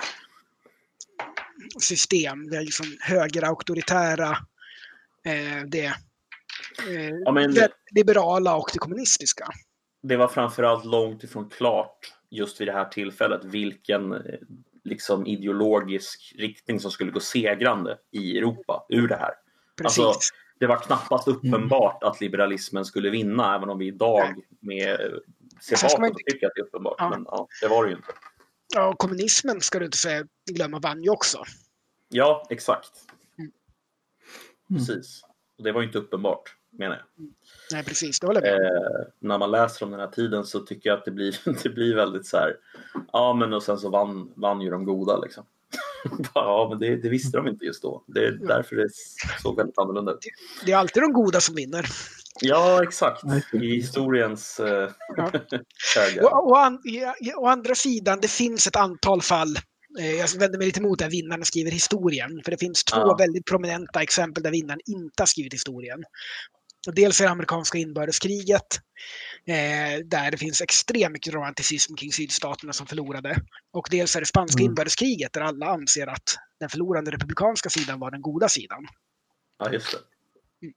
system. Det är liksom högerauktoritära, eh, det eh, ja, men, det liberala och det kommunistiska. Det var framförallt långt ifrån klart just vid det här tillfället vilken liksom ideologisk riktning som skulle gå segrande i Europa ur det här. Precis. Alltså, det var knappast uppenbart att liberalismen skulle vinna, även om vi idag med ser bakåt och tycker att det är uppenbart. Ja. Men ja, det var det ju inte. Ja, kommunismen ska du inte säga, glömma, vann ju också. Ja, exakt. Mm. Precis. Och det var ju inte uppenbart, menar jag. Mm. Nej, precis. Det håller jag med. Eh, när man läser om den här tiden så tycker jag att det blir, det blir väldigt så här. Ja, men och sen så vann, vann ju de goda liksom. Ja, men det, det visste de inte just då. Det är därför det såg väldigt annorlunda ut. Det, det är alltid de goda som vinner. Ja, exakt. I historiens eh, ja. höga. Och, och an, å andra sidan, det finns ett antal fall. Eh, jag vänder mig lite emot där vinnaren skriver historien. För det finns två ja. väldigt prominenta exempel där vinnaren inte har skrivit historien. Och dels är det amerikanska inbördeskriget. Eh, där det finns extremt mycket romanticism kring sydstaterna som förlorade. Och dels är det spanska mm. inbördeskriget där alla anser att den förlorande republikanska sidan var den goda sidan. Ja, just det. Mm.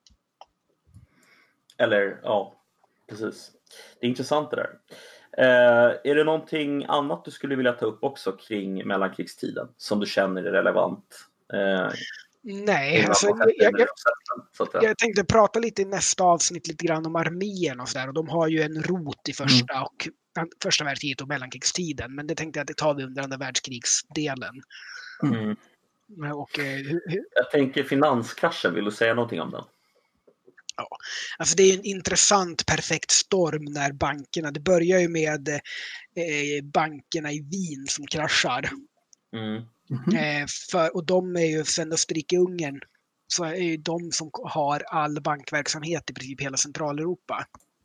Eller, ja, precis. Det är intressant det där. Eh, är det någonting annat du skulle vilja ta upp också kring mellankrigstiden som du känner är relevant? Eh, Nej, alltså, jag, jag, jag, jag tänkte prata lite i nästa avsnitt lite grann om armén och sådär. Och de har ju en rot i första, mm. och, första världskriget och mellankrigstiden. Men det tänkte jag att det tar vi under andra världskrigsdelen. Mm. Och, hur, hur... Jag tänker finanskraschen, vill du säga någonting om den? Ja, alltså det är en intressant perfekt storm när bankerna, det börjar ju med eh, bankerna i Wien som kraschar. Mm. Mm-hmm. Eh, för, och de är ju sen Österrike-Ungern, så är ju de som har all bankverksamhet i princip hela Centraleuropa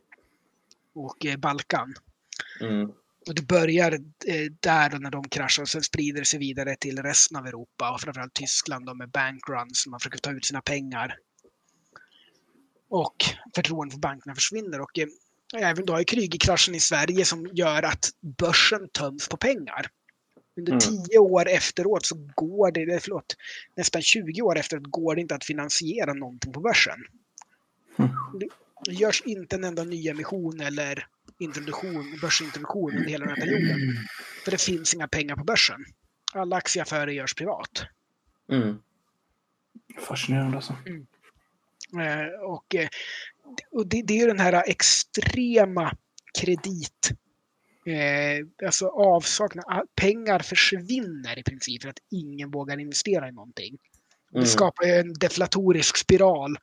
och eh, Balkan. Mm. Och det börjar eh, där när de kraschar och sen sprider det sig vidare till resten av Europa och framförallt Tyskland då, med bankruns, man försöker ta ut sina pengar. Och förtroendet för bankerna försvinner. Och eh, även då har krygkraschen i Sverige som gör att börsen töms på pengar. Under mm. tio år efteråt så går det, förlåt, nästan tjugo år efteråt går det inte att finansiera någonting på börsen. Mm. Det görs inte en enda ny emission eller introduktion, börsintroduktion under hela den här perioden. För det finns inga pengar på börsen. Alla aktieaffärer görs privat. Mm. Fascinerande alltså. Mm. Eh, och, och det, det är ju den här extrema kredit, eh, alltså avsaknad, pengar försvinner i princip för att ingen vågar investera i någonting. Det mm. skapar en deflatorisk spiral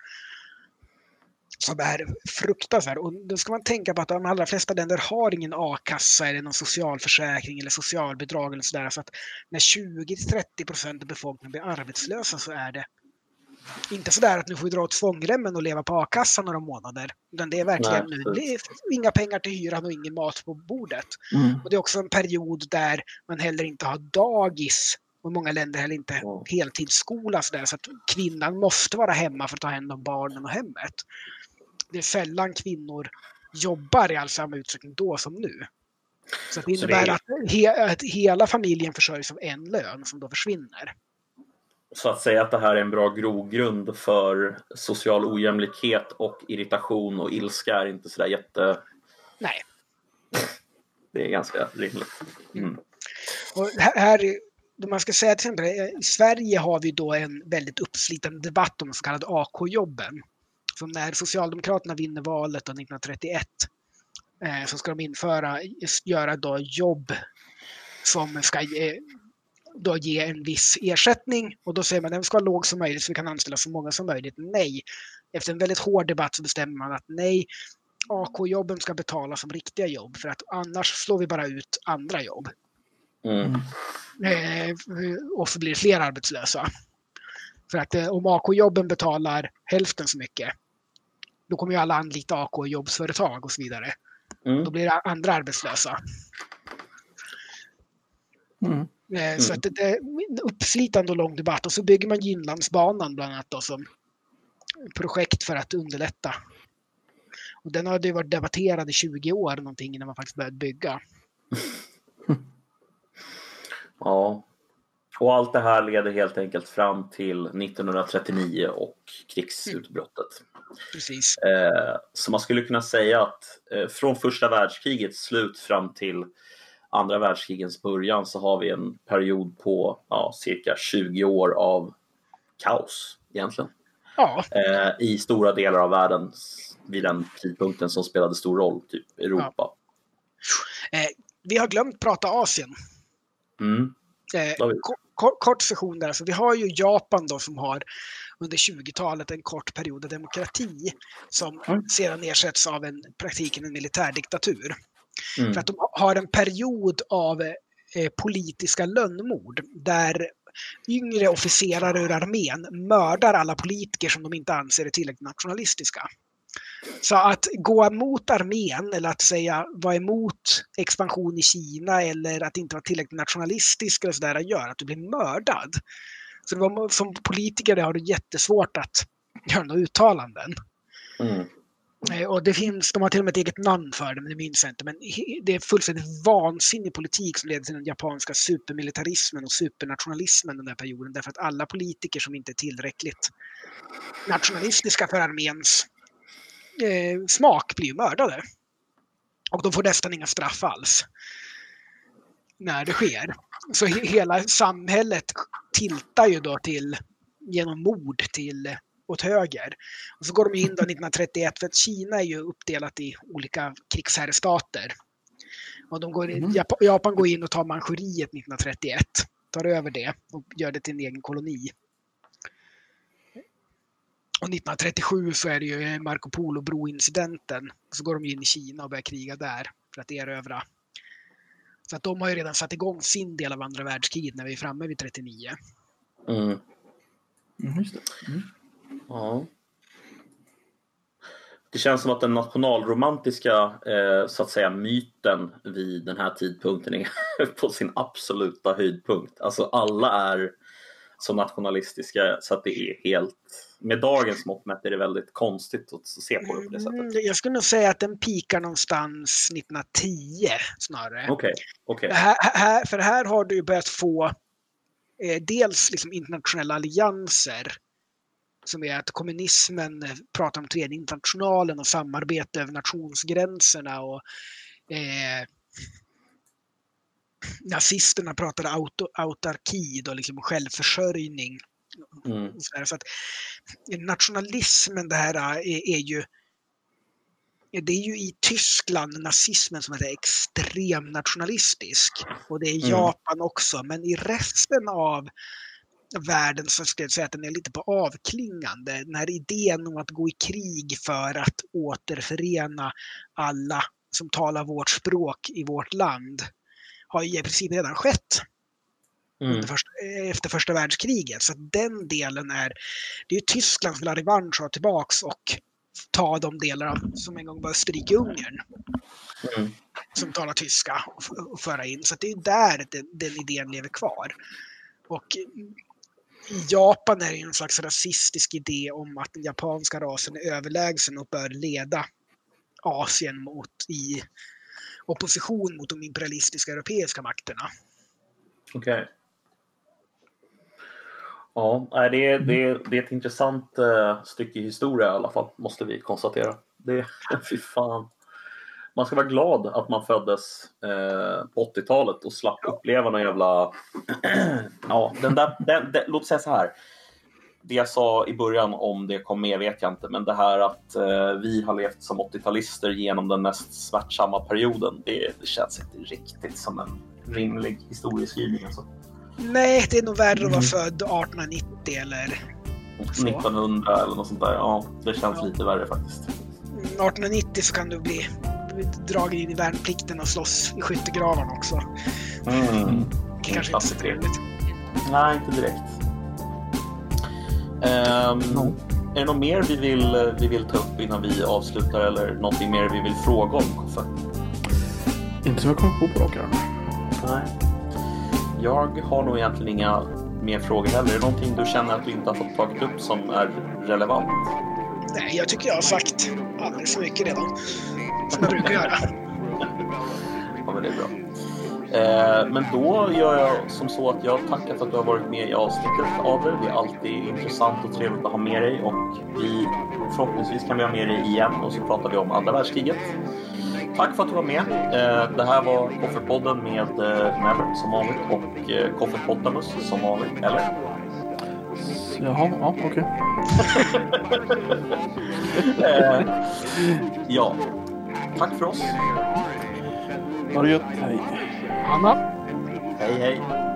som är fruktansvärd. Och då ska man tänka på att de allra flesta länder har ingen a-kassa eller någon socialförsäkring eller socialbidrag eller sådär. Så att när tjugo till trettio procent av befolkningen blir arbetslösa så är det inte sådär att nu får vi dra åt svångremmen och leva på a-kassan några månader. Utan det är verkligen Nej, nu. Det är inga pengar till hyran och ingen mat på bordet. Mm. Och det är också en period där man heller inte har dagis. Och i många länder heller inte mm. heltidsskola. Så, där, så att kvinnan måste vara hemma för att ta hand om barnen och hemmet. Det är sällan kvinnor jobbar i all samma utsträckning då som nu. Så det innebär så det är... att, he- att hela familjen försörjs av en lön som då försvinner. Så att säga att det här är en bra grogrund för social ojämlikhet och irritation och ilska är inte sådär jätte... Nej. Det är ganska rimligt. Mm. Och här, man ska säga till exempel, i Sverige har vi då en väldigt uppslitande debatt om de så kallade A K-jobben. Som när Socialdemokraterna vinner valet nittonhundratrettioett eh, så ska de införa, göra då jobb som ska ge, då ge en viss ersättning. Och då säger man att den ska vara låg som möjligt så vi kan anställa så många som möjligt. Nej. Efter en väldigt hård debatt så bestämmer man att nej, A K-jobben ska betalas som riktiga jobb. För att annars slår vi bara ut andra jobb. Mm. Eh, och så blir det fler arbetslösa. För att eh, om A K-jobben betalar hälften så mycket, då kommer ju alla anlita A K-jobbsföretag och så vidare. Mm. Då blir det andra arbetslösa. Mm. Eh, så att det, det är en uppslitande och lång debatt. Och så bygger man Inlandsbanan bland annat då, som projekt för att underlätta. Och den har ju varit debatterad i tjugo år någonting innan man faktiskt började bygga. Ja. Och allt det här leder helt enkelt fram till nittonhundratrettionio och krigsutbrottet. Mm. Precis. Eh, så man skulle kunna säga att eh, från första världskrigets slut fram till andra världskrigets början så har vi en period på ja, cirka tjugo år av kaos egentligen. Ja. Eh, I stora delar av världen vid den tidpunkten som spelade stor roll, typ Europa. Ja. Eh, vi har glömt prata Asien. Mm. Eh, kort, kort session där. Så vi har ju Japan då som har under tjugotalet en kort period av demokrati som mm. sedan ersätts av en praktiken en militärdiktatur. Mm. För att de har en period av eh, politiska lönnmord där yngre officerare ur armén mördar alla politiker som de inte anser är tillräckligt nationalistiska. Så att gå emot armén eller att säga vara emot expansion i Kina eller att inte vara tillräckligt nationalistisk eller sådär gör att du blir mördad. Så det var, som politiker har du jättesvårt att göra några uttalanden. Mm. Och det finns, de har till och med ett eget namn för det, men det minns jag inte. Men det är fullständigt vansinnig politik som leder till den japanska supermilitarismen och supernationalismen den här perioden. Därför att alla politiker som inte är tillräckligt nationalistiska för arméns eh, smak blir mördade. Och de får nästan inga straff alls när det sker. Så he- hela samhället tiltar ju då till genom mord till åt höger. Och så går de in då nittonhundratrettioett, för att Kina är ju uppdelat i olika krigsherrestater. Och de går in, mm. Japan går in och tar Manchuriet nittonhundratrettioett, tar över det och gör det till en egen koloni. Och nittonhundratrettiosju så är det ju Marco Polo-broincidenten. Och så går de in i Kina och börjar kriga där för att erövra. Så att de har ju redan satt igång sin del av andra världskriget när vi är framme vid trettionio. Mm. Mm, just det. Mm. Ja. Det känns som att den nationalromantiska eh, så att säga myten vid den här tidpunkten är på sin absoluta höjdpunkt. Alltså alla är så nationalistiska så att det är helt, med dagens mått mätt är det väldigt konstigt att se på det på det sättet. Mm, jag skulle nog säga att den pikar någonstans nittonhundratio snarare. Okej, okej. Här, här, för här har du ju börjat få eh, dels liksom internationella allianser, som är att kommunismen pratar om tredje internationalen och samarbete över nationsgränserna, och eh, nazisterna pratade auto, autarki och liksom självförsörjning. Mm. Så att nationalismen, det här är, är ju det är ju i Tyskland nazismen som är extrem nationalistisk, och det är i Japan mm. också, men i resten av världen så skulle jag säga att den är lite på avklingande. Den här idén om att gå i krig för att återförena alla som talar vårt språk i vårt land har ju i princip redan skett mm. första, efter första världskriget. Så den delen är, det är ju Tyskland som vill ha revansch och tillbaks och ta de delar som en gång var Österrike-Ungern mm. som talar tyska och, och föra in. Så det är där den, den idén lever kvar. Och i Japan är det en slags rasistisk idé om att den japanska rasen är överlägsen och bör leda Asien mot i opposition mot de imperialistiska europeiska makterna. Okej. Okay. Ja, det är, det, är, det är ett intressant uh, stycke historia i alla fall, måste vi konstatera. Det, fy fan. Man ska vara glad att man föddes eh, på åttiotalet och slapp uppleva någon jävla... ja, den där, den, den, låt säga så här. Det jag sa i början, om det kom med vet jag inte. Men det här att eh, vi har levt som åttiotalister genom den mest smärtsamma perioden. Det, det känns inte riktigt som en rimlig historieskrivning. Alltså. Nej, det är nog värre att vara född artonhundranittio eller så. nittonhundra eller något sånt där. Ja, det känns ja. lite värre faktiskt. artonhundranittio så kan du bli dragen in i värnplikten och slåss i skyttegravarna också. Mm. Kanske inte så trevligt. Nej, inte direkt. Um, no. Är det något mer vi vill, vi vill ta upp innan vi avslutar, eller någonting mer vi vill fråga om, Koffe? Inte som jag kommer på på raka. Nej. Jag har nog egentligen inga mer frågor heller. Är det någonting du känner att du inte har fått tagit upp som är relevant? Nej, jag tycker jag har sagt alldeles för mycket redan. Som jag brukar göra. Ja, men det är bra. Eh, men då gör jag som så att jag tackar för att du har varit med i avsnittet, Adler. Det är alltid intressant och trevligt att ha med dig. Och vi, förhoppningsvis kan vi ha med dig igen och så pratar vi om andra världskriget. Tack för att du var med. Eh, det här var Koffepodden med eh, Never som vanligt och eh, Koffepottamus som vanligt, eller? Jaha, ja, okej. Okay. eh, ja, tack för oss. Ha det gött, hej. Anna. Hej, hej.